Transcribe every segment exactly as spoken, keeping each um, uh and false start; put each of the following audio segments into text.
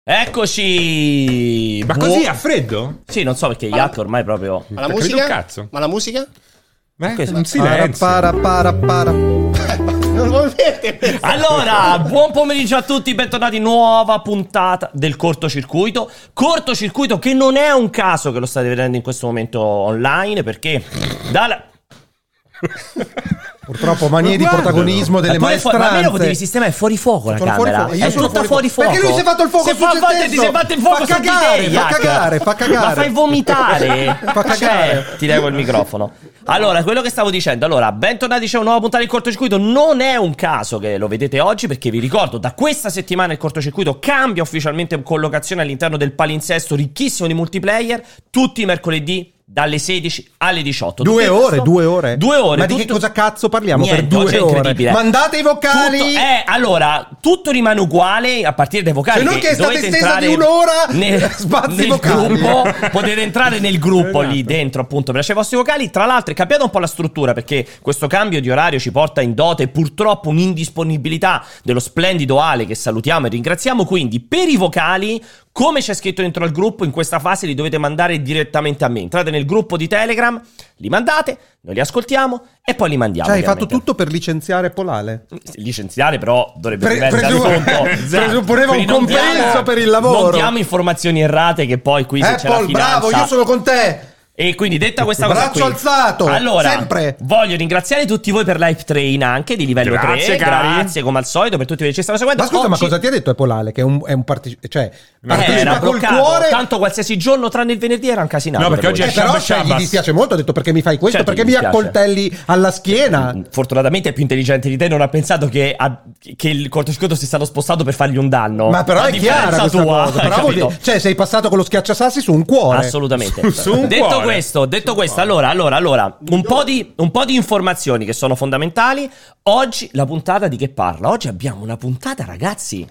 Eccoci. Ma così a freddo? Sì, non so perché Yak ormai proprio. Ma la musica? Cazzo. Ma la musica? Beh, un silenzio. Para para para. Non volete. Allora, buon pomeriggio a tutti, bentornati in nuova puntata del cortocircuito. Cortocircuito che non è un caso che lo state vedendo in questo momento online, perché dalla... Purtroppo manie di protagonismo delle maestranze. Ma almeno potevi sistemare fuori fuoco la sono camera. Fuori fuoco. Io è sono tutta fuori fuori fuoco. Perché lui si è fatto il fuoco se su fa se a volte stesso. ti sei fatto il fuoco fa su cagare, te, fa Yak. cagare, fa cagare. Ma fai vomitare. Fa cagare. Cioè, ti levo il microfono. Allora, quello che stavo dicendo. Allora, bentornati, c'è una nuova puntata del cortocircuito. Non è un caso che lo vedete oggi, perché vi ricordo, da questa settimana il cortocircuito cambia ufficialmente collocazione all'interno del palinsesto ricchissimo di multiplayer, tutti i mercoledì dalle sedici alle diciotto. Due Tutto ore, questo, due ore. Due ore. Ma di tutto... che cosa cazzo parliamo Niente, per due ore? Mandate i vocali. Tutto, eh, allora, tutto rimane uguale a partire dai vocali. Se non che è stata estesa di un'ora nel, spazi nel vocali. gruppo, potete entrare nel gruppo esatto. lì dentro, appunto, per lasciare i vostri vocali. Tra l'altro è cambiata un po' la struttura, perché questo cambio di orario ci porta in dote purtroppo un'indisponibilità dello splendido Ale, che salutiamo e ringraziamo. Quindi per i vocali, come c'è scritto dentro al gruppo, in questa fase li dovete mandare direttamente a me. Entrate nel gruppo di Telegram, li mandate, noi li ascoltiamo e poi li mandiamo. Cioè hai ovviamente. fatto tutto per licenziare Polale? Licenziare però dovrebbe Pre- presu- presupponeva un Quindi non compenso diamo- per il lavoro. Non diamo informazioni errate, che poi qui se Eh c'è la Paul, finanza... bravo, io sono con te. E quindi detta questa cosa Braccio qui, alzato, allora, sempre. voglio ringraziare tutti voi per Live Train, anche di livello Grazie, tre. cari. Grazie come al solito per tutti voi che ci stanno seguendo. Ma scusa, Oggi... ma cosa ti ha detto è Polale? Che è un, è un partici- cioè Eh, partecipa era col bloccato, cuore. tanto qualsiasi giorno tranne il venerdì era un casinato. No, perché per oggi voi. è Eh, però Shabbat cioè, gli Shabbos. dispiace molto, ha detto perché mi fai questo, Certo, perché gli mi dispiace. accoltelli alla schiena. Fortunatamente è più intelligente di te, non ha pensato che, ha, che il cortocircuito si è stato spostato per fargli un danno. Ma però A è chiara differenza questa tua, cosa. hai Però vuol capito? dire- cioè sei passato con lo schiacciasassi su un cuore. Assolutamente. Su un detto cuore. questo, detto questo, allora, allora, allora, un po' di un po' di informazioni che sono fondamentali. Oggi la puntata di che parla? Oggi abbiamo una puntata, ragazzi.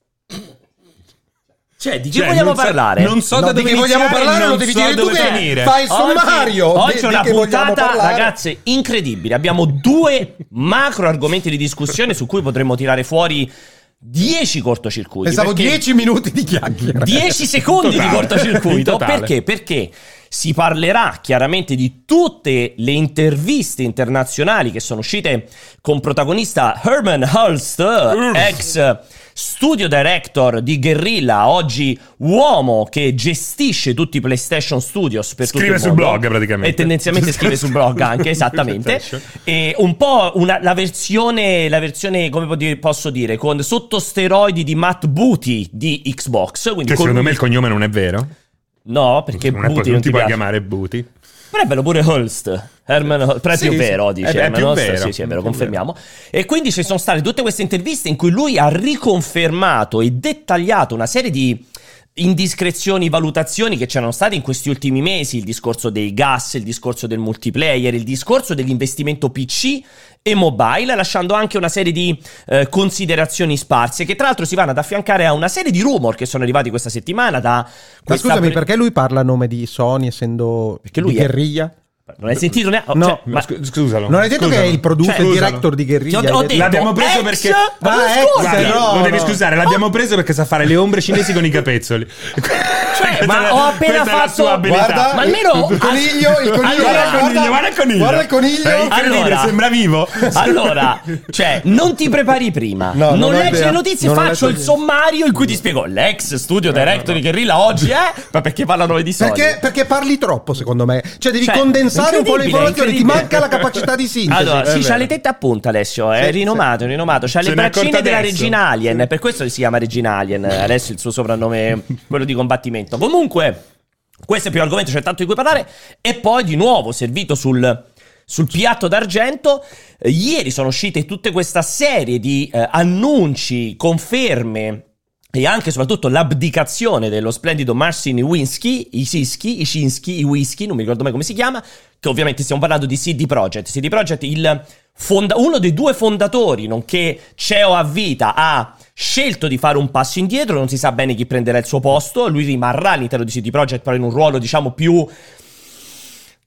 Cioè, di che Cioè, vogliamo non so- parlare? non so No, da di dove che vogliamo iniziare, parlare, non lo devi so dire tu dove che finire. fai il sommario. Oggi, oggi di- è di una che vogliamo puntata, parlare. ragazzi, incredibile. Abbiamo due macro argomenti di discussione su cui potremmo tirare fuori dieci cortocircuiti. Pensavo perché- dieci minuti di chiacchiere. dieci secondi Totale. di cortocircuito. In totale. Perché? Perché si parlerà chiaramente di tutte le interviste internazionali che sono uscite con protagonista Herman Hulst, ex studio director di Guerrilla, oggi uomo che gestisce tutti i PlayStation Studios per Scrive tutto il sul mondo. blog, praticamente. E tendenzialmente scrive sul blog anche, esattamente. E un po' una, la versione, la versione, come po- dire- posso dire, con sotto steroidi di Matt Booty di Xbox. Quindi Che con- secondo me il cognome non è vero. No, perché non, è Booty non non ti ti puoi piace. chiamare Booty. Però è bello pure Holst. Herman Holst. Però è Sì, più sì. vero, dice. È- è Herman più Holst. vero. Sì, sì, è vero, Più confermiamo. E quindi ci sono state tutte queste interviste in cui lui ha riconfermato e dettagliato una serie di indiscrezioni, valutazioni che c'erano state in questi ultimi mesi, il discorso dei gas, il discorso del multiplayer, il discorso dell'investimento P C e mobile, lasciando anche una serie di eh, considerazioni sparse che tra l'altro si vanno ad affiancare a una serie di rumor che sono arrivati questa settimana da Ma questa scusami, pre- perché lui parla a nome di Sony essendo Perché lui di è- Guerriglia? non hai sentito neanche No. cioè, ma Scu- Scusalo. Non hai detto Scusalo. che è il producer Cioè, director di Guerriglia? Ti ho- ho hai detto- detto L'abbiamo preso ex- perché- ma Ah, non ex, ascolti? Guarda, no, lo devi no. scusare, l'abbiamo preso perché sa fare le ombre cinesi con i capezzoli. Cioè, ma ho appena Questa è la fatto- sua abilità. Guarda, Ma almeno- il coniglio, il coniglio, Allora, Guarda il coniglio, guarda il coniglio. guarda il coniglio. È incredibile, Allora. sembra vivo. Allora, cioè, non ti prepari prima, No, non, non ho leggi idea. le notizie, Non ho faccio letto il niente. sommario in cui ti spiego l'ex studio director di Guerrilla oggi è, ma perché parlano di Sony? Perché, perché parli troppo, secondo me. Cioè, devi Cioè, condensare un po' le incredibile, informazioni. Ti incredibile. manca la capacità di sintesi. Allora, È sì, c'ha vero. le tette a punta Alessio, è Sì, rinomato, è rinomato, c'ha Se le ne è braccine accorta della adesso. regina Alien, per questo si chiama Regina Alien, adesso il suo soprannome, quello di combattimento. Comunque, questo è più argomento, c'è tanto di cui parlare, e poi di nuovo servito sul... Sul piatto d'argento, eh, ieri sono uscite tutta questa serie di eh, annunci, conferme e anche e soprattutto l'abdicazione dello splendido Marcin Iwinski, Isiski, Isinski, Iwinski, non mi ricordo mai come si chiama, che ovviamente stiamo parlando di C D Projekt. C D Projekt, il fonda- uno dei due fondatori, nonché C E O a vita, ha scelto di fare un passo indietro, non si sa bene chi prenderà il suo posto, lui rimarrà all'interno di C D Projekt però in un ruolo diciamo più...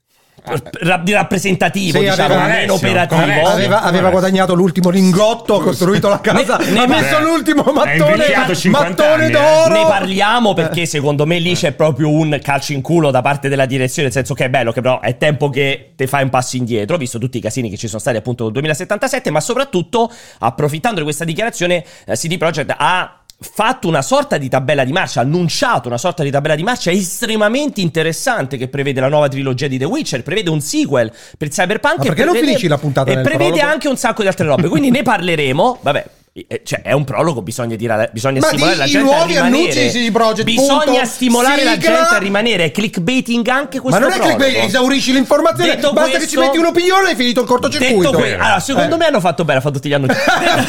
ra- rappresentativo, Sì, diciamo, aveva- meno Alessio, operativo. Alessio. Aveva, aveva guadagnato l'ultimo lingotto, ha costruito la casa, Ne- ne- ha messo Beh, l'ultimo mattone, invecchiato cinquanta mattone anni, eh. d'oro. Ne parliamo perché secondo me lì c'è proprio un calcio in culo da parte della direzione, nel senso che è bello che però è tempo che te fai un passo indietro, visto tutti i casini che ci sono stati appunto nel duemilasettantasette, ma soprattutto approfittando di questa dichiarazione eh, C D Projekt ha fatto una sorta di tabella di marcia, ha annunciato una sorta di tabella di marcia estremamente interessante che prevede la nuova trilogia di The Witcher, prevede un sequel per Cyberpunk. Ma perché e non prevede- finisci la puntata E nel prevede prologo? anche un sacco di altre robe, quindi ne parleremo. Vabbè, eh, cioè è un prologo, bisogna dire, bisogna Ma stimolare di- la i gente a nuovi rimanere. annunci di C D Projekt, Bisogna punto. stimolare la Sigla. gente a rimanere, è clickbaiting anche questo Ma non è prologo. che esaurisci l'informazione, Detto basta che questo- ci metti un'opinione e hai finito il Detto cortocircuito. que- allora, secondo Eh. me hanno fatto bene, hanno fatto tutti gli annunci.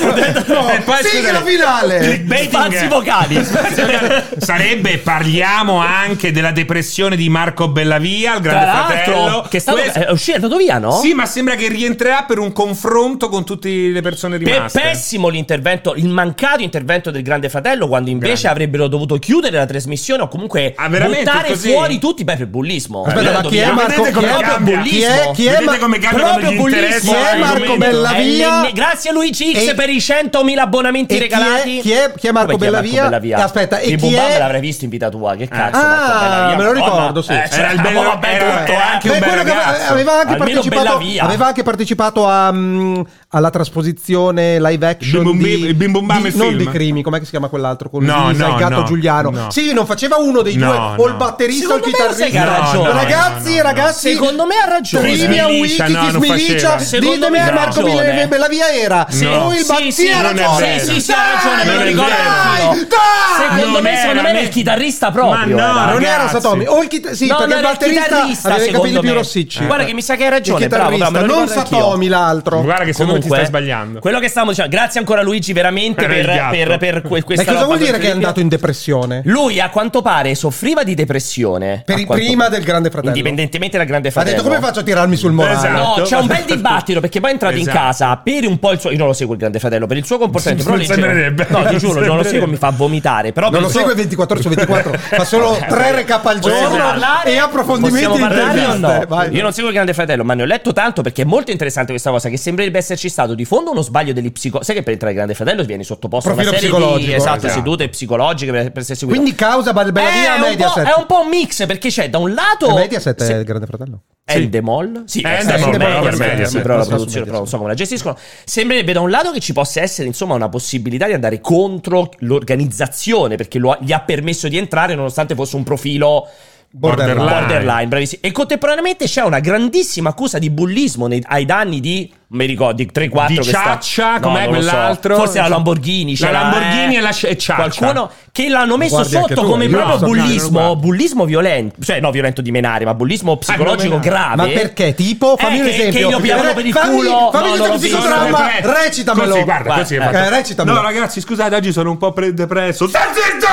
No, E poi, sigla scusate, finale. clickbaiting Spazi è- vocali. Sarebbe, parliamo anche della depressione di Marco Bellavia, il Tra grande l'altro, fratello. che è stato Questo- è uscito, è andato via, no? Sì, ma sembra che rientrerà per un confronto con tutte le persone Per rimaste. pessimo l'intervento, il mancato intervento del Grande Fratello, quando invece Grande. avrebbero dovuto chiudere la trasmissione o comunque Ah, veramente? buttare Così? fuori tutti. Beh, per bullismo. Aspetta, Eh, ma chi è dobbiamo- Marco? Vedete come Chi è- cambia? Chi è? Chi è? Vedete Ma- come cambia quando proprio gli interessa bullismo. Chi è Marco l'argomento? Bellavia? È l'enne- grazie a Luigi X E- per i centomila abbonamenti e chi è- regalati. chi è- chi è Marco Come Bellavia? Aspetta, e il chi Bombam è- l'avrei visto in vita tua. Che cazzo? Ah, Marco Bellavia, me lo Madonna. ricordo, sì. Eh, cioè, Era il bello- vabbè, era- tutto, era eh. anche un Beh, bel quello che ragazzo. aveva anche Almeno partecipato, Bellavia. aveva anche partecipato a, mm, alla trasposizione live action Bim Bum di, Bim- il Bim Bum Bam, di- il non film. di Crimi, com'è che si chiama quell'altro con No, Lisa, no, il gatto no, Giuliano. no. Sì, non faceva uno dei No, due no. o il batterista o il Secondo me lo sai che ha chitarrista. ragione. No, no, ragazzi, no, no. ragazzi, Secondo me ha ragione. Trivia Smiliccia, Wiki no, chi non smilicia, faceva. Secondo ditemi me ha Marco ragione. Bellavia era Sì. o il Sì, bat- sì, sì, ha non è ragione. vero. Sì, sì, ha ragione, me lo Non è ricordo vero. anch'io. Dai! Secondo Non me, era secondo me era il me- chitarrista proprio. Ma no, era. Non era ragazzi. Satomi, o il chita- sì, No, perché no, il era il batterista chitarrista, aveva i capelli secondo più me. rossicci. Guarda che mi sa che hai Il ragione, bravo, bravo, me lo chitarrista, non ricordo anch'io. Satomi l'altro. Guarda che secondo me ti Comunque, stai sbagliando. quello che stavamo dicendo, grazie ancora Luigi veramente Era per, il gatto. per, per que- Ma questa cosa roba vuol dire che è incredibile. andato in depressione? Lui a quanto pare soffriva di depressione. Per a il quanto- prima del Grande Fratello. Indipendentemente dal Grande Ha Fratello. detto come faccio a tirarmi sul morale? Esatto. No, c'è un bel dibattito perché poi è entrato Esatto. in casa per un po' il suo. Io non lo seguo il Grande Fratello per il suo comportamento. Però Non leggevo- sembrerebbe. No, ti Non giuro, non lo sembrerebbe. seguo, mi fa vomitare. Però Non per lo il suo- segue ventiquattro ore su ventiquattro, fa solo tre recap al Possiamo giorno parlare? e approfondimenti Possiamo parlare o interviste. no? Vai. Io non seguo il Grande Fratello, ma ne ho letto tanto perché è molto interessante questa cosa. Che sembrerebbe esserci stato di fondo uno sbaglio degli psicologi. Sai che per entrare il Grande Fratello vieni sottoposto a una Profilo serie di psicologico, esatto, esatto. sedute psicologiche per, per essere seguito. Quindi causa Bellavia è, a un po', Mediaset. è un po' un mix perché c'è da un lato E Mediaset se- è il Grande Fratello. Endemol? Sì, È è Endemol, Endemol, però per sì, Mediaset. sì, però la Non so su produzione, però non Mediaset. so come la gestiscono. Sembrerebbe da un lato che ci possa essere insomma una possibilità di andare contro l'organizzazione perché lo ha- gli ha permesso di entrare nonostante fosse un profilo Borderline. borderline, bravissimi. E contemporaneamente c'è una grandissima accusa di bullismo nei- ai danni di mi ricordo di tre quattro Di che sta- Ciaccia, No, com'è non lo so. quell'altro? Forse la Lamborghini, La c'era, Lamborghini eh, e la e Ciaccia. qualcuno che l'hanno messo Guardi anche sotto tu, come io proprio non so, bullismo, no, no, bullismo violento, cioè no violento di menare, ma bullismo psicologico menare. grave. Ma perché? Tipo, fammi Eh, un che- esempio. che io piavano per il Fammi- culo. Fammi No, un non l'ho esempio visto. psicodramma, Depresso. recitamelo. Così, guarda, così è Guarda, fatto. eh, recitamelo. No, ragazzi, scusate, oggi sono un po' pre- depresso. Stai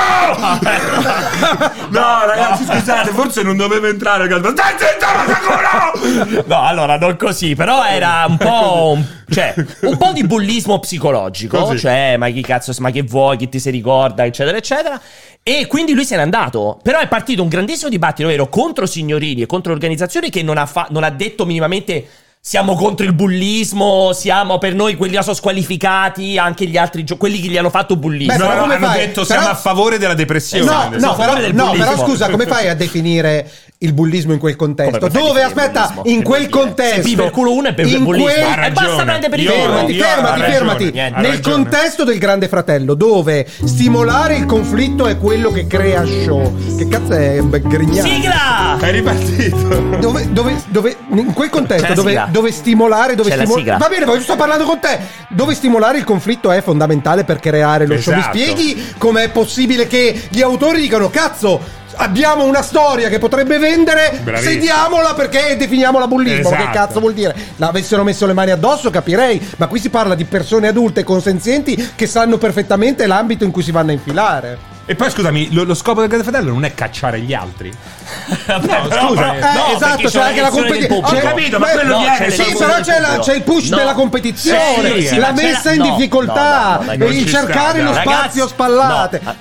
zitto! No, ragazzi, scusate, forse non dovevo entrare. Stai zitto, ma No, allora non così, però era un po' un, cioè, un po' di bullismo psicologico, Così. cioè ma chi cazzo, ma che vuoi, chi ti si ricorda, eccetera eccetera. E quindi lui se n'è andato. Però è partito un grandissimo dibattito, vero, contro Signorini e contro l'organizzazione che non ha, fa- non ha detto minimamente siamo contro il bullismo, siamo per noi quelli là sono squalificati, anche gli altri gio- quelli che gli hanno fatto bullismo. Beh, No, però no, come hanno fai? detto Però- siamo a favore della depressione. No, Siamo no, a favore però, del no, bullismo. però scusa, come fai a definire il bullismo in quel contesto? Come fai a Dove, definire il aspetta, bullismo? in Che quel vuol dire? contesto. Se pi per culo uno è per in bullismo. quel- Ha E basta ragione. prendere per i Io- culo. Fermati, io- fermati, ha fermati. ragione, ha Nel ragione. contesto del Grande Fratello, dove stimolare il conflitto è quello che crea show. Che cazzo è Grignani? Sigla! È ripartito. Dove, dove, dove, in quel C'è contesto la dove, sigla. dove stimolare dove C'è la stimo- sigla. va bene, poi sto parlando con te. Dove stimolare il conflitto è fondamentale per creare lo show. Mi Esatto. spieghi com'è possibile che gli autori dicano cazzo abbiamo una storia che potrebbe vendere, Bravissimo. sediamola perché definiamola bullismo. Ma che Esatto. cazzo vuol dire? L'avessero messo le mani addosso capirei, ma qui si parla di persone adulte consenzienti che sanno perfettamente l'ambito in cui si vanno a infilare. E poi scusami, lo, lo scopo del Grande Fratello non è cacciare gli altri. No, scusa, Eh, esatto, c'è anche la competizione. Ho capito, ma quello viene Sì, sul- però c'è, la- c'è il push No. della competizione, Sì, sì, la ma c'è messa la- in no, difficoltà, no, no, dai, non il ci sta, cercare dai. lo Ragazzi, spazio spallate. No, ah,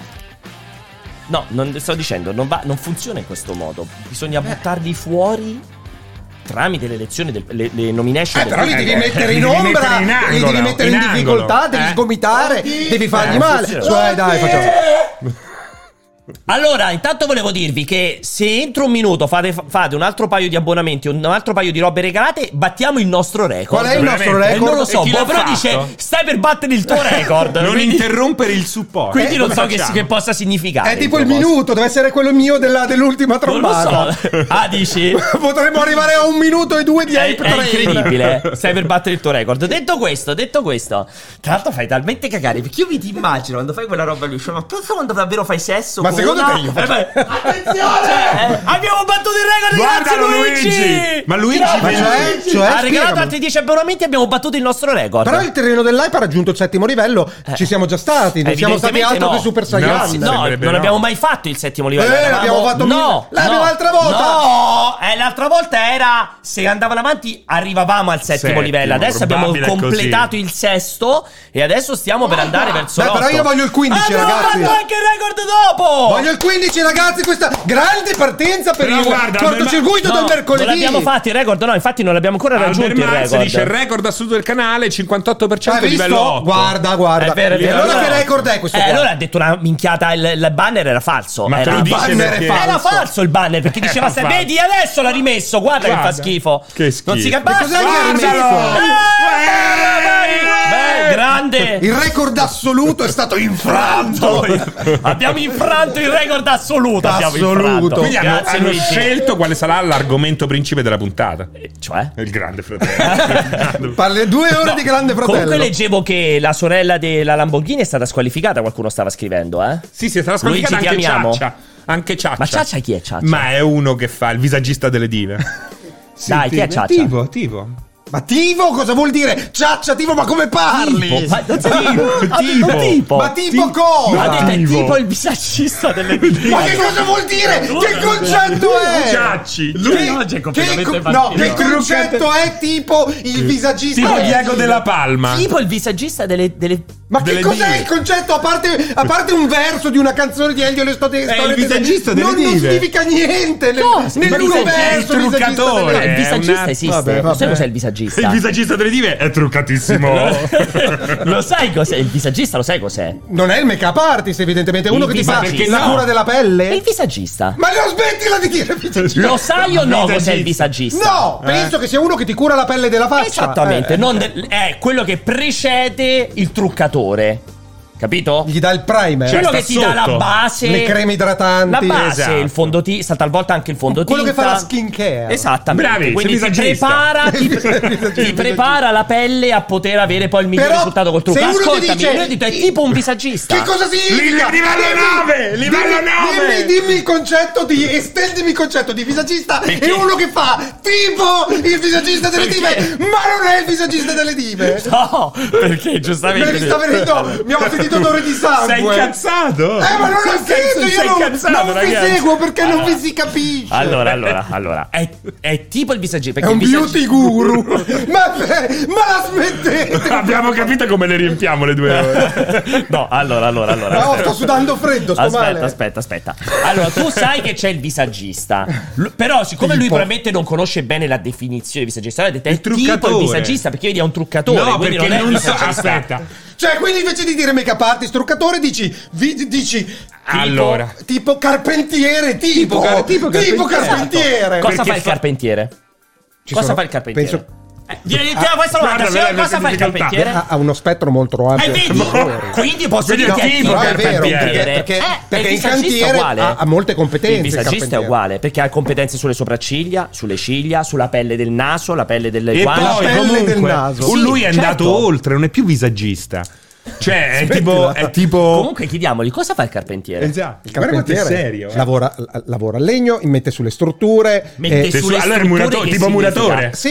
no, non sto dicendo, non, va, non funziona in questo modo. Bisogna buttarli fuori tramite le elezioni, del, le, le nomination. Eh, del però li devi mettere in li devi ombra, mettere in angolo, li devi mettere in, in difficoltà, angolo. devi Eh. sgomitare, devi fargli Eh, male. funziona. Cioè, dai, facciamo. Allora, intanto volevo dirvi che se entro un minuto fate, fate un altro paio di abbonamenti, un altro paio di robe regalate, battiamo il nostro record. Qual è il nostro Veramente? Eh, non lo record? so, E chi boh, l'ha però fatto? dice stai per battere il tuo record. Non quindi, interrompere il supporto. quindi Eh, non come so che, facciamo? che possa significare. È tipo il proposito. minuto, deve essere quello mio della- dell'ultima Non lo trombata. so. Ah, dici? Potremmo arrivare a un minuto e due di È, hype è train. incredibile, eh. Stai per battere il tuo record. Detto questo, detto questo, tra l'altro fai talmente cagare perché io mi ti immagino quando fai quella roba lì. Cioè, ma pensa quando davvero fai sesso? Ma con secondo una- te io faccio- Eh, beh, attenzione! Eh, abbiamo battuto il record, Guardalo, grazie Luigi! Luigi! Ma Luigi Ma vedi- cioè, cioè ha regalato spiegami. altri dieci abbonamenti e abbiamo battuto il nostro record. Però il terreno dell'hype ha raggiunto il settimo livello. Ci siamo già stati, non siamo stati Evidentemente altro no. che Super No, Saiyan. sì, No, sembrerebbe non no. abbiamo mai fatto il settimo livello. Eh, Eravamo- l'abbiamo fatto no, mille- l'abbiamo no, l'altra volta. No, eh, l'altra volta era se andavano avanti arrivavamo al settimo, Settimo, livello. Adesso abbiamo probabile completato il sesto e adesso stiamo per andare verso Beh, l'otto. però io voglio il quindici, Abbiamo ragazzi. fatto anche il record dopo. Voglio il quindici, ragazzi, questa grande partenza per Però il guarda, cortocircuito No, del non mercoledì. l'abbiamo fatto il record, no, infatti non l'abbiamo ancora raggiunto Albert il Marz record. dice il record assoluto del canale cinquantotto per cento Hai visto? livello otto. Guarda, guarda. È vero, è E vero. allora che record è questo Eh, qua? allora ha detto una minchiata, il, il banner era falso. Ma te era lo dice banner è perché- falso. Era falso il banner perché diceva Era se falso. vedi adesso l'ha rimesso, guarda, Guarda. che fa schifo. Che schifo. Non si Ma capisce. cos'è che ha rimesso? Beh, grande. Il record assoluto è stato infranto. Abbiamo infranto il record assoluto. Abbiamo Assoluto. infranto. Quindi hanno, Grazie, hanno Luigi. scelto quale sarà l'argomento principe della puntata. Cioè? Il grande fratello. Parli due ore No, di Grande Fratello. Comunque leggevo che la sorella della Lamborghini è stata squalificata, qualcuno stava scrivendo, eh? Sì, sì, è stata Luigi, squalificata ti anche amiamo. Ciaccia. Anche Ciaccia. Ma Ciaccia chi è Ciaccia? Ma è uno che fa il visagista delle dive. Sì, Dai, chi è tipo- Ciaccia? Tipo, tipo. Ma Tivo cosa vuol dire? Ciaccia Tivo, ma come parli? Tipo, ma non so- ha Tipo. detto tipo. Ma tipo cosa? Ha detto è Tipo. tipo il visagista delle Ma che cosa vuol dire? Che concetto è? Ciacci. Lui Che- oggi è completamente che, co- partito. no, che concetto è tipo il visagista? Tipo Eh, Diego della Palma. Tipo il visagista delle, delle... Ma che delle cos'è dive. il concetto? A parte, a parte un verso di una canzone di Elio Le Storie il visagista delle non, non dive. significa niente nel, No, nell'universo. il il visagista truccatore. delle- il è visagista una- esiste. Vabbè, Lo sai vabbè. cos'è il visagista? Il visagista delle dive è truccatissimo. Lo sai cos'è? Il visagista lo sai cos'è? Non è il make-up artist, evidentemente, è uno Il che ti fa visagista. la cura della pelle. È il visagista. Ma non smettila di dire visagista. Lo sai o no Visagista. cos'è il visagista? No, penso che sia uno che ti cura la pelle della faccia. Esattamente, Eh, non del- è quello che precede il truccatore. Capito? Gli dà il primer. Cioè, Quello sta che ti dà la sotto. base, Le creme idratanti. la base, esatto. il fondotinta, talvolta anche il fondotinta. Quello che fa la skincare. Esattamente. Bravi, Quindi sei ti visagista. prepara, ti, Il visagista. ti prepara la pelle a poter avere poi il miglior Però, risultato col trucco. se uno ti Ascoltami, dice- io ho detto è tipo un visagista. Che cosa significa? Livello nove, livello nove. Dimmi, dimmi il concetto di estendimi il concetto di visagista Perché? e uno che fa tipo il visagista delle Perché? dive, ma non è il visagista delle dive. No, perché giustamente Mi sta venendo, mi ho sentito odore di sangue. Sei incazzato? Eh, ma non ho sentito, io sei non, incazzato, non vi ragazzi. seguo perché non vi si capisce. Allora, allora, allora, è, è tipo il visagista. È Perché un il visagista- beauty guru. ma, ma la smettete? Abbiamo capito come le riempiamo le due ore. No, allora, allora, allora. No, sto sudando freddo, sto Aspetta, male. aspetta, aspetta. Allora, tu sai che c'è il visagista. Lu- però, siccome lui Tipo. probabilmente non conosce bene la definizione di visagista, allora ha detto è Il tipo il truccatore. visagista, perché vedi è un truccatore. No, quindi perché non è il non so. visagista. Aspetta. Cioè, quindi invece di dire make-up artist, truccatore, dici, vi- dici Allora. tipo carpentiere, tipo, Tipo car- tipo tipo carpentiere. carpentiere. Cosa Perché fa il fa- carpentiere? Ci Cosa sono- fa il carpentiere? penso- Eh, vieni, ti- questa domanda, guarda, signor, vedi, cosa fa il difficoltà. carpentiere? ha, ha uno spettro molto ampio. Eh, vedi? Quindi posso Quindi dire che no, è tipo Però è vero, carpentiere. perché, perché, Eh, perché il il visagista è cantiere uguale. ha, ha molte competenze. Il visagista è carpentiere. uguale perché ha competenze sulle sopracciglia, sulle ciglia, sulla pelle del naso, la pelle delle E guance. poi pelle comunque del naso. un Sì, lui è certo. andato oltre, non è più visagista. Cioè, è Smettila. tipo è tipo Comunque chiediamogli cosa fa il carpentiere. Esatto. Il Guarda quanto è carpentiere serio. eh. lavora, l- lavora a legno, mette sulle strutture. Mette eh, sulle allora è strutture muratore, che tipo significa? muratore. sì,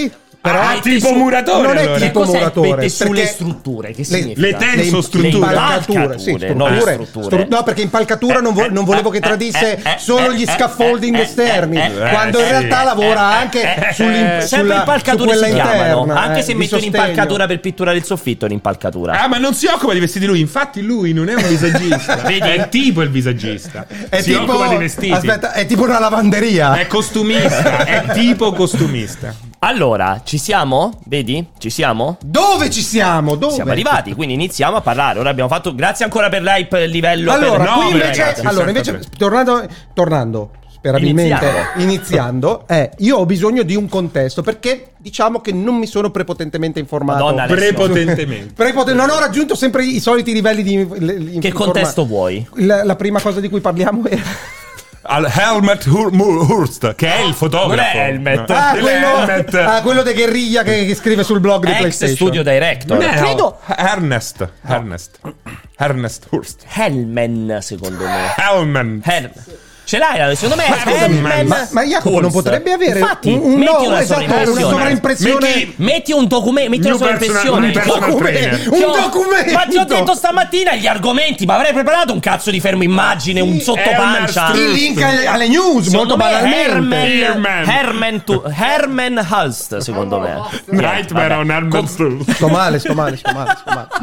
Però Ah, mette tipo su- muratore, non è allora. tipo Cos'è? muratore, Mette sulle perché strutture, che le- significa? le tenso Le strutture. impalcature, sì, Impalcature, non strutture. strutture. Stru- no, perché impalcatura non, vo- non volevo che tradisse eh, eh, solo eh, gli eh, scaffolding eh, esterni, eh, eh, quando in sì. realtà lavora anche sull'im- Sempre sulla, su impalcature quella si chiamano, interna, anche eh, se di mettono sostegno. impalcatura per pitturare il soffitto, è un'impalcatura. Ah, ma non si occupa di vestiti lui. Infatti, lui non è un visagista. Vedi, è tipo il visagista. È si tipo, occupa di vestiti. aspetta, è tipo una lavanderia. È costumista. È tipo costumista. Allora, ci siamo? Vedi? Ci siamo? Dove ci siamo? Dove? Siamo arrivati, quindi iniziamo a parlare. Ora abbiamo fatto. Grazie ancora per l'hype il livello. Allora, per... no, qui invece, ragazzi, allora, senta invece per- tornando, tornando sperabilmente Iniziando. iniziando, eh, io ho bisogno di un contesto perché diciamo che non mi sono prepotentemente informato. Madonna, Alessio. Prepotentemente. Prepoten- non ho raggiunto sempre i soliti livelli di le- di Che informa- contesto vuoi? La, la prima cosa di cui parliamo è Al Helmut Hur- Mur- Hurst, che è il fotografo. Non è Helmet. No. ah, Il quello, Helmet. ah, quello di Guerriglia che, che scrive sul blog di Ex PlayStation. studio director. Non è, Credo no. Ernest. Ernest. Ernest Hurst. Hellman, secondo me. Helman. Hel- Ce l'hai? Secondo me è Scusami, Hellman. ma, ma Jacopo non Hurst. potrebbe avere Infatti, un, un metti no, una esatto, sovraimpressione. una sovraimpressione. Metti- Metti un documento, metti una New sovraimpressione. personal- personal Documento. trainer. Un Ti ho- documento. Ma ti ho detto stamattina gli argomenti, ma avrei preparato un cazzo di fermo immagine, un sottopancia. Elmer Il link alle, alle news, Secondo molto me banalmente. Herman Herman. Herman, tu- Herman Hulst, secondo me. Nightmare Vabbè. on Helmut Hurst. Sto male, sto male, sto male, sto male.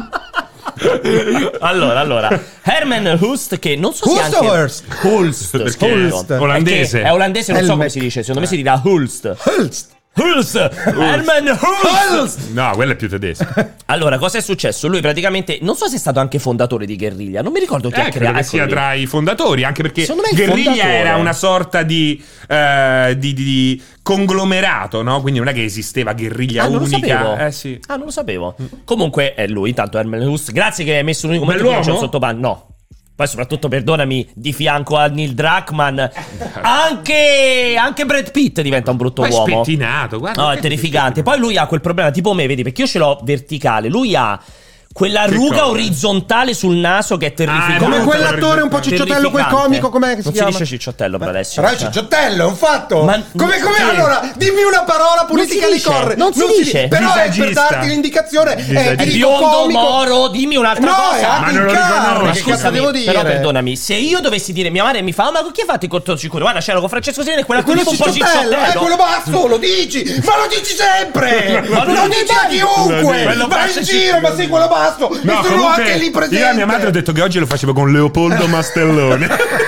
Allora, allora, Herman Hulst, che non so se Hulst anche o Hurst? Hulst, Perché scritto. Hulst. Olandese. Perché è olandese, non so come Helmet. si dice, secondo me si dirà Hulst. Hulst. Hulst, Herman Hulst. No, quello è più tedesco. Allora, cosa è successo? Lui praticamente, non so se è stato anche fondatore di Guerriglia, non mi ricordo chi Eh, ha credo creato. che sia eccolo lì. tra i fondatori, anche perché Secondo me il Guerriglia fondatore. era una sorta di, eh, di, di- di conglomerato, no? Quindi non è che esisteva Guerriglia Ah, non lo unica. sapevo. Eh sì. Ah, non lo sapevo. Comunque è lui, intanto Herman Hulst. Grazie che hai messo l'unico momento che non c'è un Bell'uomo? sottopan. No. Poi soprattutto, perdonami, di fianco a Neil Druckmann, anche, anche Brad Pitt diventa un brutto Poi è uomo. spettinato, guarda. No, che- è terrificante. Poi lui ha quel problema tipo me, vedi, perché io ce l'ho verticale. Lui ha quella Che ruga cosa? orizzontale sul naso che è terrificante. Ah, Come no, quell'attore un po' cicciottello, quel Terrificante. comico, com'è che si non chiama? si dice cicciottello, però Alessio. Però è cicciottello, è un fatto. Ma- come come sì. allora? Dimmi una parola politica si di dice, corre. non si dice. Però è per Visagista. darti l'indicazione. È, Visagista. È dico biondo, comico. moro, dimmi un'altra No, cosa. è Ma anche non in lo carne. riconosco. Che cazzo devo dire? Però perdonami, se io dovessi dire mia madre mi fa, ma chi ha fatto il cortocircuito? Guarda, c'era con Francesco Sirene, quella Quello quello un po' cicciottello, cicciottello. eh, quello basso, lo dici, ma lo dici sempre! Ma lo non dici dici- a chiunque! Quello Vai basso in ci- giro, ma sei quello basso! No, e sono comunque, anche lì presente! io a mia madre ho detto che oggi lo facevo con Leopoldo Mastellone.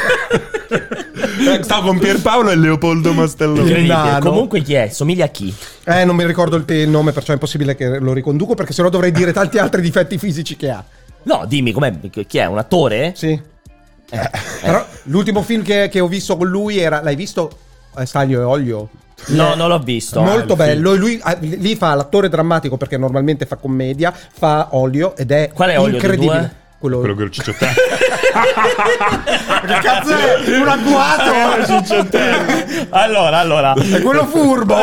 Stavo con Pierpaolo e Leopoldo Mastellone. Incredibile. nano. Comunque chi è? Somiglia a chi? Eh, non mi ricordo il, te- il nome, perciò è impossibile che lo riconduco, perché sennò dovrei dire tanti altri difetti fisici che ha. No, dimmi, com'è? Chi è? Un attore? Sì. Però l'ultimo film che, che ho visto con lui era... L'hai visto? Eh, Staglio e Olio. No, non l'ho visto. Molto il bello. E lui ah, lì fa l'attore drammatico, perché normalmente fa commedia, fa Olio ed è Qual è Olio dei incredibile. due? Quello, Quello che ho cicciottello. che cazzo è? Un agguato! Allora, allora. È quello furbo?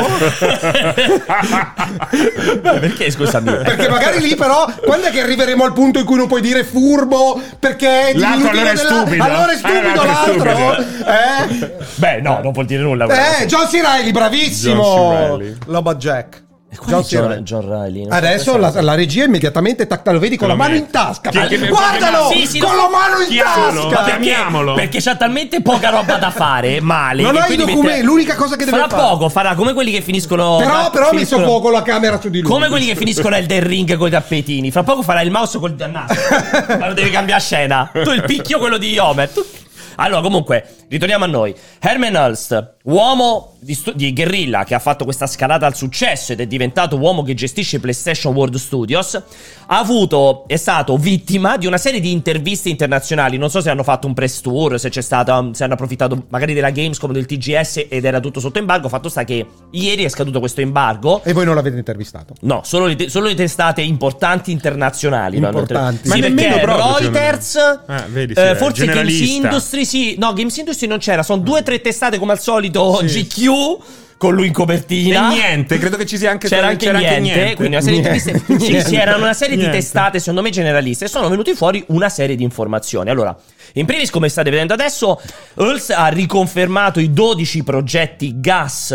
Perché, scusami? Perché magari lì però, quando è che arriveremo al punto in cui non puoi dire furbo perché è L'altro diminutivo allora è della- stupido. allora è Eh, stupido l'altro è l'altro? stupido. Eh? Beh, no, non vuol dire nulla. Eh, John C. Reilly, bravissimo! John C. Reilly. Loba Jack. John, C. Reilly. John Riley. non so Adesso cosa la, la regia immediatamente tacca, lo vedi con la Lo mano metti. in tasca. Chi- chi- Guardalo! Sì, sì, con no. la mano in Chiamalo, tasca! ma chiamiamolo. Perché c'ha talmente poca roba da fare, male. Non che ho i quindi documenti, mette- l'unica cosa che deve Fra fare. poco farà come quelli che finiscono. Però, però ho messo finiscono- poco la camera su di lui. Come quelli che finiscono Elden Ring con i tappetini. Fra poco farà il mouse col dannato. Ma lo devi cambiare scena. Tu il picchio, quello di Homer. Tu- Allora, comunque, ritorniamo a noi. Herman Hulst, uomo di, stu- di Guerrilla che ha fatto questa scalata al successo ed è diventato uomo che gestisce PlayStation World Studios, ha avuto, è stato vittima di una serie di interviste internazionali. Non so se hanno fatto un press tour, se c'è stata, se hanno approfittato magari della Gamescom, del T G S ed era tutto sotto embargo. Fatto sta che ieri è scaduto questo embargo. E voi non l'avete intervistato. No, solo le, te- solo le testate importanti internazionali. no? Importanti. Sì, Ma perché nemmeno proprio, Reuters, secondo me. Ah, vedi, sì, eh, è forse Games generalista. Industry, sì. No, Games Industry non c'era. Sono due o tre testate come al solito G Q con lui in E copertina. niente, credo che ci sia anche C'era anche niente, quindi una serie di Niente. interviste. Sì, sì, erano una serie Niente. di testate, secondo me generaliste, e sono venuti fuori una serie di informazioni. Allora, in primis, come state vedendo adesso, Hulst ha riconfermato i dodici progetti gas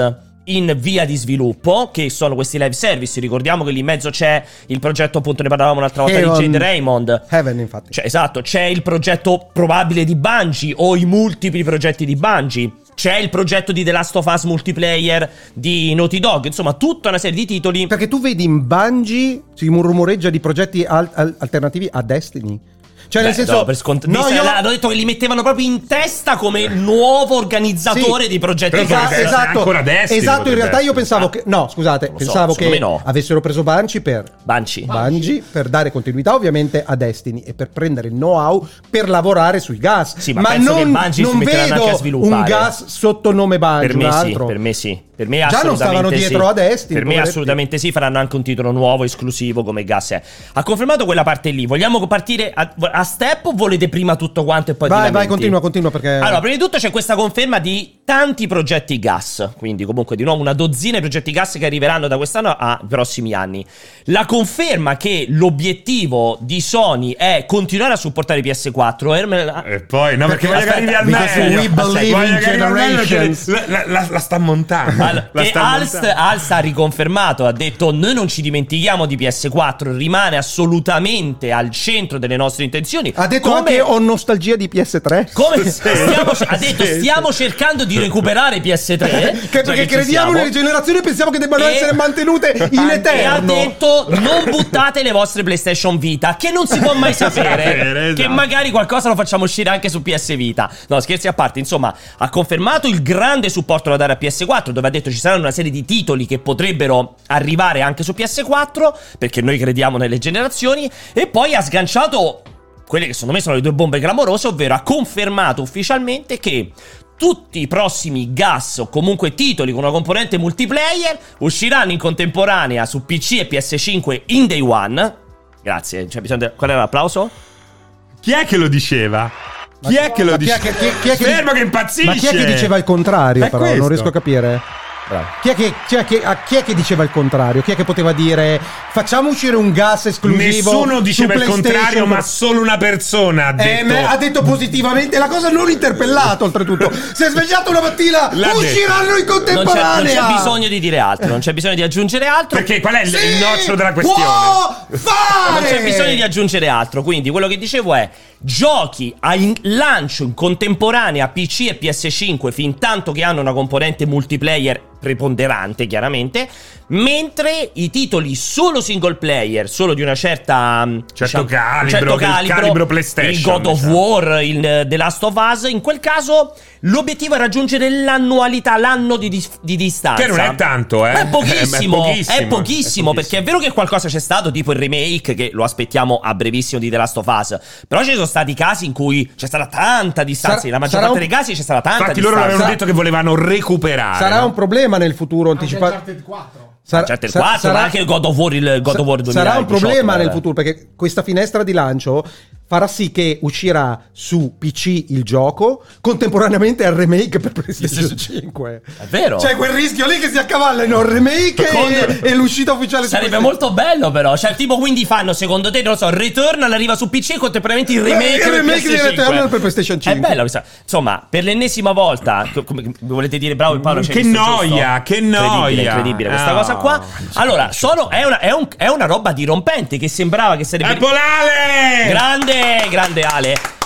in via di sviluppo, che sono questi live service. Ricordiamo che lì in mezzo c'è il progetto, appunto ne parlavamo un'altra volta, Heaven. di Jade Raymond. Heaven, infatti. Cioè, esatto, c'è il progetto probabile di Bungie o i multipli progetti di Bungie. C'è il progetto di The Last of Us multiplayer di Naughty Dog. Insomma, tutta una serie di titoli. Perché tu vedi in Bungie si rumoreggia di progetti al- al- alternativi a Destiny. Cioè, Beh, nel senso, no, per scont- no, visto io- che hanno detto che li mettevano proprio in testa come nuovo organizzatore Sì. di progetti. Però Gas. potrebbe essere ancora Destiny, esatto, in potrebbe realtà io essere. pensavo Ah. che no, scusate, Non lo so, pensavo secondo che me no. avessero preso Bungie per Bungie. Bungie per dare continuità ovviamente a Destiny e per prendere il know-how per lavorare sui gas. Sì, ma penso che non, Bungie si non metteranno anche a vedo sviluppare. un gas sotto nome Bungie, Per un me sì, altro. per me sì. Per me Già non assolutamente stavano sì. dietro a Destiny, Per me poveretti. assolutamente sì, faranno anche un titolo nuovo, esclusivo come Gas è. Ha confermato quella parte lì. Vogliamo partire a, a step o volete prima tutto quanto e poi Vai, ti vai, lamenti? continua, continua perché Allora, prima di tutto c'è questa conferma di tanti progetti gas, quindi comunque di nuovo una dozzina di progetti gas che arriveranno da quest'anno a prossimi anni. La conferma che l'obiettivo di Sony è continuare a supportare i P S quattro. E poi, no, perché Perché- voglio che arrivi al because meglio. we believe Voglio in che arrivi al meglio, perché generations. La, la- la- la sta montando. Allora, La che sta Alst, montando. Alst ha riconfermato, ha detto noi non ci dimentichiamo di P S quattro, rimane assolutamente al centro delle nostre intenzioni. ha detto Come- anche ho nostalgia di P S tre. come Sì. stiamo, ha detto Sì, stiamo cercando di recuperare P S tre Che- già perché ci crediamo siamo. nelle generazioni e pensiamo che debbano E- essere mantenute in E ha eterno. detto non buttate le vostre PlayStation Vita, che non si può mai sapere, Sapere, che esatto. magari qualcosa lo facciamo uscire anche su P S Vita. No, scherzi a parte, insomma, ha confermato il grande supporto da dare a P S quattro, dove ha detto ci saranno una serie di titoli che potrebbero arrivare anche su P S quattro, perché noi crediamo nelle generazioni. E poi ha sganciato quelle che secondo me sono le due bombe clamorose, ovvero ha confermato ufficialmente che tutti i prossimi gas o comunque titoli con una componente multiplayer usciranno in contemporanea su P C e P S cinque in day one. Grazie, c'è bisogno di... Qual era l'applauso? Chi è che lo diceva? Chi è che lo Ma chi è diceva? che- chi- chi è che- Fermo che impazzisce. Ma chi è che diceva il contrario, È però? questo. Non riesco a capire. Bravo. Chi è, che, cioè, chi, a chi è che diceva il contrario? Chi è che poteva dire facciamo uscire un gas esclusivo? Nessuno diceva su il PlayStation contrario, ma per- solo una persona ha Eh, detto. me- ha detto positivamente la cosa, non interpellato oltretutto. Si è svegliato una mattina, L'ha usciranno in Non c'è, non contemporanea. c'è bisogno di dire altro, non c'è bisogno di aggiungere altro. Perché qual è il, Sì, il nocciolo della questione? può fare! Non c'è bisogno di aggiungere altro. Quindi quello che dicevo è giochi a in- lancio in contemporanea P C e P S cinque fin tanto che hanno una componente multiplayer preponderante, chiaramente, mentre i titoli solo single player, solo di una certa Certo calibro, un certo del calibro, calibro PlayStation, il God of diciamo. War, il The Last of Us, in quel caso l'obiettivo è raggiungere l'annualità, l'anno di, dis- di distanza. Che non è tanto, eh. Ma è pochissimo, È è pochissimo, pochissimo, è perché è vero che qualcosa c'è stato, tipo il remake, che lo aspettiamo a brevissimo di The Last of Us, però ci sono stati casi in cui c'è stata tanta distanza, Sarà- la maggior sarà parte un- dei casi c'è stata tanta Infatti distanza. loro avevano detto che volevano recuperare. Sarà no? un problema nel futuro anticipato. Uncharted quattro. Sarà, Certo, il sa- quattro, sarà- ma anche il God of War, il God of War duemiladiciotto. sarà un problema vabbè. nel futuro perché questa finestra di lancio farà sì che uscirà su P C il gioco contemporaneamente al remake per PlayStation cinque. È vero. C'è quel rischio lì che si accavallano il remake Con- e, e l'uscita ufficiale su Sarebbe PlayStation. molto bello, però. Cioè, tipo, quindi fanno, secondo te, non lo so, Returnal arriva su P C e contemporaneamente il remake, il per remake P S di cinque. Returnal per PlayStation cinque. È bello questa. Insomma, per l'ennesima volta, co- come volete dire, bravo Paolo, c'è Che visto noia, giusto? che Incredibile, noia. incredibile questa No, cosa qua. non ci Allora, sono, è, una, è, un- è una roba dirompente che sembrava che sarebbe... È Polale! Grande, grande Ale.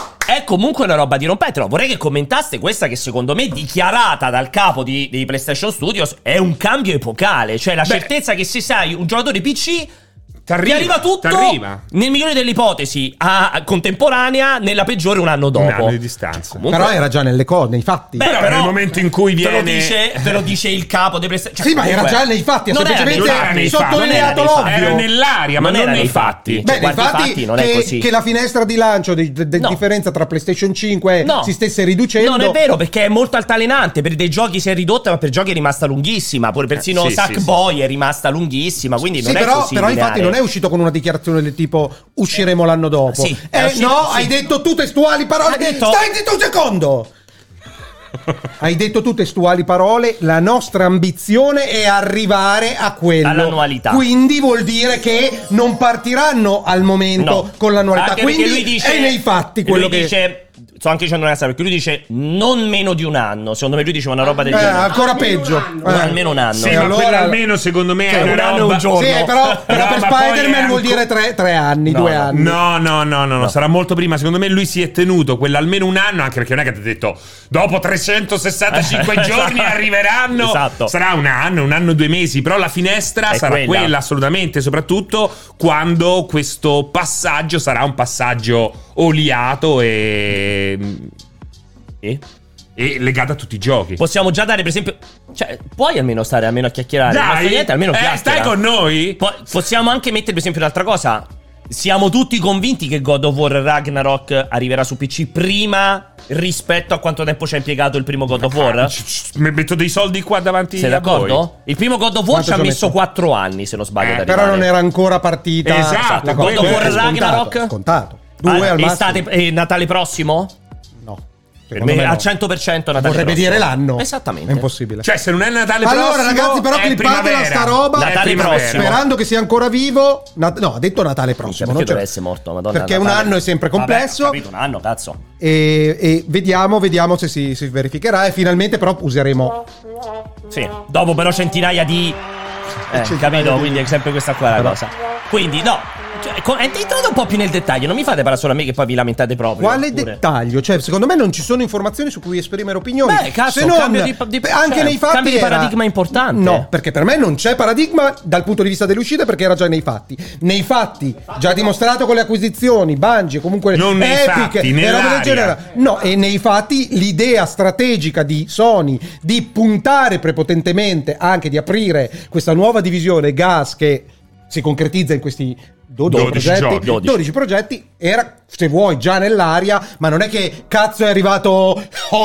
È comunque una roba dirompente. No, vorrei che commentaste questa che secondo me, dichiarata dal capo di, di PlayStation Studios, è un cambio epocale. Cioè la Beh. certezza che se sei un giocatore P C... T'arriva, Ti arriva tutto t'arriva. nel migliore delle ipotesi a, a contemporanea, nella peggiore un anno dopo. Un anno di distanza. Comunque- Però era già nelle cose, nei fatti. Beh, Però nel momento in cui te lo viene- dice, te lo dice il capo dei PlayStation. Sì, ma era già nei fatti, ha non era semplicemente nei fatti. nei sottolineato Non era nei l'ovvio. Era nell'aria, ma Non non, era nei nei fatti. fatti. Beh, Cioè, guarda, infatti, infatti, non è che, così. che la finestra di lancio di, di- di No. differenza tra PlayStation cinque No. si stesse riducendo. Non è vero, perché è molto altalenante. Per dei giochi si è ridotta, ma per giochi è rimasta lunghissima. Pure persino sì, sì, Sackboy è rimasta lunghissima. Quindi Sì, non è però, così però infatti lineare. non è uscito con una dichiarazione del tipo usciremo l'anno dopo. Sì, è eh, uscito- no, sì. hai detto tu testuali parole. Ha detto- Stai zitto un secondo. Hai detto tu testuali parole, la nostra ambizione è arrivare a quello. All'annualità. Quindi vuol dire che non partiranno al momento No. con l'annualità. Anche perché Quindi lui dice, è nei fatti quello lui che dice sto anche dicendo una cazzata, perché lui dice non meno di un anno. Secondo me lui dice una roba del Eh, genere. ancora peggio. Un- almeno un anno. Sì, E ma allora- quello almeno secondo me Cioè, è un una anno e roba- un giorno. Sì, però, però No, per ma poi Spider-Man è vuol anco- dire tre, tre anni, No, due no. anni. No, no, no, no, no, sarà molto prima. Secondo me lui si è tenuto quella almeno un anno, anche perché non è che ti ha detto dopo trecentosessantacinque Esatto. giorni arriveranno. Esatto. Sarà un anno, un anno e due mesi, però la finestra È sarà quella. quella. assolutamente, soprattutto quando questo passaggio sarà un passaggio oliato e, E? e legato a tutti i giochi. Possiamo già dare, per esempio, cioè, puoi almeno stare almeno a chiacchierare. Non Dai, fa niente, almeno eh, chiacchiera. stai con noi? Poi possiamo anche mettere, per esempio, un'altra cosa. Siamo tutti convinti che God of War Ragnarok arriverà su P C prima rispetto a quanto tempo ci ha impiegato il primo God of War? C- c- Mi metto dei soldi qua davanti Sei a voi. d'accordo? Il primo God of War Quanto ci ha ci ha messo messo? quattro anni, se non sbaglio, Eh, da Però arrivare. non era ancora partita. Esatto, la God of cosa. War È scontato, Ragnarok? Scontato. Due Ah, al massimo. estate, eh, Natale prossimo? No. Per Secondo me me no. al cento per cento Natale Vorrebbe prossimo. dire l'anno. Esattamente. È impossibile. Cioè, se non è Natale Allora, prossimo, ragazzi, però è clippatela primavera. sta roba. È Natale primavera. prossimo. Sperando che sia ancora vivo. Nat- no, ha detto Natale prossimo. Cioè, non perché c'è- deve essere morto, Madonna. Perché un Natale. anno è sempre complesso. Vabbè, ho capito, un anno, cazzo. E, e vediamo, vediamo se si, si verificherà. E finalmente, però, useremo. Sì, dopo però centinaia di... Eh, Centinaia capito? di- Quindi è sempre questa qua la Però- cosa. Quindi, no, cioè, co- entrate un po' più nel dettaglio. Non mi fate parlare solo a me che poi vi lamentate proprio. Quale pure. dettaglio? Cioè, secondo me non ci sono informazioni su cui esprimere opinioni. Beh, cazzo, Se un non, cambio di- di- beh, anche cioè, nei fatti. cambio di era- paradigma importante. No, perché per me non c'è paradigma dal punto di vista delle uscite, perché era già nei fatti. Nei fatti, già dimostrato con le acquisizioni, Bungie, comunque Non nei Epic fatti, e roba del nell'aria. genere. No, e nei fatti l'idea strategica di Sony di puntare prepotentemente anche di aprire questa nuova divisione gas che si concretizza in questi dodici, dodici progetti, giochi. dodici. dodici progetti, era, se vuoi, già nell'aria, ma non è che cazzo è arrivato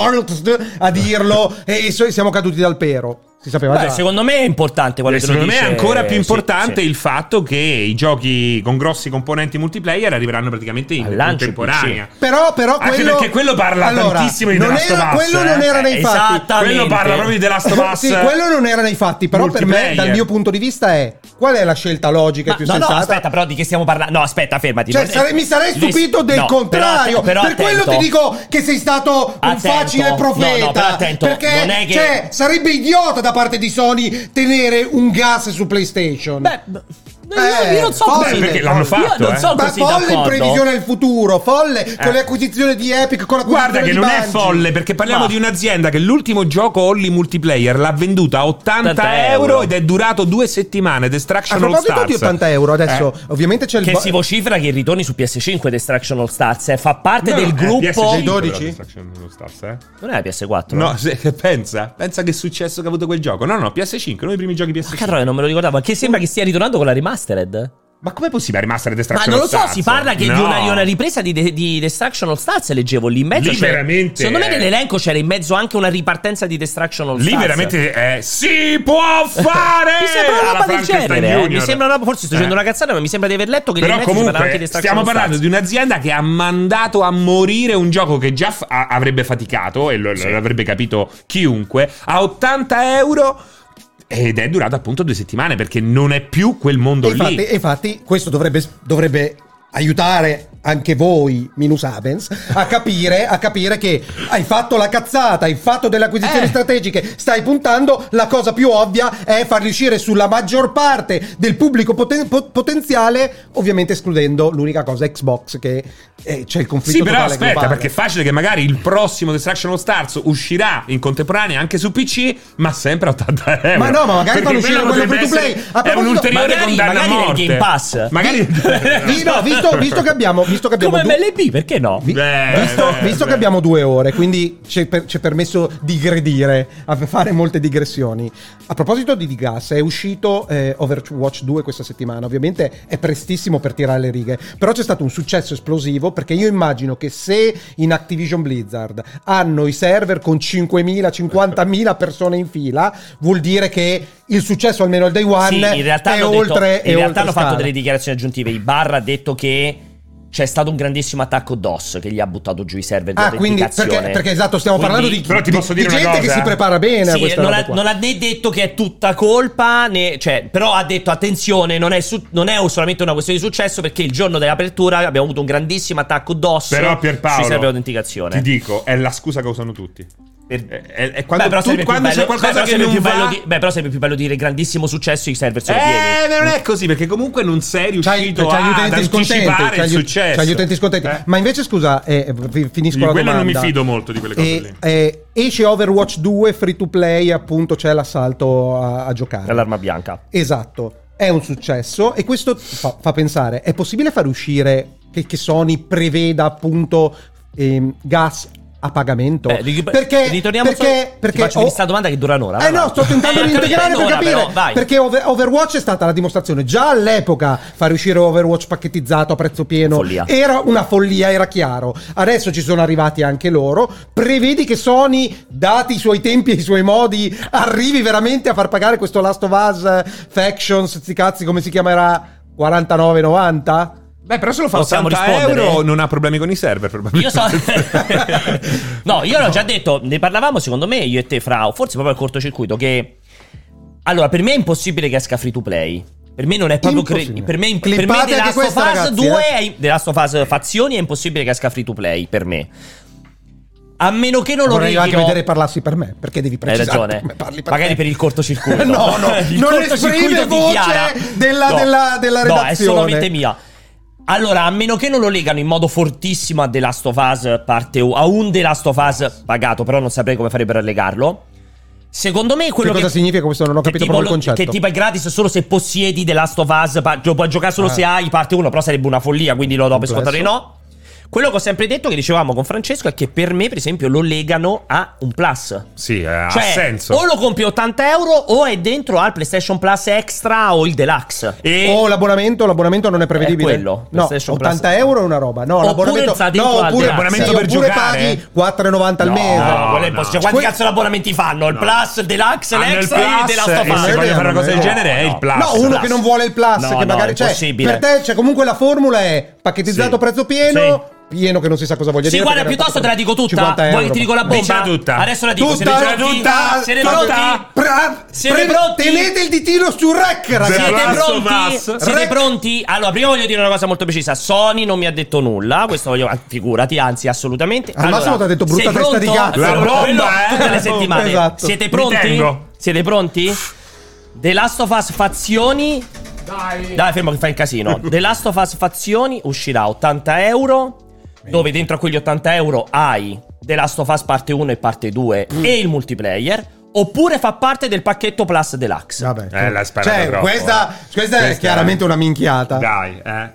Horst a dirlo e so- siamo caduti dal pero. Si sapeva Beh, già. secondo me è importante quello Eh, che lo secondo me dice. è ancora più Sì, importante sì. il fatto che i giochi con grossi componenti multiplayer arriveranno praticamente in Al lancio contemporanea. Però, però Anche quello, perché quello parla allora, tantissimo di non The Last era, of Us, quello eh. non era nei fatti. Esattamente. Quello parla proprio di The Last of Us. Sì, quello non era nei fatti, però per me, Multiplayer. dal mio punto di vista, è qual è la scelta logica Ma- e più no, no, sensata? aspetta, però di che stiamo parlando? No, aspetta, fermati. Cioè, Non- sare- mi sarei le- stupito del no, contrario. però- però per quello attento. ti dico che sei stato un Attento. facile profeta. No, no, però attento, perché non è che- cioè, sarebbe idiota da parte di Sony tenere un gas su PlayStation. Beh, io, Eh, io non so folle. così. Perché l'hanno Io fatto, non eh. so Ma così folle in d'accordo. previsione del futuro, folle con le acquisizioni di Epic, con l'acquisizione Guarda che di non è Bungie. folle, perché parliamo Ma- di un'azienda che l'ultimo gioco only multiplayer l'ha venduta a ottanta ottanta euro euro ed è durato due settimane. A Destruction All proposito Stars. di ottanta euro, adesso Eh. ovviamente c'è il Che bo- si vocifera che ritorni su P S cinque Destruction All Stars, eh, fa parte No, del no, è gruppo. P S cinque dodici? però, Destruction All Stars, eh. Non è la P S quattro? No, se, pensa, pensa che successo che ha avuto quel gioco. No, no, P S cinque, uno dei primi giochi P S Ma cinque. cazzo, non me lo ricordavo. Che sembra che stia ritornando con la remastered. Ma com'è possibile remaster Ma Destruction non All lo so, Stars? si parla che No. di, una, di una ripresa di, de- di Destruction All Stars, leggevo lì in mezzo. Lì c'era- veramente Secondo me è- nell'elenco c'era in mezzo anche una ripartenza di Destruction All Lì Stars. veramente è, si può fare. Mi sembra una alla roba del Frankenstein genere. eh. Mi Junior. sembra una, forse sto dicendo Eh. una cazzata, ma mi sembra di aver letto che lì in Però mezzo si parla anche di comunque Destruction stiamo All parlando Stars. di un'azienda che ha mandato a morire un gioco che già f- a- avrebbe faticato e lo, Sì. l'avrebbe capito chiunque a ottanta euro ed è durato appunto due settimane perché non è più quel mondo E infatti, lì. e infatti questo dovrebbe, dovrebbe aiutare anche voi, Minus Abens, a capire, a capire che hai fatto la cazzata, hai fatto delle acquisizioni Eh. strategiche, stai puntando, la cosa più ovvia è farli uscire sulla maggior parte del pubblico poten- po- potenziale, ovviamente escludendo l'unica cosa Xbox, che eh, c'è il conflitto Sì, però totale aspetta, globale. perché è facile che magari il prossimo Destruction All Stars uscirà in contemporanea anche su P C, ma sempre a ottanta euro. Ma no, ma magari Perché fanno uscire quello potrebbe free to play. essere- A È un proposito- ulteriore magari- condanna a magari nel morte. Game Pass. Magari Vi- no, visto, visto che abbiamo, visto che abbiamo Come due- M L B, perché no? Vi- Beh, visto, beh, visto beh. che abbiamo due ore, quindi ci è, per- ci è permesso di gredire, a fare molte digressioni. A proposito di, di gas, è uscito eh, Overwatch due questa settimana. Ovviamente è prestissimo per tirare le righe, però c'è stato un successo esplosivo, perché io immagino che se in Activision Blizzard hanno i server con cinquemila cinquantamila persone in fila, vuol dire che il successo almeno al day one Sì, in realtà, è hanno, oltre detto, è in realtà oltre hanno fatto scala. delle dichiarazioni aggiuntive. Ibarra ha detto che c'è stato un grandissimo attacco DOS che gli ha buttato giù i server di Ah, quindi autenticazione. perché, perché esatto, stiamo Quindi- parlando di, Però ti di- posso di dire una gente cosa. che si prepara bene a Sì, questa non roba ha, qua. non ha né detto che è tutta colpa, né, cioè, però ha detto attenzione, non è, su- non è solamente una questione di successo, perché il giorno dell'apertura abbiamo avuto un grandissimo attacco DOS Però Pierpaolo, sui server di autenticazione. ti dico, è la scusa che usano tutti. Per- È, è- è quando Beh, però tu- sarebbe più quando bello- c'è qualcosa beh, però che sarebbe non più bello va... di- beh, però sarebbe più bello dire grandissimo successo, i server sono pieni. Eh, ma non è così, perché comunque non sei C'hai, riuscito c'hai gli ad utenti scontenti, anticipare c'hai il gli, successo. c'hai gli utenti scontenti. Eh. Ma invece scusa, eh, fi- finisco Di la quello domanda. non mi fido molto di quelle cose E, lì. eh, esce Overwatch due free to play, appunto c'è l'assalto a, a giocare. Nell'arma bianca. Esatto, è un successo e questo fa, fa pensare, è possibile far uscire che, che Sony preveda appunto ehm, gas a pagamento? Beh, ri- perché ritorniamo perché, su- perché ti faccio oh, questa domanda che dura un'ora. eh no, sto tentando Eh, di ho capito, integrare per un'ora, capire però, vai. perché Over- Overwatch è stata la dimostrazione. Già all'epoca fare uscire Overwatch pacchettizzato a prezzo pieno Follia. era una follia, era chiaro. Adesso ci sono arrivati anche loro. Prevedi che Sony, dati i suoi tempi e i suoi modi, arrivi veramente a far pagare questo Last of Us Factions, sti cazzi, come si chiamerà? quarantanove novanta? Beh, però se lo fa Possiamo ottanta rispondere? euro non ha problemi con i server, Io probabilmente. so. No, io l'ho già detto, ne parlavamo secondo me io e te, Fra, forse proprio al cortocircuito, che allora per me è impossibile che esca free to play. Per me non è proprio cre- Impossibile. per me, per me Clippate The anche Last of questa, Us ragazzi, due eh. è, The Last of Us Fazioni è impossibile che esca free to play per me. A meno che non lo Vorrei anche reghino. vedere parlassi per me, perché devi Hai precisare ragione. come parli per Magari me. per il cortocircuito. No, no, Il non cortocircuito esprime voce dichiara. della- No. della- della No, è redazione. solamente mia. Allora, a meno che non lo legano in modo fortissimo a The Last of Us parte u- a un The Last of Us pagato, però non saprei come farebbero a legarlo. Secondo me quello Che cosa che significa questo? Non ho che capito tipo proprio il lo- concetto. Che tipo è gratis solo se possiedi The Last of Us, pa- lo puoi giocare solo Ah. se hai parte uno, però sarebbe una follia, quindi lo do per Complesso. scontato di no. Quello che ho sempre detto, che dicevamo con Francesco, è che per me, per esempio, lo legano a un plus. Sì, eh, ha Cioè, senso. o lo compri ottanta euro o è dentro al PlayStation Plus Extra o il Deluxe. E O l'abbonamento, l'abbonamento non è prevedibile. È quello, No, PlayStation ottanta Plus. euro è una roba. No, Oppure l'abbonamento sta dentro no, al oppure, Deluxe. L'abbonamento sì, per oppure giocare? paghi quattro e novanta al No, mese. no, quello è no. impossibile. Quanti Que- cazzo di abbonamenti fanno? Il Plus, il Deluxe, hanno il l'Extra e Plus The Last of e Us. se voglio fare una cosa del No, genere è no. il Plus. No, uno Plus. che non vuole il plus, No, che no, magari è cioè, impossibile. per te, cioè, comunque la formula è pacchettizzato Sì. prezzo pieno, pieno che non si sa cosa voglia Sì, dire. guarda, perché piuttosto te la dico tutta. cinquanta euro. Vuoi che ti dico la bomba? Dicela tutta. Adesso la dico. Tutta, siete pronti? tutta, Siete tutta. pronti? Bra- Siete pre- pronti? Tenete il ditino su rec, ragazzi. The Siete Last of pronti? Us. Siete Rec- pronti? Allora, prima voglio dire una cosa molto precisa. Sony non mi ha detto nulla. Questo voglio. Figurati, anzi, assolutamente. Al massimo ti ha detto brutta sei testa di pronto? cazzo. La Quello- bomba, quello eh. tutte le settimane. Esatto. Siete Mi pronti? tengo. Siete pronti? The Last of Us Fazioni. Dai. Dai, fermo che fai il casino. The Last of Us Fazioni uscirà a ottanta euro. Dove dentro a quegli ottanta euro hai The Last of Us parte uno e parte due e il multiplayer. Oppure fa parte del pacchetto Plus Deluxe. Vabbè. Eh, l'hai sparata Cioè, troppo, questa, eh. questa è Questa chiaramente è- una minchiata. Dai, eh.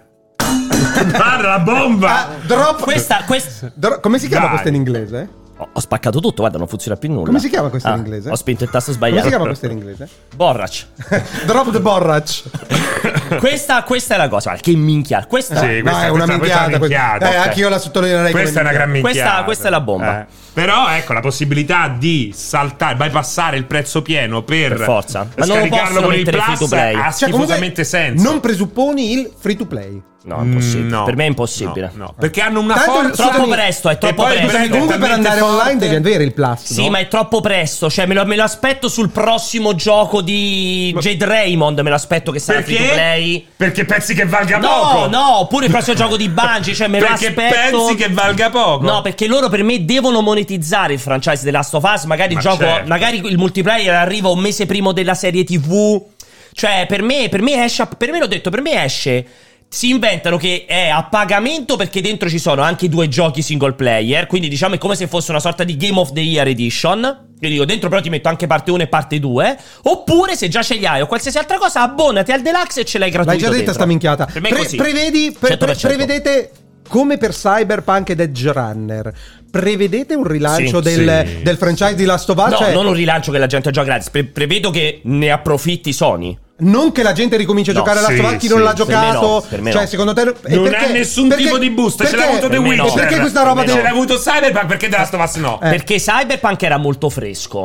Guarda la bomba! Ah, drop. Questa, questa... Dro- come si chiama Dai. questa in inglese? Ho, ho spaccato tutto, guarda, non funziona più nulla. Come si chiama questa Ah, in inglese? Ho spinto il tasto Come sbagliato. si chiama questa in inglese? Borrac. Drop the borrac. questa, questa è la cosa. Guarda, che minchia. Questa, Sì, No, questa- è una questa- questa minchiata. è una minchiata, questa- eh, ok. anche io la sottolineerei come Questa è una gran minchiata. minchiata. Questa- questa è la bomba. Eh. Però ecco la possibilità di saltare, bypassare il prezzo pieno per, Per forza. Ma non lo scaricarlo possono con il mettere free to Plus play. ha Cioè, comunque, schifosamente senso. non presupponi il free to play. No, è impossibile. Mm, no. Per me è impossibile. No, no. Perché hanno una Tanto il- forza Troppo scusami, presto, è e troppo poi il presto. brand è Comunque per talmente andare online forte. devi avere il plus. Sì, no? ma è troppo presto. Cioè, me lo, me lo aspetto sul prossimo gioco di Jade Raymond. Me lo aspetto che sarà free to Perché? play. Perché pensi che valga No, poco? no, oppure il prossimo gioco di Bungie. Cioè, me lo Perché aspetto. pensi che valga poco? No, perché loro per me devono monetizzare il franchise The Last of Us. Magari il Ma gioco, certo. magari il multiplayer arriva un mese prima della serie tivù. Cioè, per me, per me esce. Per me l'ho detto, per me esce. Si inventano che è a pagamento perché dentro ci sono anche due giochi single player. Quindi diciamo è come se fosse una sorta di Game of the Year Edition. Io dico dentro però ti metto anche parte uno e parte due. Oppure se già ce li hai o qualsiasi altra cosa, abbonati al Deluxe e ce l'hai gratuito. L'hai già detta dentro. sta minchiata. Per me è Pre- così. prevedi, pre- cento per pre- cento. prevedete come per Cyberpunk ed Edge Runner. Prevedete un rilancio Sì, del, sì, del franchise di Last of Us? No, Cioè, non un rilancio che la gente gioca gratis. Pre- prevedo che ne approfitti Sony. non che la gente ricominci a No, giocare a Last sì, of Us, chi sì, non l'ha per me no, giocato. per me cioè, no. secondo te e Non perché- ha nessun perché- tipo di boost. Ce perché- l'ha avuto The Per me no. Witcher. Perché questa roba Per me del- Ce l'ha avuto Cyberpunk, perché The Last of Us no? Eh. Perché Cyberpunk era molto fresco.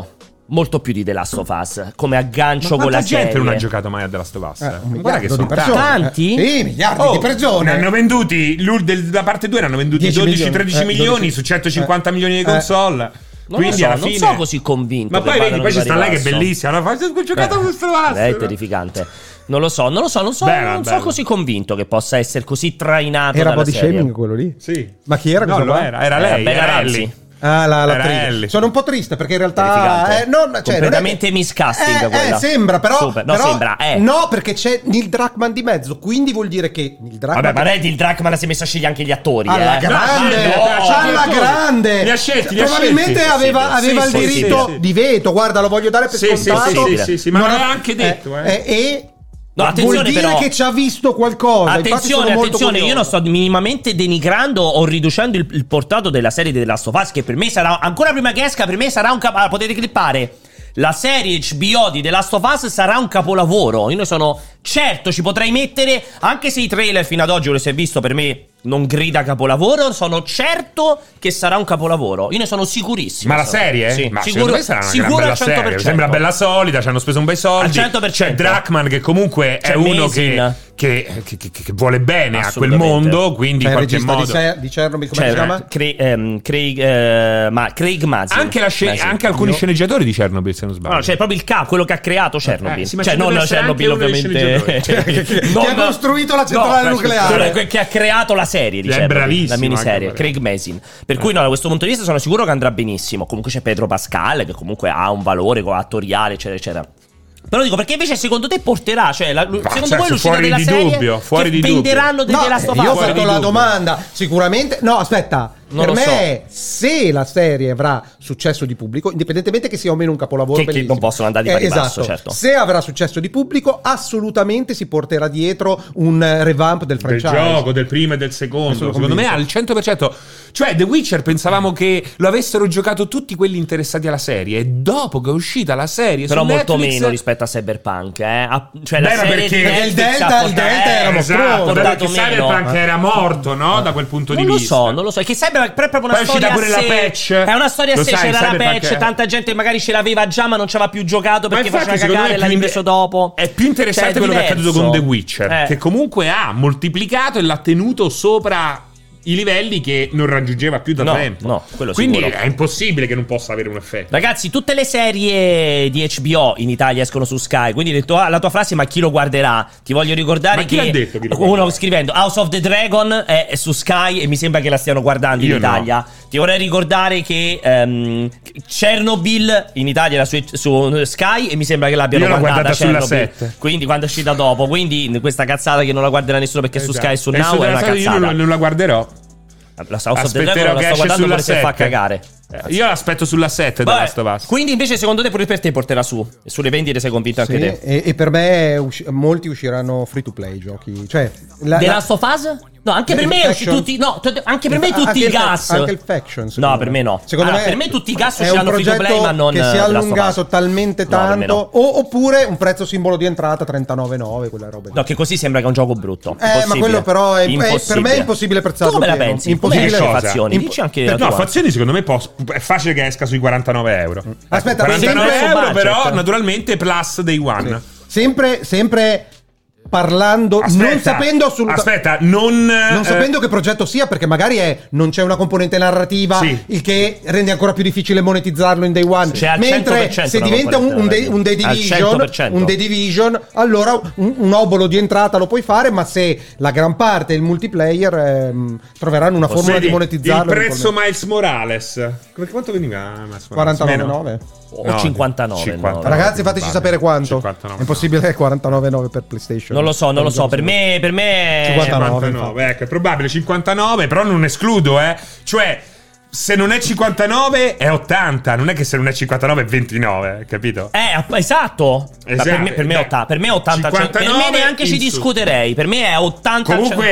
molto più di The Last of Us come aggancio con la gente serie. non ha giocato mai a The Last of Us? Eh, un Guarda che miliardo sono di persone. tanti. Eh, sì, miliardi Oh, di persone. ne hanno venduti l'ul- del- la parte due ne hanno venduti dieci dodici milioni. tredici Eh, milioni dodici. su centocinquanta Eh. milioni di Eh. console. Non Quindi lo so, alla non fine sono così convinto. Ma che poi vedi, vadano poi di ci sta lei che è pari passo. bellissima. La fa, ho giocato Eh. a questo Last. Lei è terrificante. Non lo so, non lo so, non so, Bella, non bella. sono così convinto che possa essere così trainato Era dalla body serie. shaming quello lì? Sì. Ma chi era? No, questo lo qua? era, era Era lei, Bella era Ramsey. Ellie. Ah, la, la Era attrice. Ellie. Sono un po' triste perché in realtà Terrificante. eh, non, cioè, Completamente non è che- miscasting eh, quella. eh, sembra però, Super. No, però- sembra, eh. no, perché c'è Neil Druckmann di mezzo, quindi vuol dire che Neil Druckmann Vabbè, ma Red il Druckmann si è messo a scegliere anche gli attori. alla eh. grande, no, alla no, grande. li ha scelti, li ha probabilmente scelti. aveva, Sì, aveva sì, il sì, diritto sì, sì. di veto. Guarda, lo voglio dare per Sì, sì, scontato. sì, sì, sì, ma Non l'aveva ha- anche detto, eh. eh, e No, attenzione vuol dire però. che ci ha visto qualcosa. Infatti Attenzione, sono molto attenzione, io curioso. non sto minimamente denigrando o riducendo il, il portato della serie di The Last of Us, che per me sarà, ancora prima che esca, per me sarà un capo. Potete clippare. La serie H B O di The Last of Us sarà un capolavoro. Io ne sono certo, ci potrei mettere, anche se i trailer fino ad oggi lo si è visto, per me non grida capolavoro, sono certo che sarà un capolavoro. Io ne sono sicurissimo. Ma la serie? Sì, ma sicuro, secondo me sarà una gran sicuro bella al cento per cento. serie. Sembra bella solida, ci hanno speso un bei soldi. Al cento per cento. C'è Druckmann che comunque C'è è uno Mason. che, che, che, che, che vuole bene a quel Assolutamente. mondo, quindi Cioè, in il qualche regista modo... di, Se- di Chernobyl, come Cioè, si chiama? Craig, ehm, Craig, eh, ma, Craig Mazin. Anche, la sce- Mazin. anche alcuni Io- sceneggiatori di Chernobyl, se non sbaglio. No, cioè proprio il capo, quello che ha creato Chernobyl. Eh, sì, ma cioè, ci non deve essere Chernobyl, anche uno dei ovviamente. Che ha costruito la centrale nucleare. Quello che ha creato la serie di È Chernobyl, bravissimo la miniserie, anche Craig Mazin. Per cui no, da questo punto di vista sono sicuro che andrà benissimo. Comunque c'è Pedro Pascal che comunque ha un valore attoriale, eccetera, eccetera. Però dico, perché invece secondo te porterà, cioè, la, secondo certo, voi l'uscita fuori della di serie dubbio, fuori che di dubbio. venderanno No, The Last of io ho Us? Fuori fatto di la dubbio. domanda. Sicuramente, no, aspetta. Non per lo me, se la serie avrà successo di pubblico, indipendentemente che sia o meno un capolavoro, Che- che bellissimo, non possono andare di pari esatto, passo, certo. se avrà successo di pubblico, assolutamente si porterà dietro un eh, revamp del Del franchise. gioco, del primo e del secondo. Sono Secondo me convinto. al cento per cento. Cioè, The Witcher pensavamo che lo avessero giocato tutti quelli interessati alla serie. E dopo che è uscita la serie Però su molto Netflix, meno rispetto a Cyberpunk, eh. Ah, cioè la Beh, ma serie perché- di perché il Netflix Delta- ha il portato- Delta era eh, mostruoso. Esatto, portato perché meno. Cyberpunk era morto, no? Da quel punto Non di lo vista. so, non lo so. È che Cyberpunk è proprio una Poi è uscita storia a pure la sé. patch. È una storia a Lo sé. sai, C'era la Cyberpunk patch. è- Tanta gente magari ce l'aveva già, ma non ci aveva più giocato Ma perché infatti, faceva secondo me cagare è e l'ha più- ripreso dopo. È più interessante Cioè, è quello che è accaduto diverso. con The Witcher, Eh. che comunque ha moltiplicato e l'ha tenuto sopra i livelli che non raggiungeva più da No, tempo. no, quello Quindi sicuro. è impossibile che non possa avere un effetto. Ragazzi, tutte le serie di H B O in Italia escono su Sky. Quindi hai detto, ah, la tua frase, ma chi lo guarderà? Ti voglio ricordare Ma chi che l'ha detto chi lo uno guarderà? scrivendo House of the Dragon è su Sky e mi sembra che la stiano guardando Io in Italia. Ti vorrei ricordare che ehm, Chernobyl inItalia era su, su Sky e mi sembra che l'abbiano Io l'ho guardata guardata sulla Chernobyl. sette. Quindi quando è uscita dopo. Quindi questa cazzata che non la guarderà nessuno perché su Sky e su E Now è una Io cazzata. non, non la guarderò. La House of the Aspetterò Dragon la che sto esce guardando sulla pure se fa sette. cagare. Eh, Io l'aspetto sulla sette Vabbè, The Last of Us. quindi invece secondo te pure per te porterà su e sulle vendite sei convinto anche Sì, te? e, e per me usci- molti usciranno free to play giochi. Cioè, la, The la- Last of Us? No, anche per Il me Faction- tutti no, t- anche per me tutti anche i il fa- gas. anche il Faction, secondo No, per me no. Secondo Allora, me per me tutti i gas è un usciranno free to progetto play, ma non che si è eh, The Last of Us. allungato talmente No, per me tanto, no. o- oppure un prezzo simbolo di entrata trentanove virgola nove, quella roba lì. No, che così sembra che è un gioco brutto. Eh, ma Impossibile. quello però è, è- per me è Impossibile. impossibile prezzarlo Tu come la pieno. pensi? Impossibile. Come esce Cosa? Fazioni? Imp- Dici anche Per- la no, tua. Fazioni secondo me pos- è facile che esca sui quarantanove euro. Aspetta, quarantanove sempre- euro, budget. però naturalmente plus day one. Sempre, sempre parlando, Aspetta, non sapendo assolutamente. Aspetta, non Non eh, sapendo che progetto sia, perché magari è, non c'è una componente narrativa, Sì. il che rende ancora più difficile monetizzarlo in day one. C'è al cento per Mentre cento se una diventa un, un, The- un The Al cento Division, per cento. un The Division, allora un, un obolo di entrata lo puoi fare, ma se la gran parte è il multiplayer, ehm, troveranno una formula vedi, di monetizzarlo. il prezzo eventualmente. Miles Morales. Come- Quanto veniva Miles Morales? quarantanove Meno? virgola nove. O No, cinquantanove. cinquantanove. no. Ragazzi, fateci vale. sapere quanto. cinquantanove. È impossibile quarantanove virgola nove per PlayStation. Non lo so, non lo so. Per me, per me cinquantanove. cinquantanove, ecco, è probabile cinquantanove, però non escludo, eh. Cioè, se non è cinquantanove è ottanta, non è che se non è cinquantanove è ventinove, capito? Eh, esatto. Ma Esatto, Per me, per me, è beh, ottanta, per me è ottanta. Cioè, per me cinquantanove neanche ci in su. discuterei. Per me è ottanta. Comunque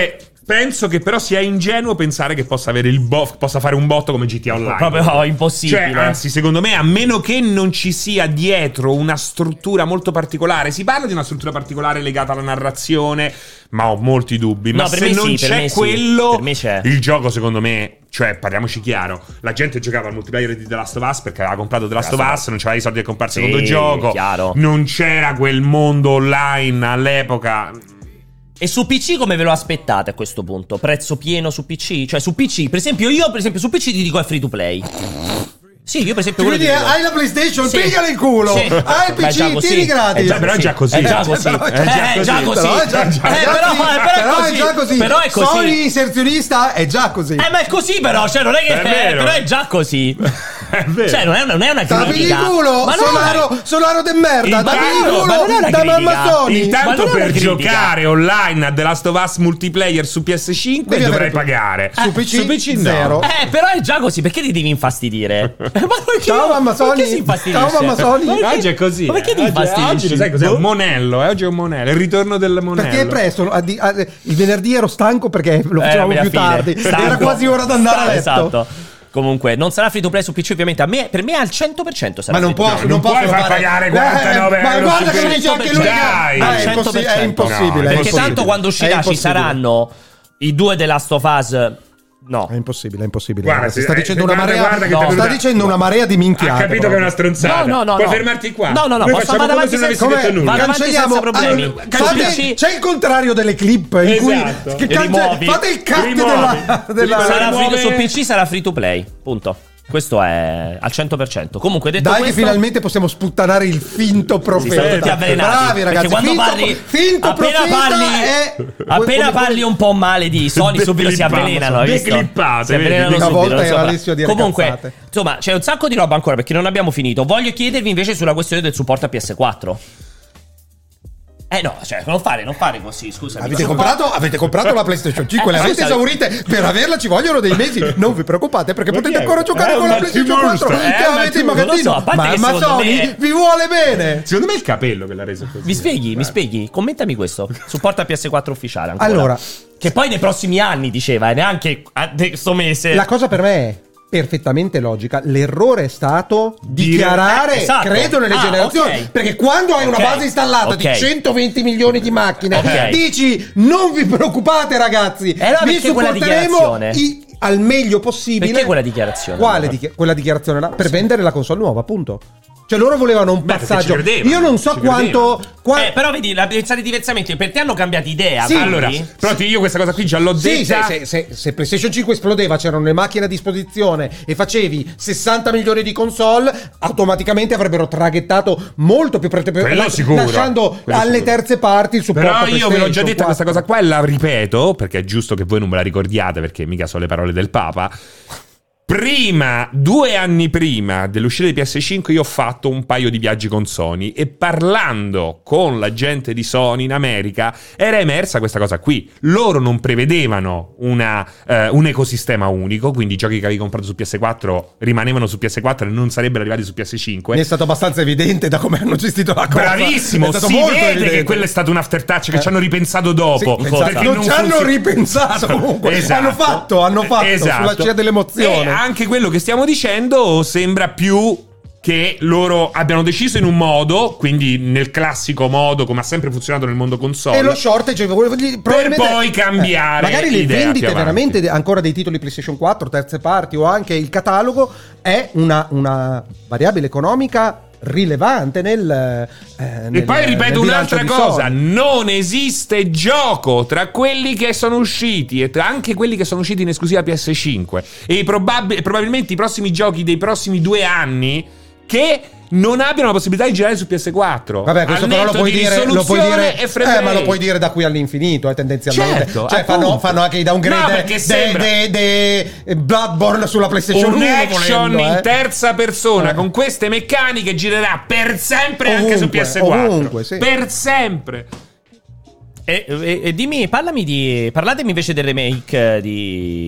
Penso che però sia ingenuo pensare che possa avere il bo- possa fare un botto come G T A Online. Proprio oh, impossibile. Cioè, anzi, secondo me, a meno che non ci sia dietro una struttura molto particolare, si parla di una struttura particolare legata alla narrazione, ma ho molti dubbi. No, ma per se me non sì, per c'è me sì. quello, Per me c'è. il gioco, secondo me, cioè, parliamoci chiaro, la gente giocava al multiplayer di The Last of Us perché aveva comprato The Last of Us, non c'aveva i soldi per comprare il Sì, secondo gioco, chiaro. non c'era quel mondo online all'epoca. E su P C come ve lo aspettate a questo punto? Prezzo pieno su P C? Cioè su P C, per esempio io per esempio su P C ti dico è free to play. Sì, io per esempio Quindi quello ti dico. hai la PlayStation, Sì. pigliala in culo. Sì. Hai il Ma è già P C, così. tieni gratis. È già- però è già così. È già così. Però Eh, è già È già così. così. Però è già- Eh, già però- così. però è Però così. è già così. Però è così. Sony inserzionista è già così. Eh, ma è così però, cioè non è che È vero. però è già così. È vero. Cioè non è una, non è una Tappi il critica. culo, Ma non è solaro, una- solaro de merda. Intanto- Tappi il ma non è culo una da critica. mamma Sony. Ma Intanto non è una per critica. giocare online a The Last of Us multiplayer su P S cinque Devi dovrai avere tu. pagare. Su P C, su P C no. zero. Eh, però è già così, perché ti devi infastidire? Ma perché- Ciao, mamma Sony. Perché si infastidisce? Ciao, mamma Sony. Ma perché- Oggi è così. Ma perché ti oggi, infastidisci? oggi lo sai cos'è? Boh. Un monello, eh? Oggi è un monello. Il ritorno del monello. Perché è presto, a di- a- il venerdì ero stanco perché lo Eh, facevamo mia più fine. tardi. Stanco. Era quasi ora di andare a letto. Esatto. Comunque, non sarà free to play su P C, ovviamente. A me, per me al cento per cento sarà Ma non free to può, play. non non puoi possono far fare- pagare quarantanove Eh, ma euro guarda su che P C. dice anche lui. Dai. Ah, Al è, impossi- è cento per cento. impossibile. No, è Perché impossibile. tanto quando È uscirà ci impossibile. saranno i due The Last of Us. No. È impossibile, è impossibile. Guarda, ragazzi. se- sta dicendo eh, una guarda, marea. guarda che no, ti è sta venuta- dicendo una marea di minchiate. Ha capito che è una stronzata. No, no, no, Puoi no. fermarti qua. No, no, no, Noi posso facciamo andare come avanti se non avessi senza- detto nulla. Vado avanti Cancelliamo senza problemi. allora, Cancelliamo. fate- c'è il contrario delle clip in Esatto. cui che E cance- rimuovi. fate il cut Rimuovi. della, della Sarà free, rimuove- su P C sarà free to play. Punto. Questo è al cento per cento. Comunque, detto Dai, questo, che finalmente possiamo sputtanare il finto si stanno profeta. tutti avvelenati. Bravi ragazzi. Perché quando finto, parli, finto appena profeta parli, è appena come- parli un po' male di Sony, subito si Declippato, avvelenano. Hai visto? declippate, Si avvelenano vedi? Una subito, volta non so era fa- Alessio a dire Comunque, cazzate. insomma, c'è un sacco di roba ancora perché non abbiamo finito. Voglio chiedervi invece sulla questione del supporto a P S quattro. Eh no, cioè, non fare, non fare così, scusami. Avete comprato, avete comprato la PlayStation cinque, Eh, le avete scusa. esaurite. Per averla ci vogliono dei mesi. Non vi preoccupate perché potete è? ancora giocare È con un la PlayStation mostro, quattro è che un avete in mostro. Non lo so, magazzino. a parte Ma, che ma secondo Sony me- vi vuole bene. Secondo me è il capello che l'ha reso così. Mi spieghi, mi spieghi, commentami questo. Supporto a P S quattro ufficiale ancora. Allora, Che poi nei prossimi anni diceva, e neanche a questo mese. la cosa per me è perfettamente logica. L'errore è stato dichiarare, Eh, esatto. credo, nelle Ah, generazioni. ok. Perché quando hai una Ok. base installata Ok. di centoventi milioni di macchine, Ok. dici non vi preoccupate ragazzi, Eh, no, vi perché quella supporteremo dichiarazione? i- al meglio possibile. Perché quella dichiarazione? Quale allora? dichi- quella dichiarazione là? Per vendere la console nuova, appunto. Cioè loro volevano un Beh, perché passaggio. ci credevano, Io non so ci quanto qua- Eh, però vedi, la pensate diversamente. Per te hanno cambiato idea. Sì. quindi? Allora, però io questa cosa qui già l'ho Sì, detta. se, se- se- se PlayStation cinque esplodeva, c'erano le macchine a disposizione e facevi sessanta milioni di console, automaticamente avrebbero traghettato molto più pre- Quello sicuro. lasciando Quello alle sicuro. terze parti il supporto. Però io ve l'ho già PlayStation detta questa quattro. cosa qua e la ripeto, perché è giusto che voi non me la ricordiate, perché mica sono le parole del Papa. Prima, due anni prima dell'uscita di P S cinque, io ho fatto un paio di viaggi con Sony e parlando con la gente di Sony in America era emersa questa cosa qui. Loro non prevedevano una, eh, un ecosistema unico, quindi i giochi che avevi comprato su P S quattro rimanevano su P S quattro e non sarebbero arrivati su P S cinque. Mi è stato abbastanza evidente da come hanno gestito la cosa. Bravissimo, È stato si molto vede evidente. che quello è stato un aftertouch che Eh. ci hanno ripensato dopo. Sì, esatto. Perché non ci hanno funziona- ripensato comunque. Esatto. Hanno fatto, hanno fatto Esatto. sulla scia dell'emozione. E anche quello che stiamo dicendo sembra più che loro abbiano deciso in un modo, quindi nel classico modo come ha sempre funzionato nel mondo console, E lo shortage volevo dire, per probabilmente- poi cambiare eh, magari le idea vendite più avanti. veramente de- ancora dei titoli PlayStation quattro, terze parti o anche il catalogo è una, una variabile economica rilevante nel, eh, nel E poi ripeto nel bilancio un'altra di cosa, Sony. non esiste gioco tra quelli che sono usciti e tra anche quelli che sono usciti in esclusiva P S cinque e i probab- probabilmente i prossimi giochi dei prossimi due anni che non abbiano la possibilità di girare su P S quattro. Vabbè, questo Al però lo netto puoi di dire, lo puoi risoluzione dire e frame eh, ma lo rate. puoi dire da qui all'infinito, eh, tendenzialmente. Certo, cioè fanno, appunto. fanno anche i downgrade No, perché de, sembra- de- de- de Bloodborne sulla PlayStation un uno action volendo, in eh. terza persona Eh. con queste meccaniche girerà per sempre anche su Ovunque, P S quattro. ovunque, sì. Per sempre. E, e- e dimmi, parlami di. Parlatemi invece del remake di.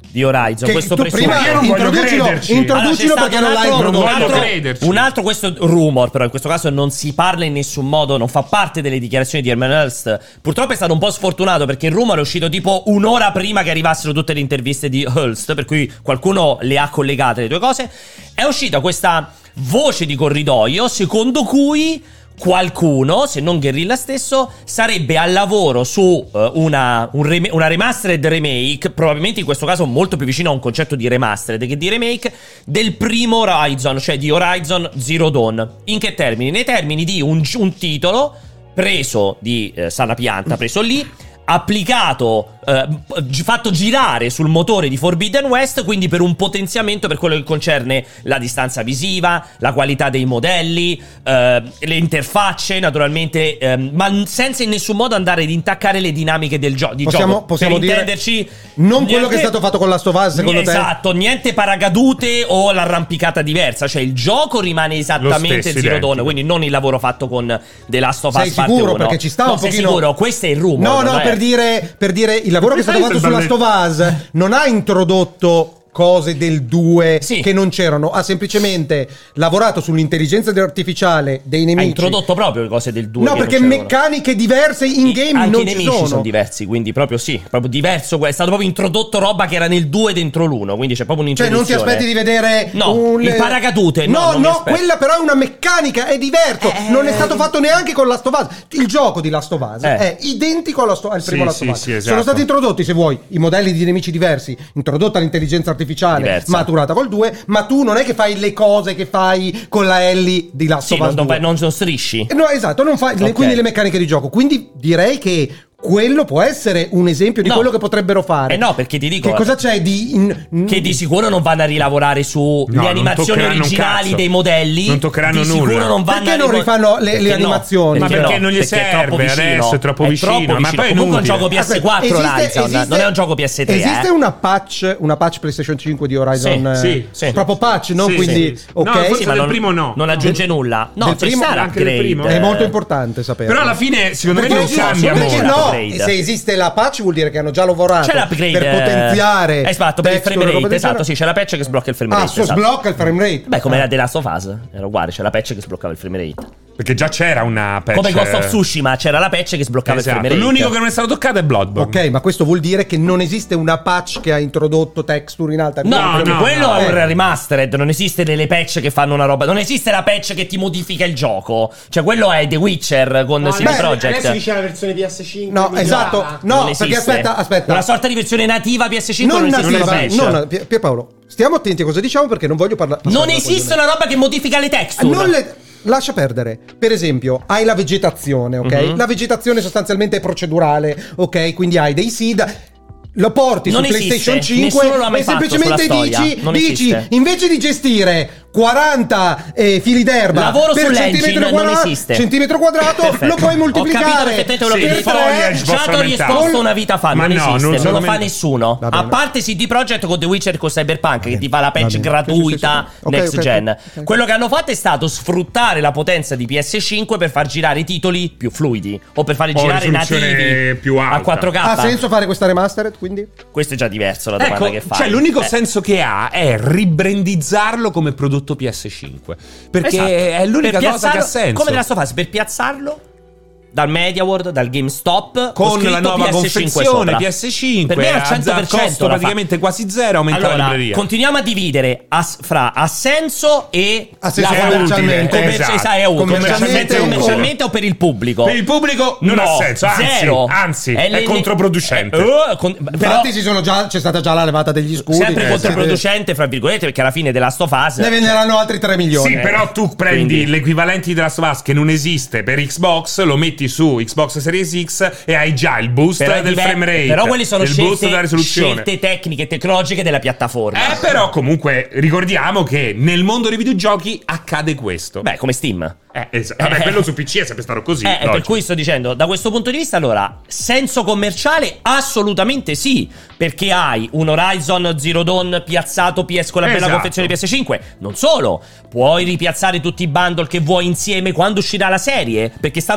di Horizon. Che questo tu presumo. prima Io non voglio introducilo, crederci. introducilo Allora, c'è perché stato non un l'hai altro- introdotto. Non voglio un altro- crederci. Un altro questo rumor, però in questo caso non si parla in nessun modo, non fa parte delle dichiarazioni di Herman Hulst. Purtroppo è stato un po' sfortunato perché il rumor è uscito tipo un'ora prima che arrivassero tutte le interviste di Hulst, per cui qualcuno le ha collegate le due cose. È uscita questa voce di corridoio secondo cui qualcuno, se non Guerrilla stesso, sarebbe al lavoro su uh, una, un rem- una remastered remake, probabilmente in questo caso molto più vicino a un concetto di remastered che di remake, del primo Horizon, cioè di Horizon Zero Dawn. In che termini? Nei termini di un, un titolo preso di eh, sana pianta, preso lì, applicato, eh, fatto girare sul motore di Forbidden West, quindi per un potenziamento per quello che concerne la distanza visiva, la qualità dei modelli, eh, le interfacce naturalmente, eh, ma senza in nessun modo andare ad intaccare le dinamiche del gio- di Possiamo, gioco. possiamo per dire intenderci, non niente- quello che è stato fatto con Last of Us, secondo te? Esatto, niente paracadute o l'arrampicata diversa, cioè il gioco rimane esattamente stesso, Zero identico. Dawn, quindi non il lavoro fatto con The Last of Us Sei parte sicuro? uno. Perché ci sta no, un sei pochino- sicuro? Questo è il rumor. No, no, non è- per dire, per dire il lavoro che è stato fatto su Last of Us non ha introdotto cose del due Sì. che non c'erano, ha semplicemente lavorato sull'intelligenza artificiale dei Ha nemici. introdotto proprio le cose del due. No, che perché non c'erano. meccaniche diverse in game Anche non i ci nemici sono. sono diversi, quindi proprio sì, proprio diverso. È stato proprio introdotto roba che era nel due dentro l'uno, quindi c'è proprio Cioè non ti un'introduzione. aspetti di vedere No, un il paracadute, no, No, non mi no, aspetto. quella però è una meccanica, è diverso. Eh, non è stato fatto neanche con Last of Us. Il gioco di Last of Us Eh. è identico allo sto- al primo Sì, Last of sì, Us. sì, esatto. Sono stati introdotti, se vuoi, i modelli di nemici diversi, introdotta l'intelligenza artificiale Diversa. maturata col due, ma tu non è che fai le cose che fai con la Ellie di Last Sì, of Us non, non, due. vai- non sono strisci. Eh, No, esatto, non fai le- Ok. quindi le meccaniche di gioco. Quindi direi che quello può essere un esempio di No. quello che potrebbero fare. Eh no, perché ti dico Che cosa c'è di in- che di sicuro non vanno a rilavorare su No, le animazioni non toccheranno un originali cazzo. dei modelli. Non toccheranno di sicuro nulla. non vanno Perché a non rivo- rifanno le- le Perché no? animazioni? Ma perché non gli è troppo serve, vicino. adesso è troppo vicino, ma vicino. poi è Comunque è un inutile. gioco P S quattro Aspetta, esiste- Horizon, esiste- non è un gioco P S tre. Esiste eh. una patch, una patch PlayStation cinque di Horizon? Sì, eh, sì, sì. Proprio patch, no? Sì, Quindi, sì, sì. ok. No, forse Sì, ma del non, primo no. non aggiunge nulla. No, del c'è primo- sta anche del l'upgrade. primo. È molto importante sapere. Però alla fine, secondo me, Perché non no, cambia perché molto. no, L'upgrade. se esiste la patch vuol dire che hanno già lavorato C'è l'upgrade per potenziare eh, esatto, per il texture, frame rate. roba del Esatto, genere. sì, c'è la patch che sblocca il frame Ah, rate. so esatto. sblocca il frame rate. Beh, come Ah. era The Last of Us, era uguale, c'è la patch che sbloccava il frame rate. Perché già c'era una patch. Come Ghost of Tsushima, c'era la patch che sbloccava Esatto. il frame rate. L'unico che non è stato toccato è Bloodborne. Ok, ma questo vuol dire che non esiste una patch che ha introdotto texture in alta No, No, perché no, quello no, è un eh. remastered, non esiste delle patch che fanno una roba, non esiste la patch che ti modifica il gioco. Cioè quello è The Witcher con No, C D adesso- Projekt. Adesso dice la versione P S cinque. No, migliorata. esatto. No, Non perché esiste. aspetta, aspetta. Una sorta di versione nativa P S cinque non, non esiste una nativa, patch. non, Pier- Pierpaolo, stiamo attenti a cosa diciamo perché non voglio parlare. Non esiste una roba che modifica le texture. Non le- Lascia perdere. Per esempio, hai la vegetazione, ok? Mhm. La vegetazione sostanzialmente è procedurale, ok? Quindi hai dei seed. Lo porti Non su esiste. PlayStation cinque Nessuno l'ha mai e fatto semplicemente sulla storia. dici, Non dici esiste. invece di gestire quaranta eh, fili d'erba Lavoro per sull'engine, centimetro, non quadra- esiste. centimetro quadrato, Perfetto. lo puoi Ho moltiplicare. capito perfettamente quello Sì, che il dici. foliage Già vostro t'ho mentale. risposto una vita fa. Ma non no, esiste, non non, sono lo fa men- nessuno. Va bene. A parte C D Projekt con The Witcher con Cyberpunk che ti fa la patch Va bene. gratuita Sì, sì, sì, sì. next Ok, ok, gen. ok. Quello che hanno fatto è stato sfruttare la potenza di P S cinque per far girare i titoli più fluidi o per farli O girare risoluzione nativi più alta. a quattro K. Ha senso fare questa remastered, quindi? Questo è già diverso la domanda Ecco, che fai. cioè l'unico Eh. senso che ha è ribrandizzarlo come prodotto P S cinque. Perché Esatto. è l'unica Per cosa che ha piazzarlo- senso. Come della sua fase, per piazzarlo dal Media World, dal GameStop con scritto la nuova P S cinque confezione sopra. P S cinque per me al a cento per cento costo la fa. praticamente quasi zero, aumenta la Allora, libreria. continuiamo a dividere a- fra ha senso e Ha senso la- commercialmente. commerci- Esatto. esatto, è utile. Commercialmente commercialmente o per il pubblico. Per il pubblico non No, ha senso, anzi, zero. anzi, È è, le- controproducente. Eh, con- però Infatti si sono già, c'è stata già la levata degli scudi. sempre Eh, controproducente fra virgolette perché alla fine della sto fase Ne venderanno altri tre milioni. Sì, però tu prendi Quindi- l'equivalente di Last of Us che non esiste per Xbox, lo metti su Xbox Series X e hai già il boost però, è del diver- frame rate, però quelli sono il boost della scelte, risoluzione. scelte tecniche e tecnologiche della piattaforma. Eh, però comunque ricordiamo che nel mondo dei videogiochi accade questo. Beh, come Steam. Eh, es- vabbè, quello su P C è sempre stato così. Eh, per logico. cui sto dicendo, da questo punto di vista, allora, senso commerciale assolutamente sì, perché hai un Horizon Zero Dawn piazzato P S con la bella Esatto. confezione P S cinque. Non solo, puoi ripiazzare tutti i bundle che vuoi insieme quando uscirà la serie, perché stanno facendo la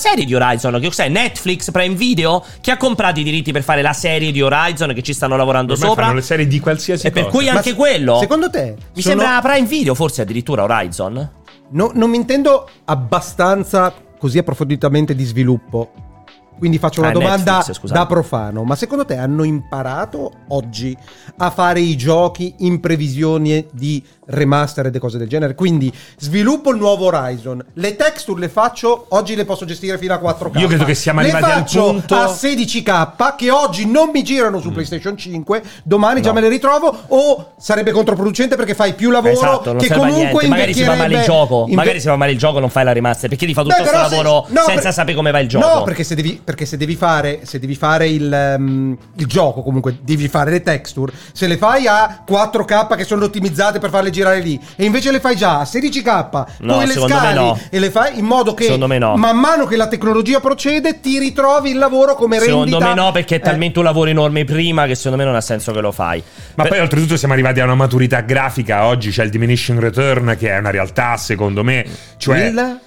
serie di Horizon. Che cos'è? Netflix, Prime Video? Che ha comprato i diritti per fare la serie di Horizon, che ci stanno lavorando Ormai sopra. fanno le serie di qualsiasi e cosa. per cui anche Ma quello. Secondo te? Mi sono... sembra Prime Video, forse addirittura Horizon. No, non mi intendo abbastanza così approfonditamente di sviluppo. Quindi faccio una Ah, domanda Netflix, da profano. Ma secondo te hanno imparato oggi a fare i giochi in previsione di remastered e cose del genere? Quindi sviluppo il nuovo Horizon, le texture le faccio, oggi le posso gestire fino a quattro K. Io credo che siamo le arrivati al faccio punto a sedici K che oggi non mi girano su mm. PlayStation cinque, domani No. già me le ritrovo, o sarebbe controproducente perché fai più lavoro Esatto, non che serve a comunque niente. Magari si fa male il gioco. inve- Magari si fa male il gioco, non fai la remaster. Perché ti fa tutto Beh, questo però se- lavoro no, senza per- sapere come va il gioco? No, perché se devi, perché se devi fare, se devi fare il, um, il gioco, comunque devi fare le texture. Se le fai a quattro K che sono ottimizzate per farle girare lì, e invece le fai già a sedici K, No, poi le secondo me scali no. e le fai in modo che Secondo me no. man mano che la tecnologia procede ti ritrovi il lavoro come rendita. Secondo me no, perché è Eh, talmente un lavoro enorme prima che secondo me non ha senso che lo fai. Ma Per- poi oltretutto siamo arrivati a una maturità grafica. Oggi c'è il diminishing return, che è una realtà secondo me. Cioè il-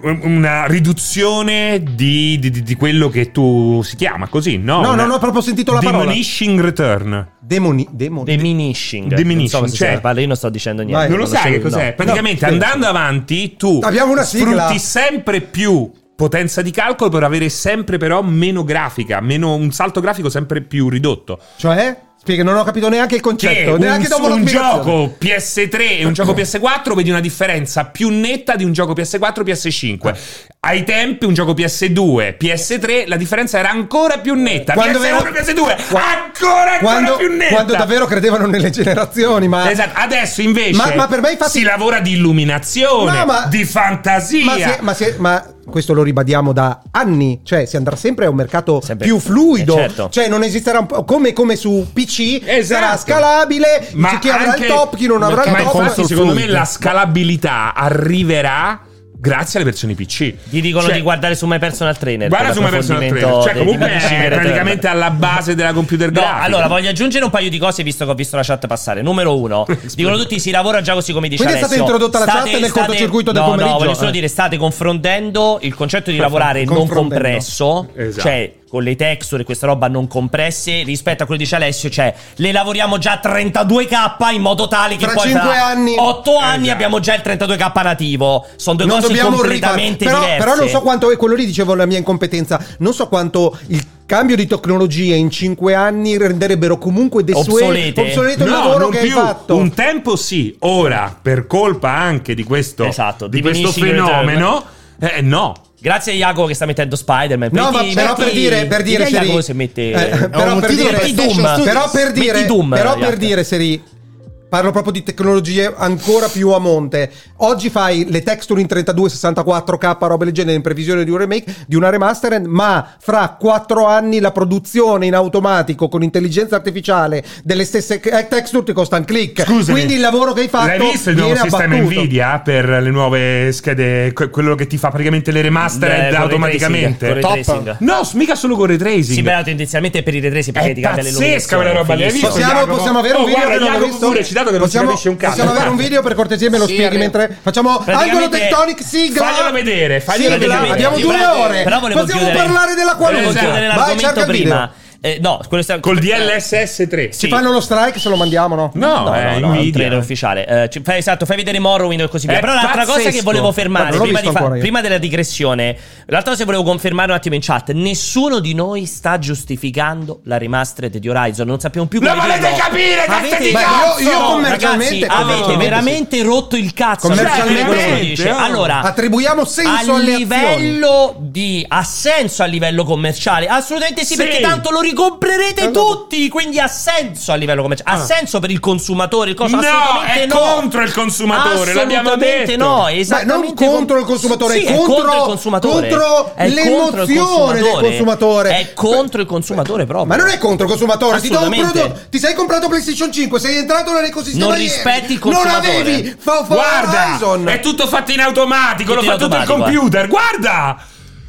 una riduzione di, di, di quello che tu si chiama così, no? No, Una- non ho proprio sentito la parola. Diminishing return. Demoni, demoni, Diminishing. Diminishing, Non so cosa cioè- si parla, io non sto dicendo niente. Vai. Non lo sai so- che cos'è? no. Praticamente No, andando avanti tu Abbiamo una sigla. sfrutti sempre più potenza di calcolo per avere sempre però meno grafica, meno un salto grafico sempre più ridotto. Cioè? Spiega, non ho capito neanche il Che concetto, un, neanche dopo la un spiegazione. gioco P S tre e un gioco P S quattro vedi una differenza più netta di un gioco P S quattro P S cinque. Ai tempi un gioco P S due, P S tre la differenza era ancora più netta. Quando P S uno, vera- P S due Qua- ancora ancora quando, più netta. quando davvero credevano nelle generazioni, ma Esatto, adesso invece Ma- ma per me infatti- si lavora di illuminazione, No, ma- di fantasia. Ma, si- ma, si- ma questo lo ribadiamo da anni, cioè si andrà sempre a un mercato Sempre- più fluido, eh, certo. cioè non esisterà un po', come, come su P C, Esatto. sarà scalabile, Ma chi avrà anche- il top, chi non avrà il ma top. infatti secondo me fluid. la scalabilità arriverà grazie alle versioni P C. Ti dicono Cioè, di guardare su My Personal Trainer. guarda per su My Personal Trainer, l'approfondimento cioè dei comunque Diminishing è Return. praticamente alla base della computer No, grafica. allora voglio aggiungere un paio di cose visto che ho visto la chat passare. Numero uno, dicono tutti si lavora già così come dice Quindi è Alessio. stata introdotta la State- chat nel state- cortocircuito del no, pomeriggio. No, voglio solo Eh. dire, state confrontendo il concetto di lavorare non Confrontendo. compresso, Esatto. cioè con le texture e questa roba non compresse, rispetto a quello che dice Alessio, cioè le lavoriamo già a trentadue K in modo tale che Fra poi cinque fra anni- otto anni Esatto. abbiamo già il trentadue K nativo. Sono due Non cose dobbiamo completamente rifare. Però, diverse. però non so quanto, e quello lì dicevo la mia incompetenza, non so quanto il cambio di tecnologia in cinque anni renderebbero comunque desueto, Obsolete. obsoleto il No, lavoro non che più. hai fatto. Un tempo sì, ora per colpa anche di questo, Esatto, di questo diminishing fenomeno, eh, no. Grazie a Jacopo che sta mettendo Spider-Man. No, ma Metti- però metti- per dire, per dire Direi Seri- Jacopo se mette eh, però un per titolo dire, per Doom. PlayStation Studios. però per dire, Metti Doom, però per Jacopo. dire Seri, parlo proprio di tecnologie ancora più a monte. Oggi fai le texture in trentadue sessantaquattro K, robe del genere, in previsione di un remake, di una remastered, ma fra quattro anni la produzione in automatico con intelligenza artificiale delle stesse eh, texture ti costa un click. Scusami, Quindi il lavoro che hai fatto l'hai visto il nuovo viene sistema abbattuto. Nvidia per le nuove schede, que- quello che ti fa praticamente le remastered Eh, con automaticamente? ray tracing, con ray Top. tracing. No, mica solo con ray tracing. Sì, però tendenzialmente per i retracing perché È ti cambia pazzesca quella roba lì, hai visto? Possiamo, Jacopo? possiamo avere un Oh, video guarda, che non ho Jacopo visto? pure ci ha dato che non si possiamo, capisce un cazzo. possiamo avere un video per cortesia me lo Sì, spieghi arrivo. mentre facciamo Praticamente- angolo tectonic sigla. Faglielo vedere, faglielo Sigla. vedere. Abbiamo due Però- ore. però volevo Possiamo chiudere- parlare della Volevo qualunque. Esatto. chiudere Vai, l'argomento cerca il video. prima. Eh, no, quello sta- Col D L S S tre. Sì. Ci fanno lo strike se lo mandiamo, no? No, No, è no, no, è un Nvidia. trailer ufficiale. Eh, ci- fai, esatto, fai vedere Morrowind e così via. È Però l'altra cosa che pazzesco. volevo Guarda, fermare, non l'ho prima, di visto fa- ancora io. prima della digressione, l'altra cosa che volevo confermare un attimo in chat: nessuno di noi sta giustificando la remastered di Horizon. Non sappiamo più come Lo volete dirlo. capire, cazzo Avete- di Beh, cazzo! io, io No, commercialmente ragazzi, avete commercialmente veramente rotto il cazzo. Commercialmente Quello che sì. dice. Oh. Allora, attribuiamo senso a alle livello di ha senso a livello commerciale? Assolutamente sì, Sì. perché tanto lo ricomprerete Esatto. tutti, quindi ha senso a livello commerciale. Ha Ah. senso per il consumatore, il costo? No, Assolutamente è no. contro il consumatore, l'abbiamo Assolutamente detto. no, Beh, esattamente non contro il consumatore, sì, è è contro- contro il consumatore. contro È contro il l'emozione del consumatore. È contro il consumatore proprio. Ma non è contro il consumatore, ti do un Assolutamente. prodotto, ti sei comprato PlayStation cinque, sei entrato nell'ecosistema Non ieri, rispetti il non consumatore. avevi fa, fa Guarda, Horizon. è tutto fatto in automatico, Tutto lo in fa tutto il automatico, eh. computer, guarda!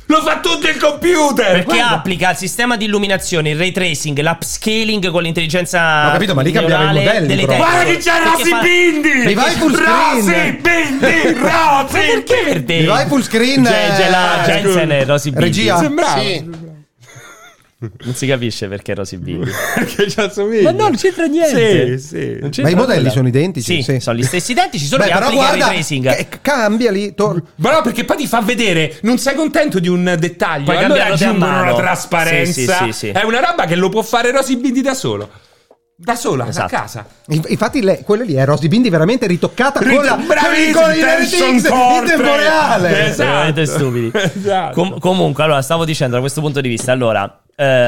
Lo fa tutto il computer! Perché Guarda. applica il sistema di illuminazione, il ray tracing, l'upscaling con l'intelligenza. Ho capito, ma lì cambiava i neurale modelli, delle però. teste. Guarda che c'è Perché Rosy fa- Bindi! Mi vai full screen. Rosy Bindi! Rosy! Perché per te? Mi vai full screen, C'è, c'è la eh, Jensen e Rosy Bindi. Regia. Sembrava. Sì. Non si capisce perché Rosy Bindi. Perché ci assomiglia. Ma no, non c'entra niente. Sì, sì. Non c'entra Ma i modelli nulla. sono identici? Sì, sono gli stessi identici, solo Beh, che però applica il guarda, ray tracing. che- cambiali. tor- Ma no, perché poi ti fa vedere, non sei contento di un dettaglio, Puoi allora cambiarlo te a aggiungono mano. la trasparenza. Sì, sì, sì, sì. È una roba che lo può fare Rosy Bindi da solo. Da sola, Esatto. a casa. Inf- Infatti, le, quella lì è Rosy Bindi veramente ritoccata con la Bravissimo, con i tension N T X in portrait. tempo reale. Esatto. Siete veramente stupidi. Esatto. Com- comunque, allora, stavo dicendo da questo punto di vista, allora.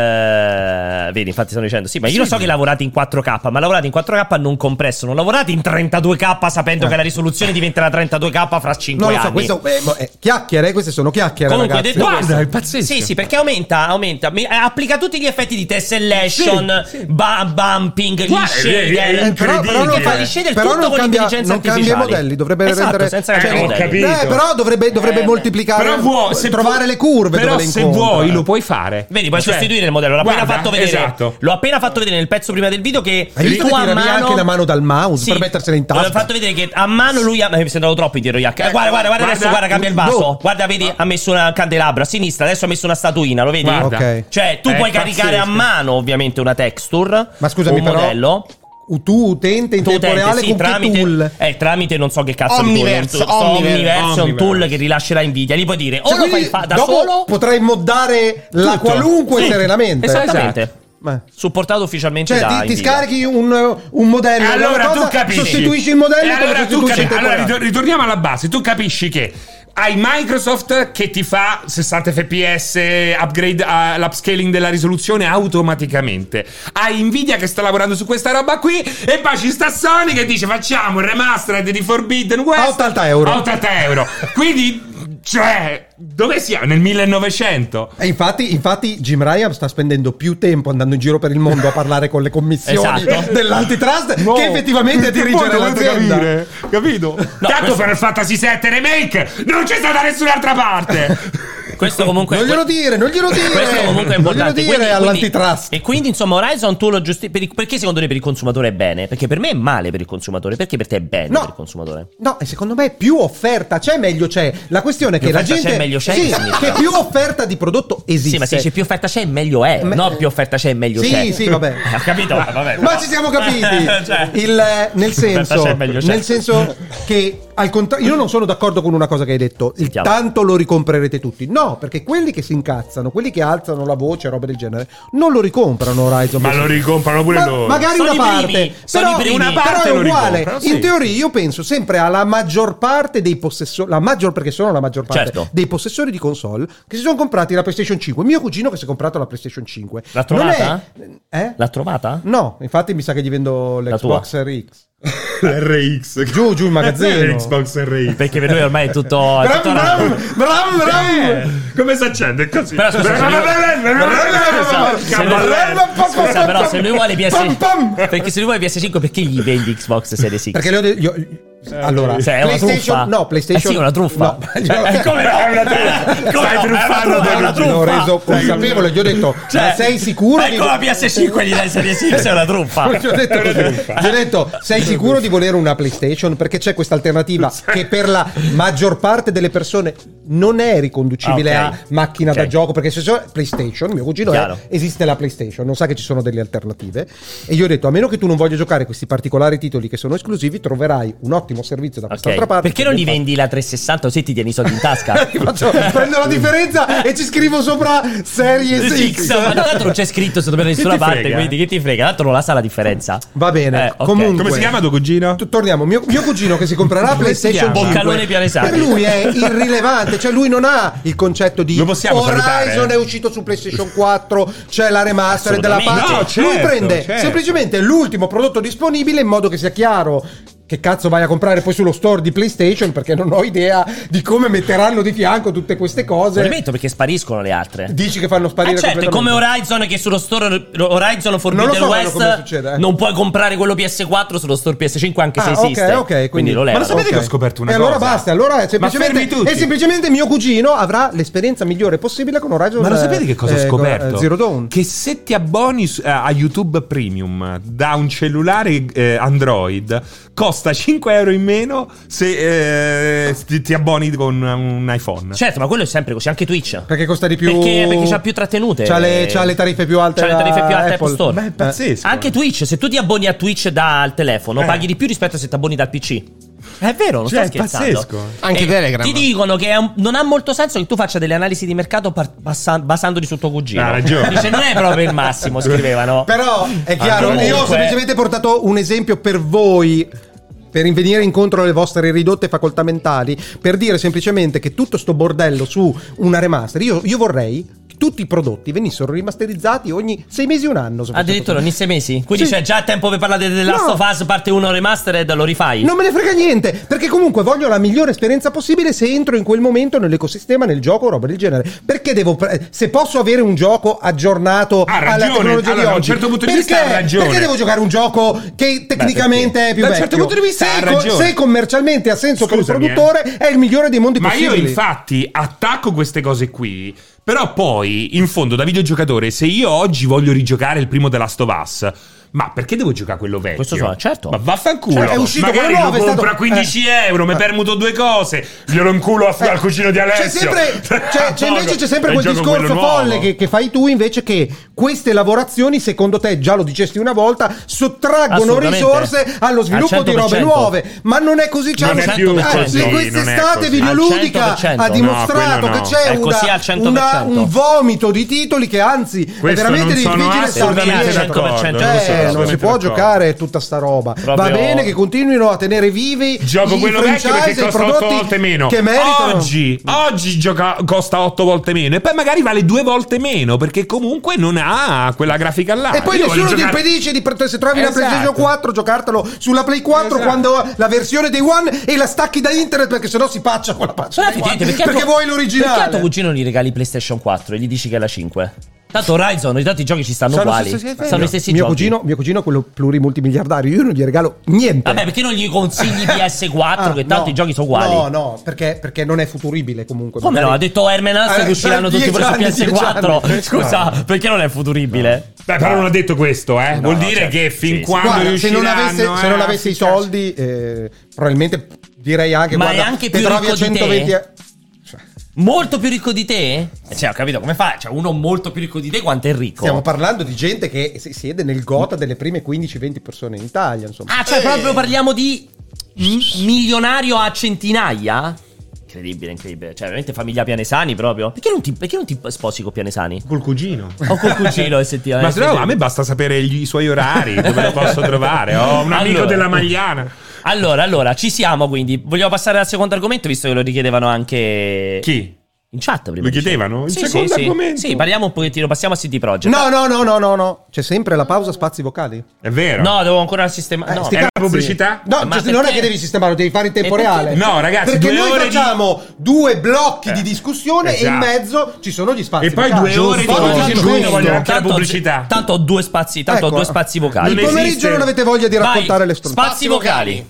Eh, vedi, infatti stanno dicendo sì, ma io lo so che lavorate in quattro K, ma lavorate in quattro K non compresso, non lavorate in trentadue K sapendo Eh. che la risoluzione diventerà trentadue K fra cinque Non lo anni. so, questo eh, mo- eh, chiacchiere, queste sono chiacchiere, Comunque, ragazzi. detto Guarda, questo, è pazzesco. Sì, sì, perché aumenta, aumenta, mi- eh, applica tutti gli effetti di tessellation, Sì, sì. bu- bumping, gli Guarda, shader. è- è Eh, però, però non Che fa fa- gli shader però tutto non con cambia, l'intelligenza non cambia i artificiale. modelli, dovrebbe Esatto, rendere senza Eh, cambiare i ho modelli. capito. Eh, però dovrebbe, dovrebbe Eh, moltiplicare, Però vuoi, se trovare pu- le curve però dove le se incontra. vuoi lo puoi fare. Vedi, puoi Cioè, sostituire il modello. L'ho appena guarda, fatto vedere. esatto. L'ho appena fatto vedere nel pezzo prima del video che Hai visto tu che a tira via mano anche la mano dal mouse Sì. per mettersela in tasca? L'ho fatto vedere che a mano lui ha... Mi sembrava troppo indietro, Yak. Eh, guarda, guarda, guarda, guarda. adesso guarda, cambia il vaso. No. Guarda, vedi, ha messo un candelabro a sinistra, adesso ha messo una statuina, lo vedi? Guarda. Ok. Cioè, tu È puoi caricare a pazzesco. mano, ovviamente, una texture. Ma scusami, un però, modello. Tu utente in Tu tempo utente, reale sì, con tramite, che tool? Eh, tramite non so che cazzo Omniverse, di tool. Un tool- Omniverse. Omniverse è un tool Omniverse. che rilascerà Nvidia. Gli puoi dire o Cioè, lo fai quindi fa- da dopo solo. potrai moddare la Tutto. qualunque Sì, serenamente. Esattamente. Ma- Supportato ufficialmente Cioè, da ti, ti Nvidia. scarichi un, un modello, Allora una tu cosa, capisci. sostituisci il modello E e poi lo allora, tu sostituisci in capi- tempo allora reale. ritor- ritorniamo alla base. Tu capisci che hai Microsoft che ti fa sessanta F P S, upgrade uh, l'upscaling della risoluzione automaticamente. Hai Nvidia che sta lavorando su questa roba qui e poi ci sta Sony che dice facciamo il remastered di Forbidden West A ottanta euro. A ottanta euro. Quindi, cioè, dove siamo? Nel millenovecento? E infatti, infatti Jim Ryan sta spendendo più tempo andando in giro per il mondo a parlare con le commissioni Esatto. dell'antitrust che effettivamente a dirigere l'azienda. Capito? Tanto questo- Final Fantasy sette Remake non c'è sta da nessun'altra parte. Questo comunque Non glielo dire, non glielo dire. Questo comunque è Non importante. glielo dire Quindi- all'antitrust. quindi- e quindi, insomma, Horizon tu lo giusti- per i- perché secondo te per il consumatore è bene? Perché per me è male per il consumatore. Perché per te è bene No. per il consumatore? No, e secondo me più offerta c'è, meglio c'è. La questione è che Più la offerta gente c'è, meglio c'è, Sì, che significa? che più offerta di prodotto esiste. Sì, ma se c'è più offerta c'è, meglio è. Me- No, più offerta c'è, meglio Sì, c'è. sì, vabbè. Ho capito? Vabbè, Ma però- ci siamo capiti. Cioè, Il, eh, nel senso, c'è, meglio c'è. nel senso che al contrario, io non sono d'accordo con una cosa che hai detto. Il Sentiamo. tanto lo ricomprerete tutti. No, perché quelli che si incazzano, quelli che alzano la voce, robe del genere, non lo ricomprano Horizon. Ma lo ricomprano pure Ma- loro. magari Sono una i parte, primi, sono però, i primi. una parte Però è lo uguale. ricomprano, sì. In teoria io penso sempre alla maggior parte dei possessori, la maggior perché sono la maggior parte Certo. dei possessori di console che si sono comprati la PlayStation cinque. Mio cugino che si è comprato la PlayStation cinque. L'ha Non trovata? è- eh? L'ha trovata? No, infatti mi sa che gli vendo La tua. l'Xbox R X. R X. Giù, giù il magazzino. Xbox R X. Perché per noi ormai è tutto. È Bram, tutto bram, una- bram, bram. Come si accende così? Però scusa, se lui- se lui- Scusa, però se lui vuole P S Pam, pam. Perché se lui vuole P S cinque, perché gli vendi Xbox Series X? Perché le ho de- io- allora, Cioè, è una PlayStation, truffa? no, PlayStation, Eh sì, è una truffa. No, glielo- Eh, come no? È una truffa. Come no? È una truffa, è una l'ho truffa. reso consapevole, gli ho detto, Cioè, ma sei sicuro Ecco la P S cinque gli dai Series X, è una truffa. Gli ho detto così. Gli ho detto, sei sicuro di volere una PlayStation? Perché c'è questa alternativa che per la maggior parte delle persone non è riconducibile Ah, ok. a macchina Ok. da gioco, perché se so PlayStation, mio cugino è, Chiaro. esiste la PlayStation, non sa che ci sono delle alternative, e gli ho detto, a meno che tu non voglia giocare questi particolari titoli che sono esclusivi, troverai un ottimo servizio da Ok. quest'altra parte. Perché non gli vendi la trecentosessanta così ti tieni i soldi in tasca? Faccio- prendo la differenza e ci scrivo sopra Series X. X, ma tanto non c'è scritto sotto per nessuna ti parte, frega? quindi che ti frega? Tanto non la sa la differenza. Va bene, Eh, ok. comunque Come si chiama tuo cugino? T- Torniamo, mio, mio cugino che si comprerà la Come si PlayStation chiama? cinque, Boccalone Pianesani. per lui è irrilevante, cioè lui non ha il concetto di Lo possiamo Horizon salutare? è uscito su PlayStation quattro, c'è la remaster della Assolutamente. pace. No, certo, lui prende certo. semplicemente l'ultimo prodotto disponibile in modo che sia chiaro che cazzo vai a comprare poi sullo store di PlayStation, perché non ho idea di come metteranno di fianco tutte queste cose. Non metto perché spariscono le altre. Dici che fanno sparire eh certo, è come Horizon, che sullo store Horizon Forbidden so West succede, eh. non puoi comprare quello P S quattro sullo store P S cinque anche se ah, esiste. Ok, ok, quindi, quindi lo leva. Ma lo sapete okay. che ho scoperto una e cosa? E allora basta, allora è semplicemente, tutti. è semplicemente mio cugino avrà l'esperienza migliore possibile con Horizon. Ma lo sapete che cosa ho eh, scoperto? Zero Dawn. Che se ti abboni su- a YouTube Premium da un cellulare eh, Android costa cinque euro in meno se eh, ti, ti abboni con un iPhone. Certo, ma quello è sempre così, anche Twitch. Perché costa di più. Perché, perché c'ha più trattenute. C'ha le, c'ha le tariffe più alte. C'ha le tariffe più alte Apple. Apple Store. Ma è pazzesco. Anche Twitch, se tu ti abboni a Twitch dal telefono, Eh. paghi di più rispetto a se ti abboni dal P C. È vero, non Cioè, sto è scherzando. pazzesco. Anche E Telegram. Ti dicono che è un- non ha molto senso che tu faccia delle analisi di mercato par- basa- basandoli su tuo cugino. Ha ragione. Dice, non è proprio il massimo, scrivevano. Però è chiaro, Comunque- io ho semplicemente portato un esempio per voi, per venire incontro alle vostre ridotte facoltà mentali, per dire semplicemente che tutto sto bordello su una remaster, io, io vorrei che tutti i prodotti venissero rimasterizzati ogni sei mesi un anno. se fosse Addirittura ogni sei mesi. Quindi Sì. c'è già tempo per parlare The Last No. of Us parte uno remastered, lo rifai? Non me ne frega niente, perché comunque voglio la migliore esperienza possibile se entro in quel momento nell'ecosistema, nel gioco, roba del genere. Perché devo pre- se posso avere un gioco aggiornato Ha alla ragione, tecnologia allora, di da un oggi, certo punto di perché, vista ha ragione. perché devo giocare un gioco che tecnicamente è più Da un vecchio? certo punto di vista se, ha co- ragione. se commercialmente ha senso Scusami, per il produttore, è il migliore dei mondi Ma possibili. io infatti attacco queste cose qui. Però poi, in fondo, da videogiocatore, se io oggi voglio rigiocare il primo The Last of Us, ma perché devo giocare quello vecchio? Questo so, certo. Ma vaffanculo. Cioè, è uscito magari quello lo nuovo, è compro stato- a quindici eh. euro, mi permuto due cose, glielo inculo a- Eh, al cugino di Alessio. C'è sempre, c'è, c'è invece c'è sempre E quel gioco discorso quello folle nuovo. che, che fai tu, invece, che queste lavorazioni, secondo te, già lo dicesti una volta, sottraggono Assolutamente. risorse allo sviluppo Al di cento per robe cento. nuove. Ma non è così. Non c'è è più eh, così, in quest'estate non è così. videoludica Al cento per cento. ha dimostrato No, quello che no. c'è È così una- al cento per una- cento. un vomito di titoli che anzi è Questo veramente non sono difficile assolutamente stare d'accordo, dietro. cento per cento, Cioè, non sono non si assolutamente può d'accordo. giocare tutta sta roba. Va Proprio- bene che continuino a tenere vivi Gioco i quello vecchio franchise, perché i costa prodotti otto volte meno. che meritano. Oggi, oggi gioca, costa otto volte meno. E poi magari vale due volte meno. Perché comunque non ha quella grafica là. E poi Io nessuno voglio ti giocare- impedisce di se trovi una Esatto. PlayStation quattro giocartelo sulla Play quattro Esatto. quando la versione dei One e la stacchi da internet, perché sennò si paccia con la paccia Però dei One, effettivamente, perché, a tuo- vuoi Perché a l'originale. tuo cugino gli regali PlayStation quattro e gli dici che è la cinque? Tanto Horizon, tanti giochi ci stanno Sono uguali. lo stesso- Sono gli stessi mio giochi. cugino, mio cugino è quello plurimultimiliardario, io non gli regalo niente. Vabbè, perché non gli consigli P S quattro? Ah, che tanto no. i giochi sono uguali. No, no, perché, perché non è futuribile comunque. Come no? Ha detto Herman Hulst Eh, che usciranno tra tutti pure su dieci P S anni, quattro. dieci anni. Scusa, perché non è futuribile? Beh, però non ha detto questo, eh. Vuol no, dire certo. che fin Sì, sì. quando Guarda, se riusciranno non avesse, eh, se non avesse a i ficcarci- soldi, eh, probabilmente direi anche Ma guarda, è anche te più trovi a ricco di te? centoventi e- Molto più ricco di te? Cioè, ho capito come fa? Cioè, uno molto più ricco di te quanto è ricco? Stiamo parlando di gente che si siede nel gota delle prime quindici venti persone in Italia, insomma. Ah, cioè, proprio parliamo di m- milionario a centinaia? Incredibile, incredibile. Cioè, veramente famiglia Pianesani proprio. Perché non ti, perché non ti sposi con Pianesani? Col cugino. O col cugino, effettivamente. Ma se no, a me basta sapere gli- i suoi orari, dove lo posso trovare. Ho un amico Allora. della Magliana. Allora, allora, ci siamo quindi. Vogliamo passare al secondo argomento, visto che lo richiedevano anche Chi? in chat prima. Lo dicevo. chiedevano? Il Sì, secondo sì, argomento? Sì, sì, parliamo un pochettino, passiamo a C D Projekt. No, no, no, no, no, no. C'è sempre la pausa spazi vocali. È vero? No, devo ancora sistemare. Eh, no. sti È la cazzi. pubblicità? No, Ma cioè, non è perché? che devi sistemarlo, devi fare in tempo E perché? reale. No, ragazzi, perché due noi ore di- facciamo due blocchi Eh, di discussione e in esatto. mezzo ci sono gli spazi E poi vocali. due ore di Giusto, discussione, giusto. quindi voglio anche la Tanto- pubblicità. Tanto ho due spazi, tanto ho Ecco. due spazi vocali. Il Non pomeriggio esiste. non avete voglia di Vai, raccontare le stronzate. spazi vocali.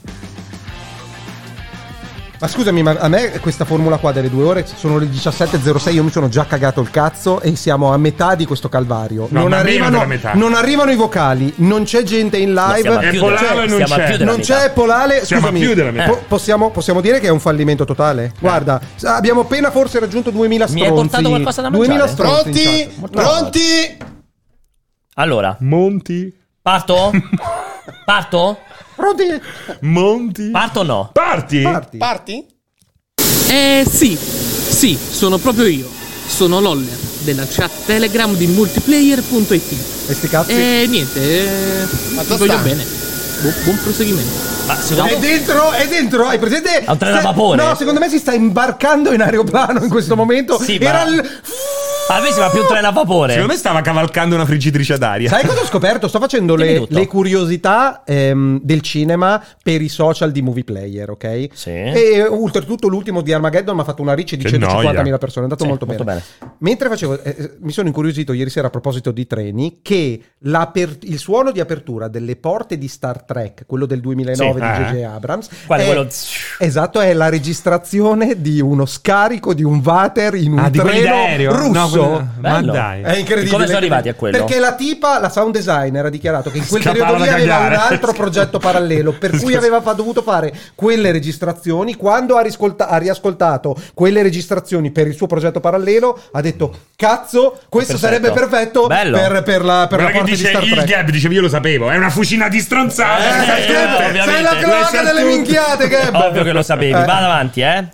Ma scusami, ma a me questa formula qua delle due ore sono le diciassette e zero sei, io mi sono già cagato il cazzo e siamo a metà di questo calvario. No, non, ma meno arrivano, della metà. non arrivano i vocali, non c'è gente in No, live. siamo a È più polare della- e non siamo a c'è. più della Non metà. c'è polale. Siamo a Scusami, più della metà. po- possiamo, possiamo dire che è un fallimento totale? Guarda, abbiamo appena forse raggiunto duemila Mi stronzi. hai portato qualcosa da duemila mangiare? stronzi in Pronti? chat. Molto Pronti? Allora, Monti. parto? Parto? Pronti? Monti. Parto o no? Parti. Parti. Parti? Eh sì, sì, sono proprio io. Sono Loller, della chat Telegram di multiplayer punto it. E sti cazzi? E niente, eh, Ma vi dove voglio sta? bene. Bu- buon proseguimento. Ma secondo È dentro, è dentro, hai presente? Ha un treno a Se- vapore. No, secondo me si sta imbarcando in aeroplano in questo momento. Sì, Era ma- il... A me sembra più un treno a vapore. Secondo me stava cavalcando una friggitrice ad aria. Sai cosa ho scoperto? Sto facendo le, le curiosità ehm, del cinema per i social di Movie Player, ok? Sì. E oltretutto l'ultimo di Armageddon mi ha fatto una reach di Che centocinquantamila persone, è andato Sì, molto, molto bene. bene. Mentre facevo, eh, mi sono incuriosito ieri sera a proposito di treni, che l'aper- il suono di apertura delle porte di Star Trek, quello del duemilanove Sì, di eh. J J Abrams, Quale, è, quello- esatto, è la registrazione di uno scarico di un water in un Ah, di quelli treno d'aereo? russo. No, quello- ma Bello. dai. È incredibile. E come sono arrivati a quello? Perché la tipa, la sound designer, ha dichiarato che in quel Scappava periodo lì da aveva cagare. un altro progetto parallelo, per cui aveva fa- dovuto fare quelle registrazioni. Quando ha, riscolta- ha riascoltato quelle registrazioni per il suo progetto parallelo, ha detto: cazzo, questo Perfetto. sarebbe perfetto Bello. per, per la, per la Guarda che porta di dice Star il Trek. Gab, dicevi io lo sapevo, è una fucina di stronzate. Eh, Eh, Gab, ovviamente. sei la cronaca Questa è delle tutta- minchiate, Gab. Ovvio che lo sapevi. Eh. Vado avanti, eh.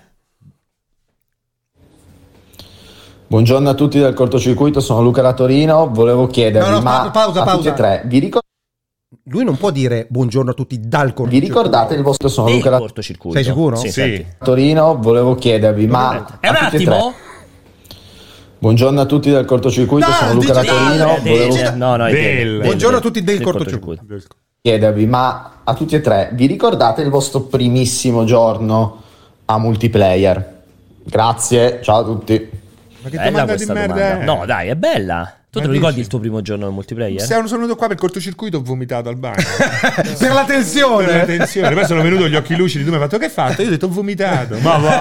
Buongiorno a tutti del cortocircuito, sono Luca da Torino. Volevo chiedervi, No, no, ma pa- pausa, a tutti pausa. e tre, vi, ricor- Lui non può dire buongiorno a tutti dal vi cortocircuito. ricordate il vostro sono Del Luca da cortocircuito. Sei sicuro? Sì, Sì. senti. Torino? Volevo chiedervi, ma È un a tutti e attimo? tre, buongiorno a tutti del cortocircuito, No, sono Luca da dici- Torino. Eh, Volevo del- no, no, è Del- del- del- Buongiorno a del- tutti del del cortocircuito. chiedervi, ma a tutti e tre, vi ricordate il vostro primissimo giorno a multiplayer? Grazie, ciao a tutti. Ma che Bella domanda di questa merda domanda. è? No, dai, è bella. Tu te Ma lo ricordi dici? il tuo primo giorno in multiplayer? Sono venuto qua per cortocircuito, ho vomitato al bagno. Per la tensione. Per la tensione. Poi sono venuto gli occhi lucidi, tu mi hai fatto che hai fatto? Io ho detto ho vomitato. Ma va.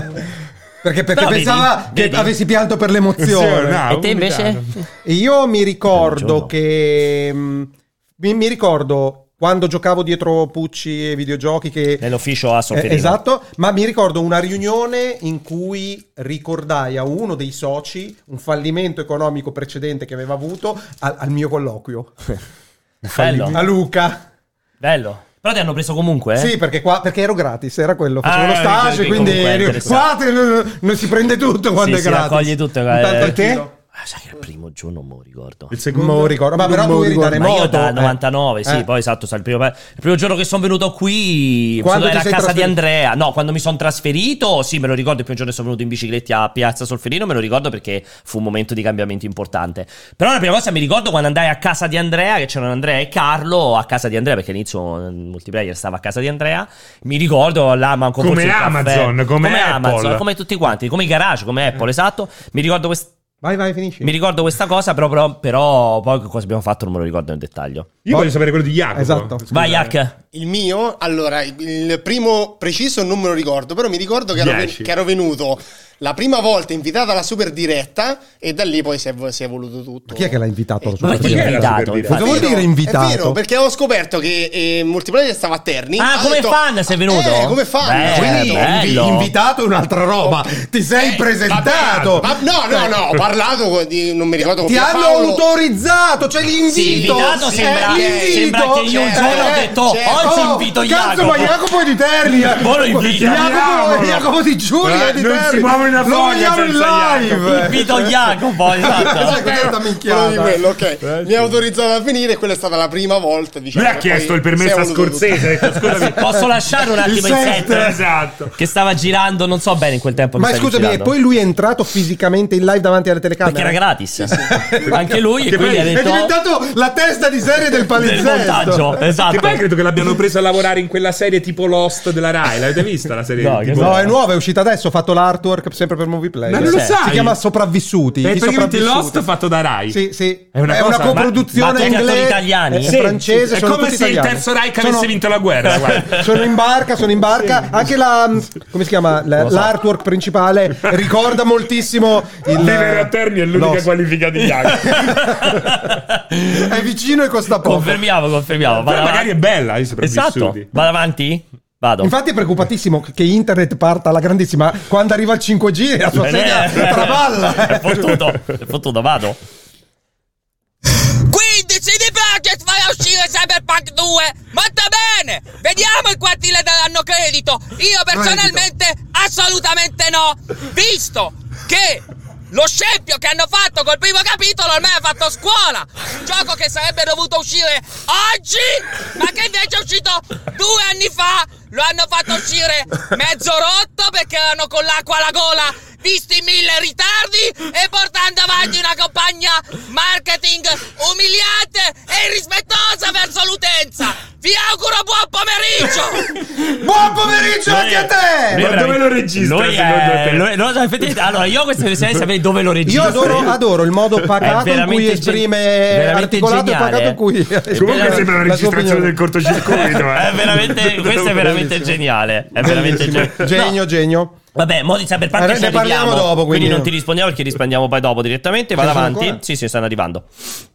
Perché, perché No, vedi, pensava che vedi. avessi pianto per l'emozione. No, E ho te invece? vomitato. E io mi ricordo Buongiorno. che mh, mi, mi ricordo quando giocavo dietro Pucci e videogiochi che Nell'ufficio a eh, Solferino. esatto, ma mi ricordo una riunione in cui ricordai a uno dei soci un fallimento economico precedente che aveva avuto al, al mio colloquio. Bello. A Luca. Bello. Però ti hanno preso comunque, eh? Sì, perché qua perché ero gratis, era quello, facevo Ah, lo stage, quindi quindi comunque è eri- interessante. guardate, non si prende tutto quando Sì, è sì, gratis. raccogli tutto, eh. Tanto Per al te? chilo. Ah, sai che il primo giorno non me lo ricordo. Il secondo? Non me lo ricordo, ma Non però me lo tu eri da ricordo. Ma io remoto. dal eh. novantanove, sì, Eh. poi esatto, sai, il primo, il primo giorno che sono venuto qui, Quando era ti a sei casa di trasferito? Andrea. No, quando mi sono trasferito, sì, me lo ricordo, il primo giorno che sono venuto in bicicletta a Piazza Solferino, me lo ricordo perché fu un momento di cambiamento importante. Però la prima cosa mi ricordo quando andai a casa di Andrea, che c'erano Andrea e Carlo, a casa di Andrea, perché all'inizio il multiplayer stava a casa di Andrea. Mi ricordo là, ma Come forse il caffè. Amazon, come Apple. Amazon, come tutti quanti, come i garage, come Apple, esatto. Mi ricordo questo. Vai, vai, finisci. Mi ricordo questa cosa, però, però, però poi che cosa abbiamo fatto non me lo ricordo nel dettaglio. Io voglio sapere quello di Jacopo. Esatto. Scusa. Vai, Jack. Il mio, allora, il primo preciso non me lo ricordo, però mi ricordo che ero, ven- Dieci. che ero venuto la prima volta invitato alla super diretta e da lì poi si è, si è evoluto tutto. Chi è che l'ha invitato alla sua Ma chi Perché è era invitato? super Infatti. Cosa vuol dire È invitato? vero, perché ho scoperto che eh, multiplayer stava a Terni. Ah, Ho come detto, fan sei venuto? Eh, come fan. Beh, Quindi bello. invi- invitato è un'altra roba. Ti sei Eh, presentato. vabbè, ma- no, no, no, ho parlato di, non mi ricordo con Ti hanno Pierpaolo. autorizzato, c'è l'invito. Sì, invitato Eh, sembra, l'invito. sembra che io un Eh, giorno ho eh, detto certo. oggi Oh, invito cazzo, Jacopo. ma Jacopo è di Terni. Voi lo invito. Jacopo, Jacopo di Giulia Eh, è di non si Terni. muove una Lo foglia vogliamo in senza live. Invito Jacopo, esatto. Cos'è questa Quello di minchiata? quello, ok. Mi ha autorizzato a venire e quella è stata la prima volta. Diciamo, Lui ha e chiesto poi il permesso si è a evoluto Scorsese, ha detto scusami. Posso lasciare un attimo il Il set? set, Esatto. Che stava girando, non so bene in quel tempo. mi Ma stavi scusami, e girando. poi lui è entrato fisicamente in live davanti alle telecamere? Perché era gratis. Anche lui, e Che quindi poi ha È detto diventato la testa di serie del del palinsesto. montaggio. Esatto. Che poi credo che l'abbiano preso a lavorare in quella serie tipo Lost della Rai. L'avete vista la serie? No, tipo... che No, è nuova, è uscita adesso, ho fatto l'artwork sempre per Movie Play. Ma non lo Sì. sai. Si chiama Sopravvissuti. È I praticamente sopravvissuti. Lost fatto da Rai. Sì, sì. È una cosa- coproduzione ma- ma tutti attori inglese, italiani? è Sì, francese, È sono come tutti se il italiani. terzo Reich Sono- avesse vinto la guerra. guarda. Sono in barca, sono in barca. Anche la come si chiama? La- l'artwork principale ricorda moltissimo il Vivere a Terni è l'unica Lost. qualifica di Jacopo. È vicino e costa poco. Confermiamo, confermiamo. Vado Però magari avanti. è bella, io sopravvissuti. Esatto. Vado avanti? Vado. Infatti è preoccupatissimo che internet parta alla grandissima. Quando arriva il cinque G la sua Eh, sedia eh, traballa. È fottuto. È fottuto, vado. Quindi se ti piace fai uscire Cyberpunk due, molto bene, vediamo in quanti le daranno credito. Io personalmente assolutamente no, visto che lo scempio che hanno fatto col primo capitolo ormai ha fatto scuola. Un gioco che sarebbe dovuto uscire oggi, ma che invece è uscito due anni fa. Lo hanno fatto uscire mezzo rotto perché erano con l'acqua alla gola visti mille ritardi e portando avanti una campagna marketing umiliante e irrispettosa verso l'utenza. Vi auguro buon pomeriggio. Buon pomeriggio anche a te. Ma dove lo registra Lui secondo è, te? lui- no, effettivamente, allora io queste esperienze sapere dove lo Io registro. adoro, adoro il modo pacato in cui veramente esprime gen- veramente articolato e geniale. pacato in cui Comunque sembra una la sua registrazione opinione. del cortocircuito. eh. È veramente, questo è veramente geniale. È veramente Bellissimo. gen- genio, No, genio. Vabbè, mo di Cyberpunk Eh, ci ne parliamo arriviamo, dopo, quindi- non ti rispondiamo perché rispondiamo poi dopo direttamente. Vado Ci sono avanti. ancora? Sì, sì, stanno arrivando.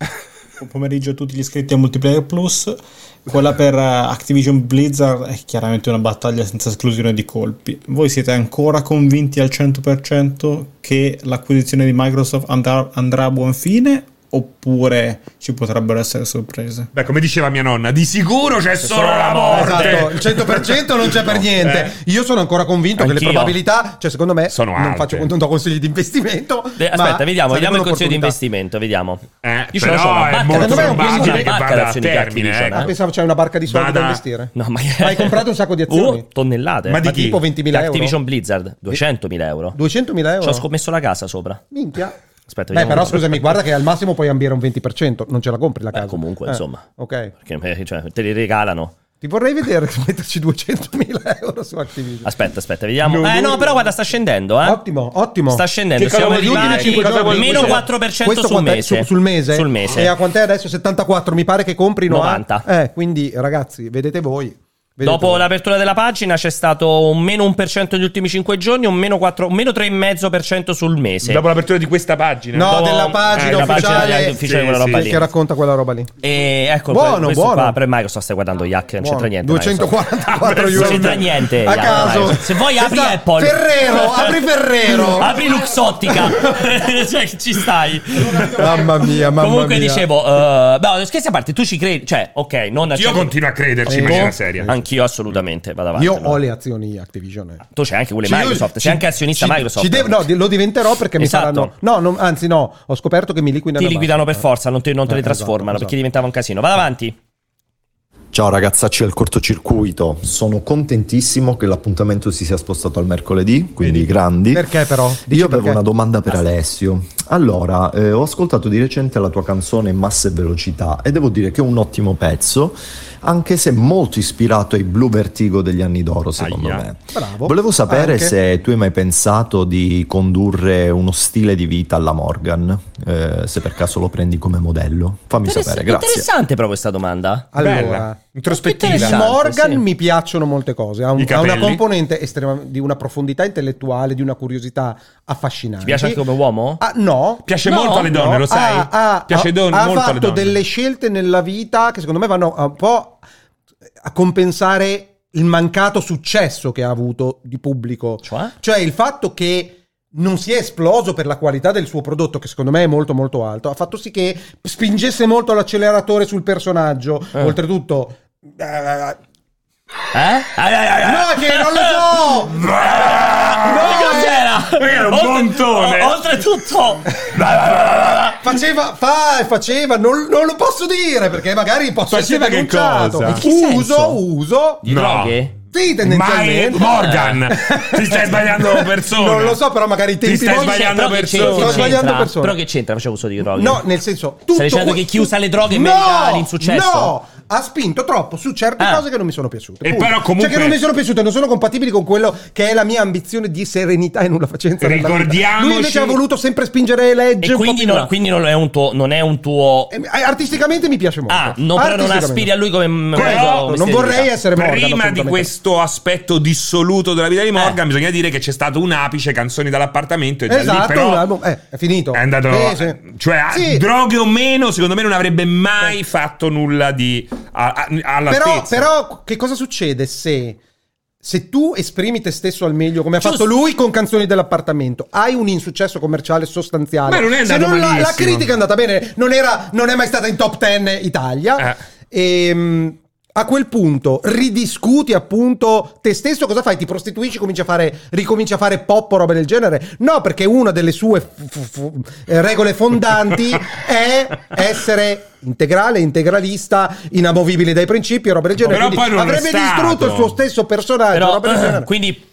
Buon pomeriggio a tutti gli iscritti a Multiplayer Plus. Quella per uh, Activision Blizzard è chiaramente una battaglia senza esclusione di colpi. Voi siete ancora convinti al cento per cento che l'acquisizione di Microsoft andrà, andrà a buon fine? Oppure ci potrebbero essere sorprese? Beh, come diceva mia nonna, di sicuro c'è solo la morte. Esatto, il cento per cento non c'è per niente. Io sono ancora convinto che le Anch'io. probabilità, cioè secondo me, Sono non alte. faccio non do consigli di investimento. Eh, ma Aspetta, vediamo, vediamo il sarebbe consiglio di un'opportunità. investimento. Vediamo. Eh, Io ce però l'ho solo una è barca molto Secondo me è un probabile piccolo- che barca vada a d'azioni di termine. Activision, ecco. Ah, pensavo c'hai una barca di soldi Vada- da investire. No, ma Hai comprato un sacco di azioni? Uh, tonnellate. Ma di Ma chi? tipo ventimila euro? Activision Blizzard, duecentomila euro. duecentomila euro? Ci ho scommesso la casa sopra. Minchia. Aspetta, Beh, vediamo. però scusami, guarda che al massimo puoi ambire un venti per cento, non ce la compri la Beh, casa. comunque, Eh, insomma. Ok. Perché eh, cioè, te li regalano. Ti vorrei vedere metterci duecentomila euro su Activision. Aspetta, aspetta, vediamo. No, eh no, no, però guarda, sta scendendo, eh. Ottimo, ottimo. Sta scendendo, Che cosa siamo vuol dire? arrivati Cinque cosa vuol meno dire? quattro per cento Questo sul quant'è? mese. Su- sul mese? Sul mese. E a quant'è adesso? settantaquattro, mi pare che comprino a- novanta. Eh, quindi ragazzi, vedete voi. Vedete Dopo voi. l'apertura della pagina c'è stato un meno uno per cento negli ultimi cinque giorni, un meno, quattro, un meno tre virgola cinque per cento sul mese. Dopo l'apertura di questa pagina. No, Dopo- della pagina eh, la ufficiale, pagina ufficiale, quella Sì, roba sì. lì. che racconta quella roba lì. E ecco, Buono, questo buono. qua, però Microsoft stai guardando Yak, non c'entra niente. duecentoquarantaquattro Microsoft. euro. Non c'entra niente. A Yak, caso. Microsoft. Se vuoi apri Questa- Apple. Ferrero, apri Ferrero. Apri Luxottica. Cioè, ci stai. Mamma mia, mamma Comunque mia. dicevo, uh, no, scherzi a parte, tu ci credi? Cioè, ok, non Io continuo a crederci in Tu? maniera seria. Anch'io assolutamente, vado avanti. Io no. ho le azioni Activision. eh. Tu c'hai anche quelle Ci- Microsoft, ci- sei anche azionista ci- Microsoft. ci devo- no, di- lo diventerò perché Esatto. mi faranno. No, non- anzi, no, ho scoperto che mi liquidano. Ti liquidano per forza, non te, non te Eh, li trasformano esatto, perché esatto. diventava un casino. Vado avanti. Ciao ragazzacci del cortocircuito, sono contentissimo che l'appuntamento si sia spostato al mercoledì, quindi grandi. Perché però? Dici Io avevo perché? una domanda per Alessio. Allora, eh, ho ascoltato di recente la tua canzone Massa e Velocità e devo dire che è un ottimo pezzo, anche se molto ispirato ai Blue Vertigo degli anni d'oro, secondo Aia. me. Bravo. Volevo sapere Anche. se tu hai mai pensato di condurre uno stile di vita alla Morgan, eh, se per caso lo prendi come modello. Fammi Interess- sapere, grazie. Interessante però questa domanda. Allora, Bella, introspettiva. di Interessante, Morgan sì. mi piacciono molte cose. Ha, un- I ha una capelli? componente estrema, di una profondità intellettuale, di una curiosità affascinante. Ti piace anche come uomo? Ah, no. Piace No, molto alle donne, No, lo sai? ha, ha- Piace ha- don- ha molto alle fatto donne. delle scelte nella vita che secondo me vanno un po' a compensare il mancato successo che ha avuto di pubblico. Cioè? Cioè il fatto che non si è esploso per la qualità del suo prodotto, che secondo me è molto molto alto, ha fatto sì che spingesse molto l'acceleratore sul personaggio. Eh. Oltretutto... eh, Eh? Ah, ah, ah, ah. no, che non lo so! Ma cos'era? Era un Oltre- montone. o- Oltretutto, Faceva, fa, faceva, non, non lo posso dire perché magari posso Faceva essere che denunciato. cosa? In che senso? Uso, uso. di No. droghe? Sì, Mai tendenzialmente. Morgan, ti stai sbagliando persona. Non lo so, però magari i Ti tempi stai vostri- sbagliando Però che persone. c'entra? Sto sbagliando C'entra? persone. Però che c'entra? Faceva uso di droghe? No, nel senso, tutto Stai dicendo que- che chi usa le droghe no, merita l'insuccesso? No, ha spinto troppo su certe Ah. cose che non mi sono piaciute. E Punto. però comunque- Cioè che non mi sono piaciute, non sono compatibili con quello che è la mia ambizione di serenità e nulla facenza nella vita. Ricordiamoci- Lui invece ha voluto sempre spingere le leggi E un po' quindi, più in non, là. quindi non, è un tuo, non è un tuo... Eh, Artisticamente mi piace molto. Ah, no, però non Artisticamente. aspiri a lui come... Però come non stile di vorrei vita. essere Morgan, Prima di assolutamente. questo aspetto dissoluto della vita di Morgan, Eh. bisogna dire che c'è stato un apice, canzoni dall'appartamento, e da Esatto, lì però un album, eh, è finito. è andato. Eh, sì. Cioè, Sì. droghe o meno, secondo me non avrebbe mai fatto nulla di a- a- all'altezza. Però, però che cosa succede se se tu esprimi te stesso al meglio come ha Giusto. fatto lui con Canzoni dell'appartamento, hai un insuccesso commerciale sostanziale. Ma non è se andato non la, la malissimo. critica è andata bene, non, era, non è mai stata in top dieci Italia. Eh. Ehm, a quel punto ridiscuti appunto te stesso, cosa fai? Ti prostituisci, cominci a fare, ricominci a fare pop o roba del genere? No, perché una delle sue f- f- f- eh, regole fondanti è essere integrale, integralista, inamovibile dai principi o roba del genere. Però Quindi poi non è avrebbe stato. distrutto il suo stesso personaggio, Però, roba del genere. quindi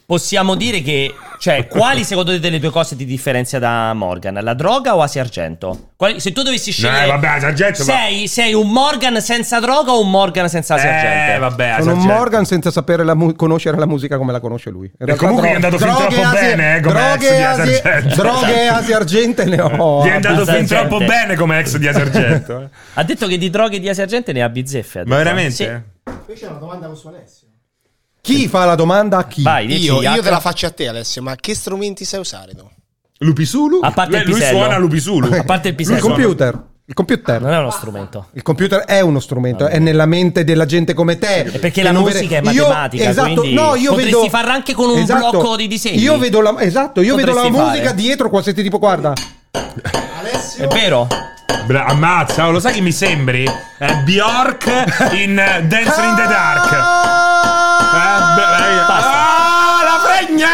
possiamo dire che, cioè, quali secondo te delle due cose ti differenzia da Morgan? La droga o Asia Argento? Quali, se tu dovessi scegliere, eh, vabbè, Asia Argento, sei, ma... sei un Morgan senza droga o un Morgan senza Asia Argento? Eh, vabbè, Asia Sono un Argento. Morgan senza sapere la mu- conoscere la musica come la conosce lui. In E comunque gli è andato fin troppo Asia- bene, eh, come ex droghe di Asia Asia- Argento. Droghe e Asia Argente ne ho. Gli è andato Asia fin Argento. troppo bene come ex di Asia Argento. eh. Ha detto che di droghe di Asia Argento ne ha bizzeffe. ha Ma detto. veramente? Sì. Qui c'è una domanda con su Alessio. Chi fa la domanda a chi? Vai, dici, Io, io Jacopo. te la faccio a te, Alessio, ma che strumenti sai usare tu? Lupisulu? A parte il lui pisello. suona Lupisulu. A parte il Il pisello. computer. Il computer. Non è uno strumento. Il computer è uno strumento, è nella mente della gente come te. È perché che la non musica vede- è matematica, Io, esatto, quindi no, io potresti vedo farla anche con un Esatto. blocco di disegni. Io vedo la esatto, io vedo la Potresti musica fare. dietro qualsiasi tipo, guarda. È vero? Bra- ammazza, oh, lo sai che mi sembri? È Bjork in eh, Dancer in the Dark. Eh, beh, eh, ah, la fregna!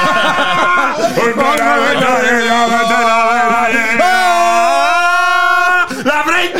La